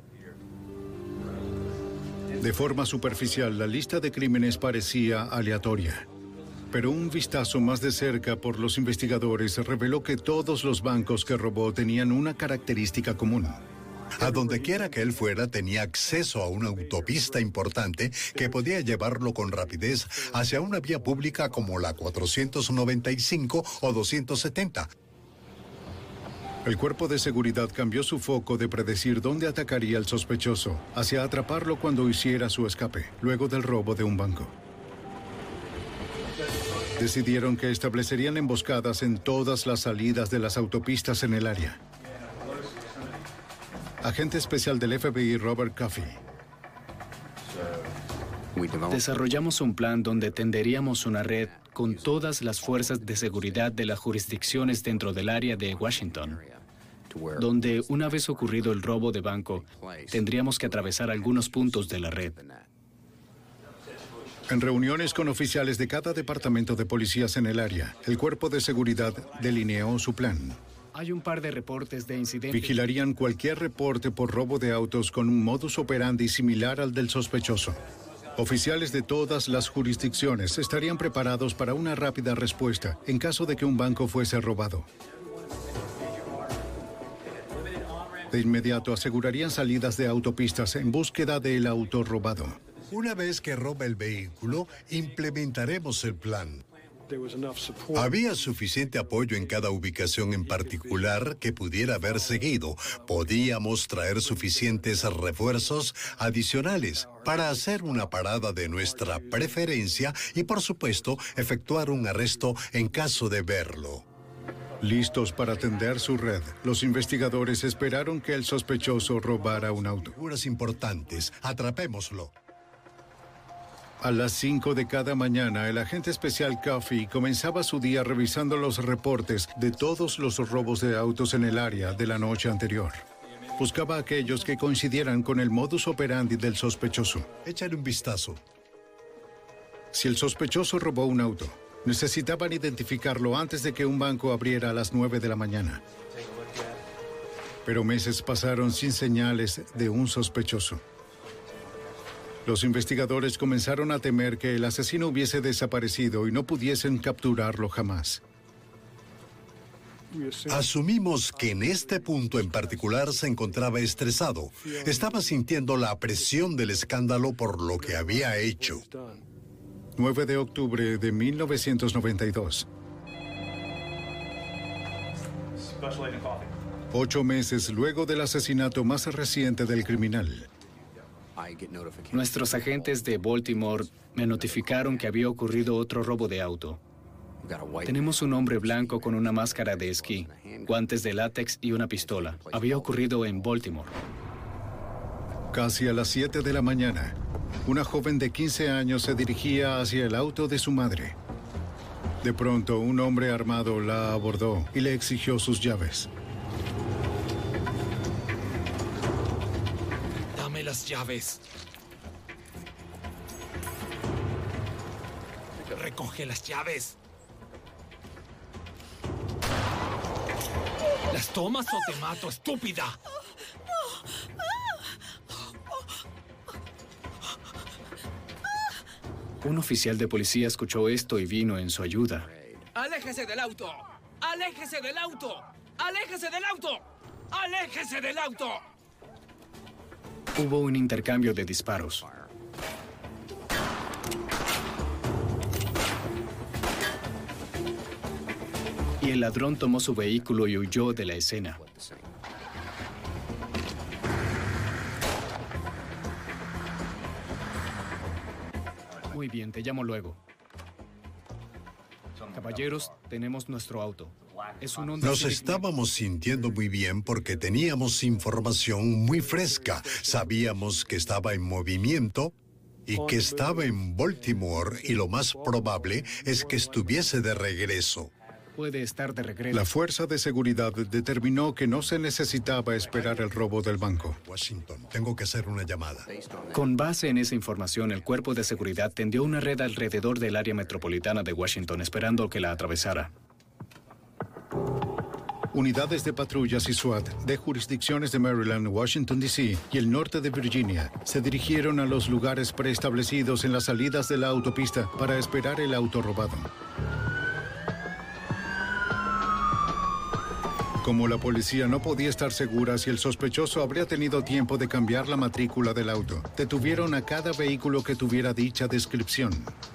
Speaker 5: De forma superficial, la lista de crímenes parecía aleatoria. Pero un vistazo más de cerca por los investigadores reveló que todos los bancos que robó tenían una característica común.
Speaker 2: A donde quiera que él fuera, tenía acceso a una autopista importante que podía llevarlo con rapidez hacia una vía pública como la 495 o 270.
Speaker 5: El cuerpo de seguridad cambió su foco de predecir dónde atacaría el sospechoso hacia atraparlo cuando hiciera su escape, luego del robo de un banco. Decidieron que establecerían emboscadas en todas las salidas de las autopistas en el área. Agente especial del FBI, Robert Coffey.
Speaker 12: Desarrollamos un plan donde tenderíamos una red con todas las fuerzas de seguridad de las jurisdicciones dentro del área de Washington, donde una vez ocurrido el robo de banco, tendríamos que atravesar algunos puntos de la red.
Speaker 5: En reuniones con oficiales de cada departamento de policías en el área, el cuerpo de seguridad delineó su plan.
Speaker 12: Hay un par de reportes de incidentes.
Speaker 5: Vigilarían cualquier reporte por robo de autos con un modus operandi similar al del sospechoso. Oficiales de todas las jurisdicciones estarían preparados para una rápida respuesta en caso de que un banco fuese robado. De inmediato asegurarían salidas de autopistas en búsqueda del auto robado.
Speaker 2: Una vez que roba el vehículo, implementaremos el plan. Había suficiente apoyo en cada ubicación en particular que pudiera haber seguido. Podíamos traer suficientes refuerzos adicionales para hacer una parada de nuestra preferencia y, por supuesto, efectuar un arresto en caso de verlo.
Speaker 5: Listos para atender su red, los investigadores esperaron que el sospechoso robara un auto.
Speaker 2: Figuras importantes, atrapémoslo.
Speaker 5: A las 5 de cada mañana, el agente especial Coffey comenzaba su día revisando los reportes de todos los robos de autos en el área de la noche anterior. Buscaba a aquellos que coincidieran con el modus operandi del sospechoso.
Speaker 2: Échale un vistazo.
Speaker 5: Si el sospechoso robó un auto, necesitaban identificarlo antes de que un banco abriera a las 9 de la mañana. Pero meses pasaron sin señales de un sospechoso. Los investigadores comenzaron a temer que el asesino hubiese desaparecido y no pudiesen capturarlo jamás.
Speaker 2: Asumimos que en este punto en particular se encontraba estresado. Estaba sintiendo la presión del escándalo por lo que había hecho.
Speaker 5: 9 de octubre de 1992. 8 meses luego del asesinato más reciente del criminal.
Speaker 12: Nuestros agentes de Baltimore me notificaron que había ocurrido otro robo de auto. Tenemos un hombre blanco con una máscara de esquí, guantes de látex y una pistola. Había ocurrido en Baltimore.
Speaker 5: Casi a las 7 de la mañana, una joven de 15 años se dirigía hacia el auto de su madre. De pronto, un hombre armado la abordó y le exigió sus llaves.
Speaker 17: Dame las llaves. Recoge las llaves. ¿Las tomas o te mato, estúpida?
Speaker 12: Un oficial de policía escuchó esto y vino en su ayuda.
Speaker 17: ¡Aléjese del auto! ¡Aléjese del auto! ¡Aléjese del auto! ¡Aléjese del auto!
Speaker 12: Hubo un intercambio de disparos. Y el ladrón tomó su vehículo y huyó de la escena. Muy bien, te llamo luego. Caballeros, tenemos nuestro auto. Es un Honda
Speaker 2: Nos
Speaker 12: Civic.
Speaker 2: estábamos sintiendo muy bien porque teníamos información muy fresca. Sabíamos que estaba en movimiento y que estaba en Baltimore, y lo más probable es que estuviese de regreso.
Speaker 12: Puede estar de regreso.
Speaker 5: La fuerza de seguridad determinó que no se necesitaba esperar el robo del banco.
Speaker 2: Washington, tengo que hacer una llamada.
Speaker 12: Con base en esa información, el cuerpo de seguridad tendió una red alrededor del área metropolitana de Washington, esperando que la atravesara.
Speaker 5: Unidades de patrullas y SWAT de jurisdicciones de Maryland, Washington, D.C. y el norte de Virginia se dirigieron a los lugares preestablecidos en las salidas de la autopista para esperar el auto robado. Como la policía no podía estar segura si el sospechoso habría tenido tiempo de cambiar la matrícula del auto, detuvieron a cada vehículo que tuviera dicha descripción.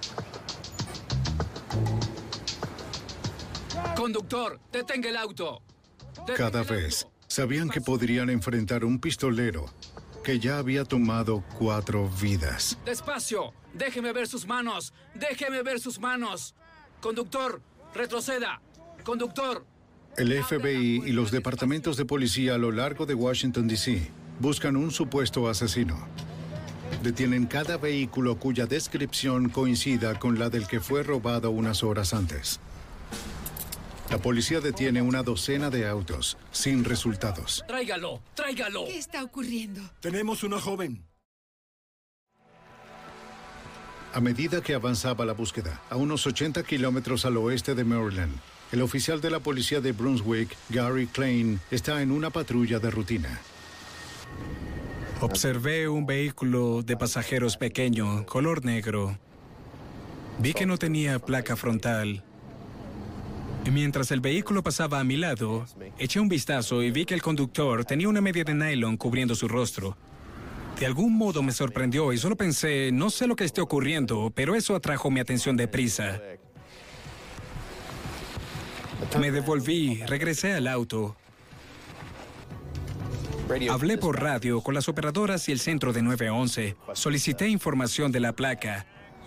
Speaker 9: Conductor, detenga el auto.
Speaker 5: Cada vez sabían que podrían enfrentar un pistolero que ya había tomado 4 vidas.
Speaker 9: Despacio, déjeme ver sus manos. Déjeme ver sus manos. Conductor, retroceda. Conductor.
Speaker 5: El FBI y los departamentos de policía a lo largo de Washington, D.C. buscan un supuesto asesino. Detienen cada vehículo cuya descripción coincida con la del que fue robado unas horas antes. La policía detiene una docena de autos, sin resultados.
Speaker 9: Tráigalo, tráigalo.
Speaker 4: ¿Qué está ocurriendo?
Speaker 11: Tenemos una joven.
Speaker 5: A medida que avanzaba la búsqueda, a unos 80 kilómetros al oeste de Maryland, el oficial de la policía de Brunswick, Gary Klein, está en una patrulla de rutina.
Speaker 14: Observé un vehículo de pasajeros pequeño, color negro. Vi que no tenía placa frontal. Y mientras el vehículo pasaba a mi lado, eché un vistazo y vi que el conductor tenía una media de nylon cubriendo su rostro. De algún modo me sorprendió y solo pensé, no sé lo que esté ocurriendo, pero eso atrajo mi atención deprisa. Me devolví, regresé al auto. Hablé por radio con las operadoras y el centro de 911. Solicité información de la placa.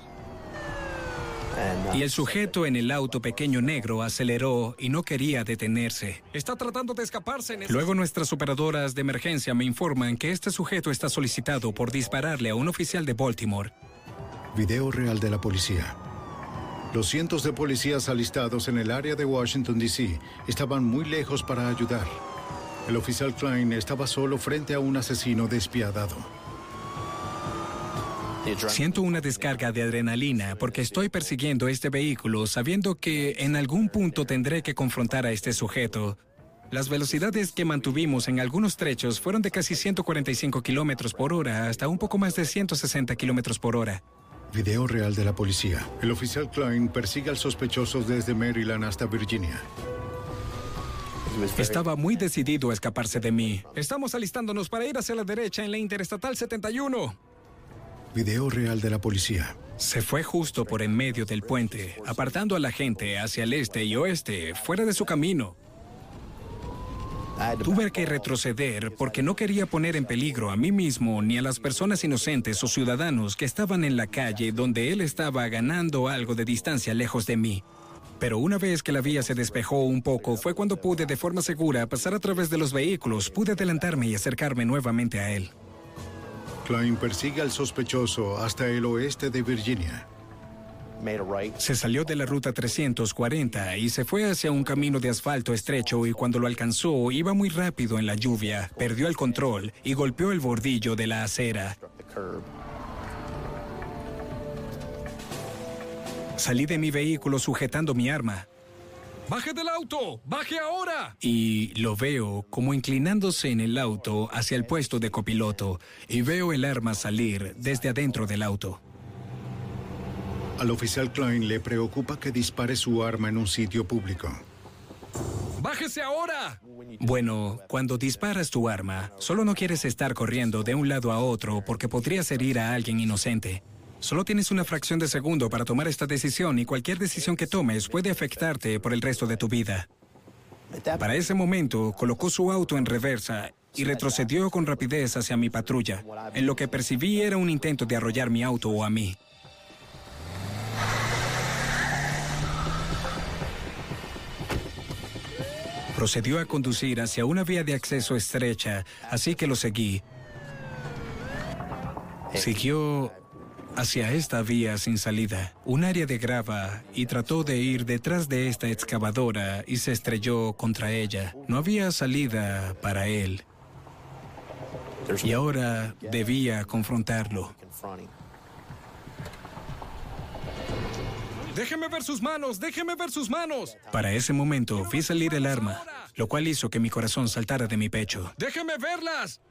Speaker 14: Y el sujeto en el auto pequeño negro aceleró y no quería detenerse.
Speaker 17: Está tratando de escaparse.
Speaker 14: Luego nuestras operadoras de emergencia me informan que este sujeto está solicitado por dispararle a un oficial de Baltimore.
Speaker 5: Video real de la policía. Los cientos de policías alistados en el área de Washington, D.C. estaban muy lejos para ayudar. El oficial Klein estaba solo frente a un asesino despiadado.
Speaker 14: Siento una descarga de adrenalina porque estoy persiguiendo este vehículo sabiendo que en algún punto tendré que confrontar a este sujeto. Las velocidades que mantuvimos en algunos trechos fueron de casi 145 kilómetros por hora hasta un poco más de 160 kilómetros por hora.
Speaker 5: Video real de la policía. El oficial Klein persigue al sospechoso desde Maryland hasta Virginia.
Speaker 14: Estaba muy decidido a escaparse de mí. Estamos alistándonos para ir hacia la derecha en la Interestatal 71.
Speaker 5: Video real de la policía.
Speaker 14: Se fue justo por en medio del puente, apartando a la gente hacia el este y oeste, fuera de su camino. Tuve que retroceder porque no quería poner en peligro a mí mismo ni a las personas inocentes o ciudadanos que estaban en la calle donde él estaba ganando algo de distancia lejos de mí. Pero una vez que la vía se despejó un poco fue cuando pude de forma segura pasar a través de los vehículos, pude adelantarme y acercarme nuevamente a él.
Speaker 5: Klein persigue al sospechoso hasta el oeste de Virginia.
Speaker 14: Se salió de la ruta 340 y se fue hacia un camino de asfalto estrecho y cuando lo alcanzó iba muy rápido en la lluvia, perdió el control y golpeó el bordillo de la acera. Salí de mi vehículo sujetando mi arma.
Speaker 17: ¡Baje del auto! ¡Baje ahora!
Speaker 14: Y lo veo como inclinándose en el auto hacia el puesto de copiloto y veo el arma salir desde adentro del auto.
Speaker 5: Al oficial Klein le preocupa que dispare su arma en un sitio público.
Speaker 17: ¡Bájese ahora!
Speaker 14: Bueno, cuando disparas tu arma, solo no quieres estar corriendo de un lado a otro porque podrías herir a alguien inocente. Solo tienes una fracción de segundo para tomar esta decisión y cualquier decisión que tomes puede afectarte por el resto de tu vida. Para ese momento, colocó su auto en reversa y retrocedió con rapidez hacia mi patrulla. En lo que percibí era un intento de arrollar mi auto o a mí. Procedió a conducir hacia una vía de acceso estrecha, así que lo seguí. Siguió hacia esta vía sin salida, un área de grava, y trató de ir detrás de esta excavadora y se estrelló contra ella. No había salida para él. Y ahora debía confrontarlo.
Speaker 17: ¡Déjeme ver sus manos! ¡Déjeme ver sus manos!
Speaker 14: Para ese momento vi salir el arma, lo cual hizo que mi corazón saltara de mi pecho.
Speaker 17: ¡Déjeme verlas!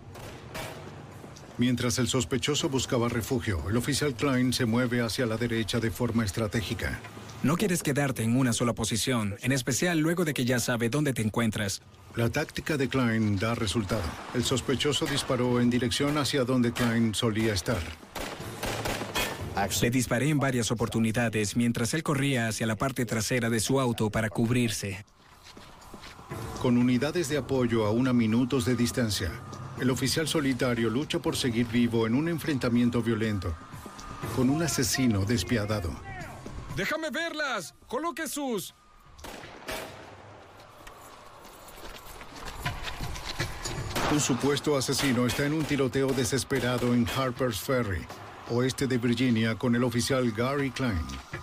Speaker 5: Mientras el sospechoso buscaba refugio, el oficial Klein se mueve hacia la derecha de forma estratégica.
Speaker 14: No quieres quedarte en una sola posición, en especial luego de que ya sabe dónde te encuentras.
Speaker 5: La táctica de Klein da resultado. El sospechoso disparó en dirección hacia donde Klein solía estar.
Speaker 14: Le disparé en varias oportunidades mientras él corría hacia la parte trasera de su auto para cubrirse.
Speaker 5: Con unidades de apoyo a 1 minutos de distancia, el oficial solitario lucha por seguir vivo en un enfrentamiento violento con un asesino despiadado.
Speaker 14: ¡Déjame verlas! ¡Coloque sus!
Speaker 5: Un supuesto asesino está en un tiroteo desesperado en Harper's Ferry, oeste de Virginia, con el oficial Gary Klein.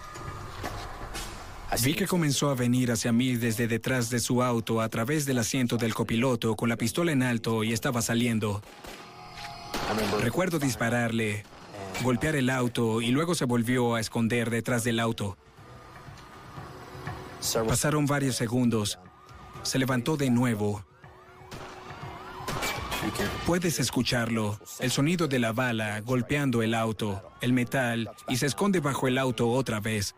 Speaker 14: Vi que comenzó a venir hacia mí desde detrás de su auto a través del asiento del copiloto con la pistola en alto y estaba saliendo. Recuerdo dispararle, golpear el auto y luego se volvió a esconder detrás del auto. Pasaron varios segundos. Se levantó de nuevo. Puedes escucharlo, el sonido de la bala golpeando el auto, el metal, y se esconde bajo el auto otra vez.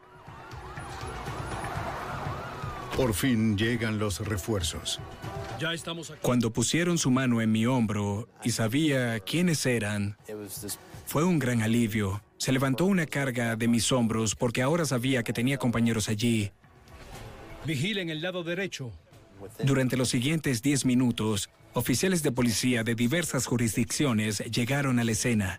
Speaker 5: Por fin llegan los refuerzos.
Speaker 1: Ya estamos aquí.
Speaker 14: Cuando pusieron su mano en mi hombro y sabía quiénes eran, fue un gran alivio. Se levantó una carga de mis hombros porque ahora sabía que tenía compañeros allí.
Speaker 1: Vigilen el lado derecho.
Speaker 14: Durante los siguientes 10 minutos, oficiales de policía de diversas jurisdicciones llegaron a la escena.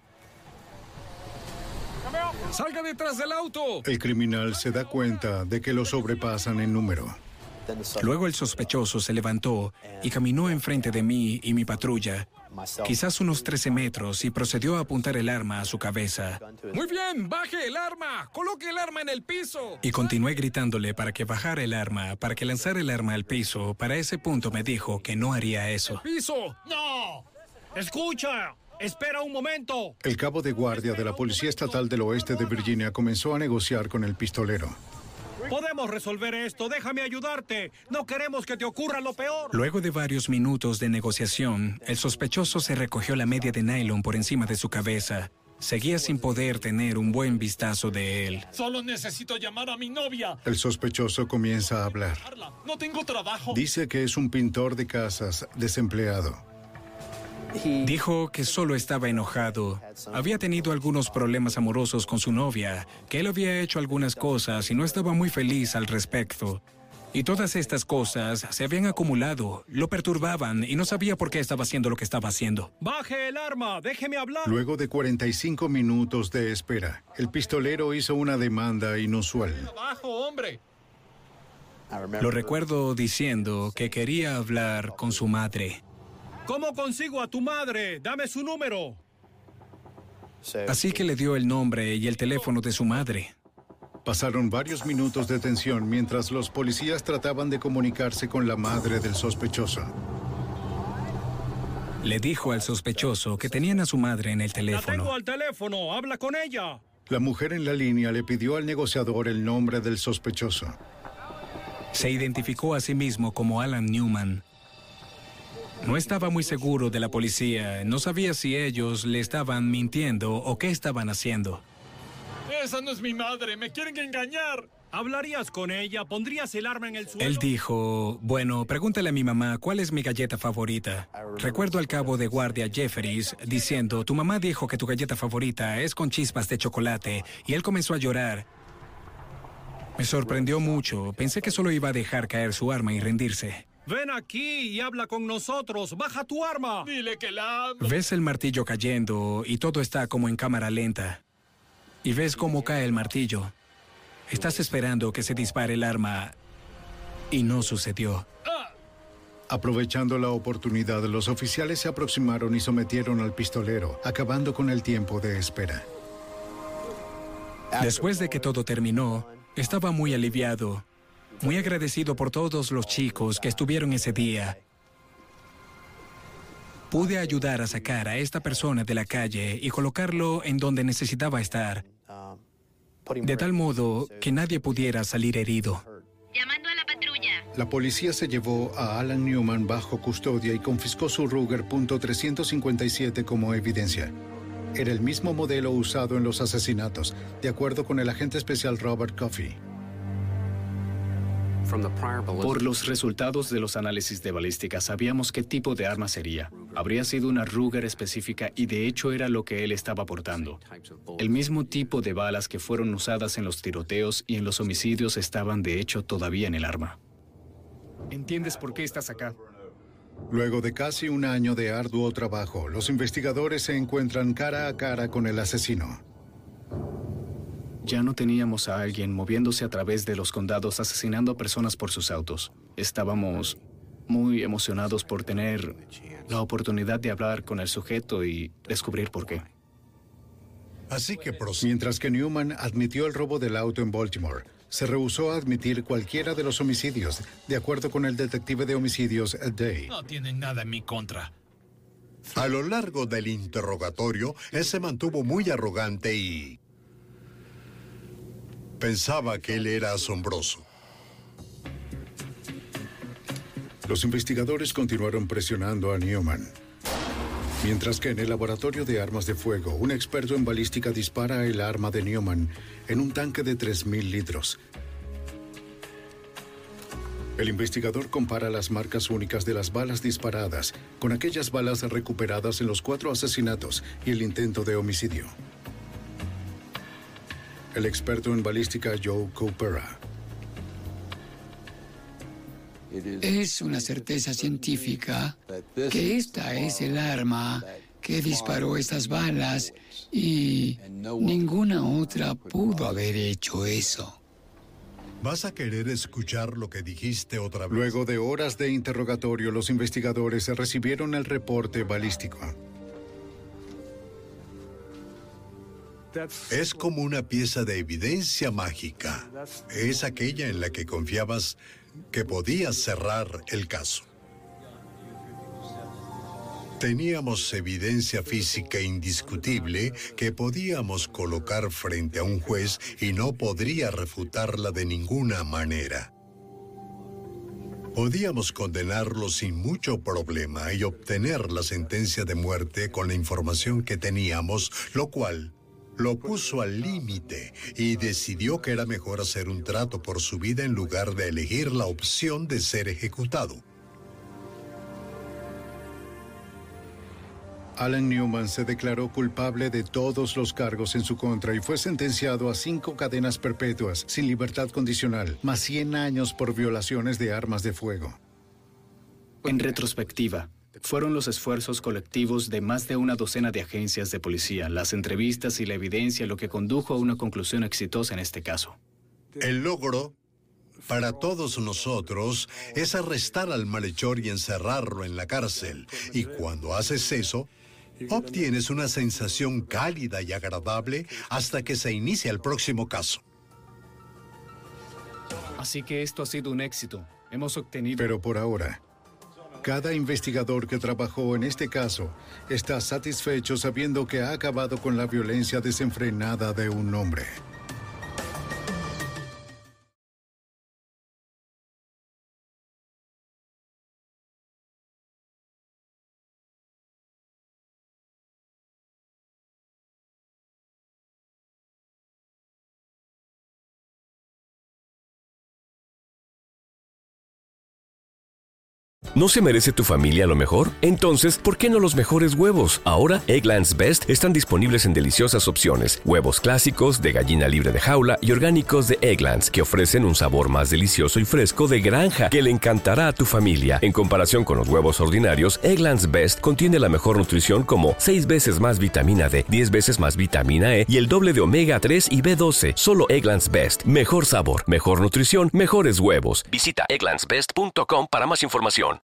Speaker 14: ¡Salga detrás del auto!
Speaker 5: El criminal se da cuenta de que lo sobrepasan en número.
Speaker 14: Luego el sospechoso se levantó y caminó enfrente de mí y mi patrulla, quizás unos 13 metros, y procedió a apuntar el arma a su cabeza.
Speaker 17: ¡Muy bien! ¡Baje el arma! ¡Coloque el arma en el piso!
Speaker 14: Y continué gritándole para que bajara el arma, para que lanzara el arma al piso. Para ese punto me dijo que no haría eso.
Speaker 17: ¡Piso! ¡No! ¡Escucha! ¡Espera un momento!
Speaker 5: El cabo de guardia de la Policía Estatal del Oeste de Virginia comenzó a negociar con el pistolero.
Speaker 1: Podemos resolver esto. Déjame ayudarte. No queremos que te ocurra lo peor.
Speaker 14: Luego de varios minutos de negociación, el sospechoso se recogió la media de nylon por encima de su cabeza. Seguía sin poder tener un buen vistazo de él.
Speaker 17: Solo necesito llamar a mi novia.
Speaker 5: El sospechoso comienza a hablar.
Speaker 17: No tengo trabajo.
Speaker 5: Dice que es un pintor de casas desempleado.
Speaker 14: Dijo que solo estaba enojado. Había tenido algunos problemas amorosos con su novia, que él había hecho algunas cosas y no estaba muy feliz al respecto. Y todas estas cosas se habían acumulado, lo perturbaban y no sabía por qué estaba haciendo lo que estaba haciendo.
Speaker 1: ¡Baje el arma! ¡Déjeme hablar!
Speaker 5: Luego de 45 minutos de espera, el pistolero hizo una demanda inusual.
Speaker 17: ¡Abajo, hombre!
Speaker 14: Lo recuerdo diciendo que quería hablar con su madre.
Speaker 1: ¿Cómo consigo a tu madre? Dame su número.
Speaker 14: Así que le dio el nombre y el teléfono de su madre.
Speaker 5: Pasaron varios minutos de tensión mientras los policías trataban de comunicarse con la madre del sospechoso.
Speaker 14: Le dijo al sospechoso que tenían a su madre en el
Speaker 1: La
Speaker 14: teléfono.
Speaker 1: tengo al teléfono. Habla con ella.
Speaker 5: La mujer en la línea le pidió al negociador el nombre del sospechoso.
Speaker 14: Se identificó a sí mismo como Alan Newman. No estaba muy seguro de la policía. No sabía si ellos le estaban mintiendo o qué estaban haciendo.
Speaker 17: Esa no es mi madre. Me quieren engañar.
Speaker 1: ¿Hablarías con ella? ¿Pondrías el arma en el suelo?
Speaker 14: Él dijo, bueno, pregúntale a mi mamá cuál es mi galleta favorita. Recuerdo al cabo de guardia Jeffries diciendo, tu mamá dijo que tu galleta favorita es con chispas de chocolate, y él comenzó a llorar. Me sorprendió mucho. Pensé que solo iba a dejar caer su arma y rendirse.
Speaker 1: Ven aquí y habla con nosotros. ¡Baja tu arma!
Speaker 17: Dile que la amo.
Speaker 14: Ves el martillo cayendo y todo está como en cámara lenta. Y ves cómo cae el martillo. Estás esperando que se dispare el arma y no sucedió.
Speaker 5: Aprovechando la oportunidad, los oficiales se aproximaron y sometieron al pistolero, acabando con el tiempo de espera.
Speaker 14: Después de que todo terminó, estaba muy aliviado. Muy agradecido por todos los chicos que estuvieron ese día. Pude ayudar a sacar a esta persona de la calle y colocarlo en donde necesitaba estar, de tal modo que nadie pudiera salir herido.
Speaker 15: Llamando a la patrulla.
Speaker 5: La policía se llevó a Alan Newman bajo custodia y confiscó su Ruger .357 como evidencia. Era el mismo modelo usado en los asesinatos, de acuerdo con el agente especial Robert Coffey.
Speaker 12: Por los resultados de los análisis de balística, sabíamos qué tipo de arma sería. Habría sido una Ruger específica y de hecho era lo que él estaba portando. El mismo tipo de balas que fueron usadas en los tiroteos y en los homicidios estaban de hecho todavía en el arma.
Speaker 14: ¿Entiendes por qué estás acá?
Speaker 5: Luego de casi un año de arduo trabajo, los investigadores se encuentran cara a cara con el asesino.
Speaker 12: Ya no teníamos a alguien moviéndose a través de los condados asesinando a personas por sus autos. Estábamos muy emocionados por tener la oportunidad de hablar con el sujeto y descubrir por qué.
Speaker 2: Así que
Speaker 5: mientras que Newman admitió el robo del auto en Baltimore, se rehusó a admitir cualquiera de los homicidios, de acuerdo con el detective de homicidios Ed Day.
Speaker 1: No tienen nada en mi contra.
Speaker 2: A lo largo del interrogatorio, él se mantuvo muy arrogante y pensaba que él era asombroso.
Speaker 5: Los investigadores continuaron presionando a Newman. Mientras que en el laboratorio de armas de fuego, un experto en balística dispara el arma de Newman en un tanque de 3,000 litros. El investigador compara las marcas únicas de las balas disparadas con aquellas balas recuperadas en los 4 asesinatos y el intento de homicidio. El experto en balística Joe Coopera.
Speaker 9: Es una certeza científica que esta es el arma que disparó estas balas y ninguna otra pudo haber hecho eso.
Speaker 2: ¿Vas a querer escuchar lo que dijiste otra vez?
Speaker 5: Luego de horas de interrogatorio, los investigadores recibieron el reporte balístico.
Speaker 2: Es como una pieza de evidencia mágica. Es aquella en la que confiabas que podías cerrar el caso. Teníamos evidencia física indiscutible que podíamos colocar frente a un juez y no podría refutarla de ninguna manera. Podíamos condenarlo sin mucho problema y obtener la sentencia de muerte con la información que teníamos, lo cual lo puso al límite y decidió que era mejor hacer un trato por su vida en lugar de elegir la opción de ser ejecutado.
Speaker 5: Alan Newman se declaró culpable de todos los cargos en su contra y fue sentenciado a 5 cadenas perpetuas sin libertad condicional, más 100 años por violaciones de armas de fuego.
Speaker 12: En retrospectiva, fueron los esfuerzos colectivos de más de una docena de agencias de policía, las entrevistas y la evidencia lo que condujo a una conclusión exitosa en este caso.
Speaker 2: El logro para todos nosotros es arrestar al malhechor y encerrarlo en la cárcel. Y cuando haces eso, obtienes una sensación cálida y agradable hasta que se inicia el próximo caso.
Speaker 12: Así que esto ha sido un éxito. Hemos obtenido...
Speaker 5: Pero por ahora, cada investigador que trabajó en este caso está satisfecho sabiendo que ha acabado con la violencia desenfrenada de un hombre.
Speaker 16: ¿No se merece tu familia lo mejor? Entonces, ¿por qué no los mejores huevos? Ahora, Eggland's Best están disponibles en deliciosas opciones. Huevos clásicos, de gallina libre de jaula y orgánicos de Eggland's, que ofrecen un sabor más delicioso y fresco de granja que le encantará a tu familia. En comparación con los huevos ordinarios, Eggland's Best contiene la mejor nutrición como 6 veces más vitamina D, 10 veces más vitamina E y el doble de omega 3 y B12. Solo Eggland's Best. Mejor sabor, mejor nutrición, mejores huevos. Visita egglandsbest.com para más información.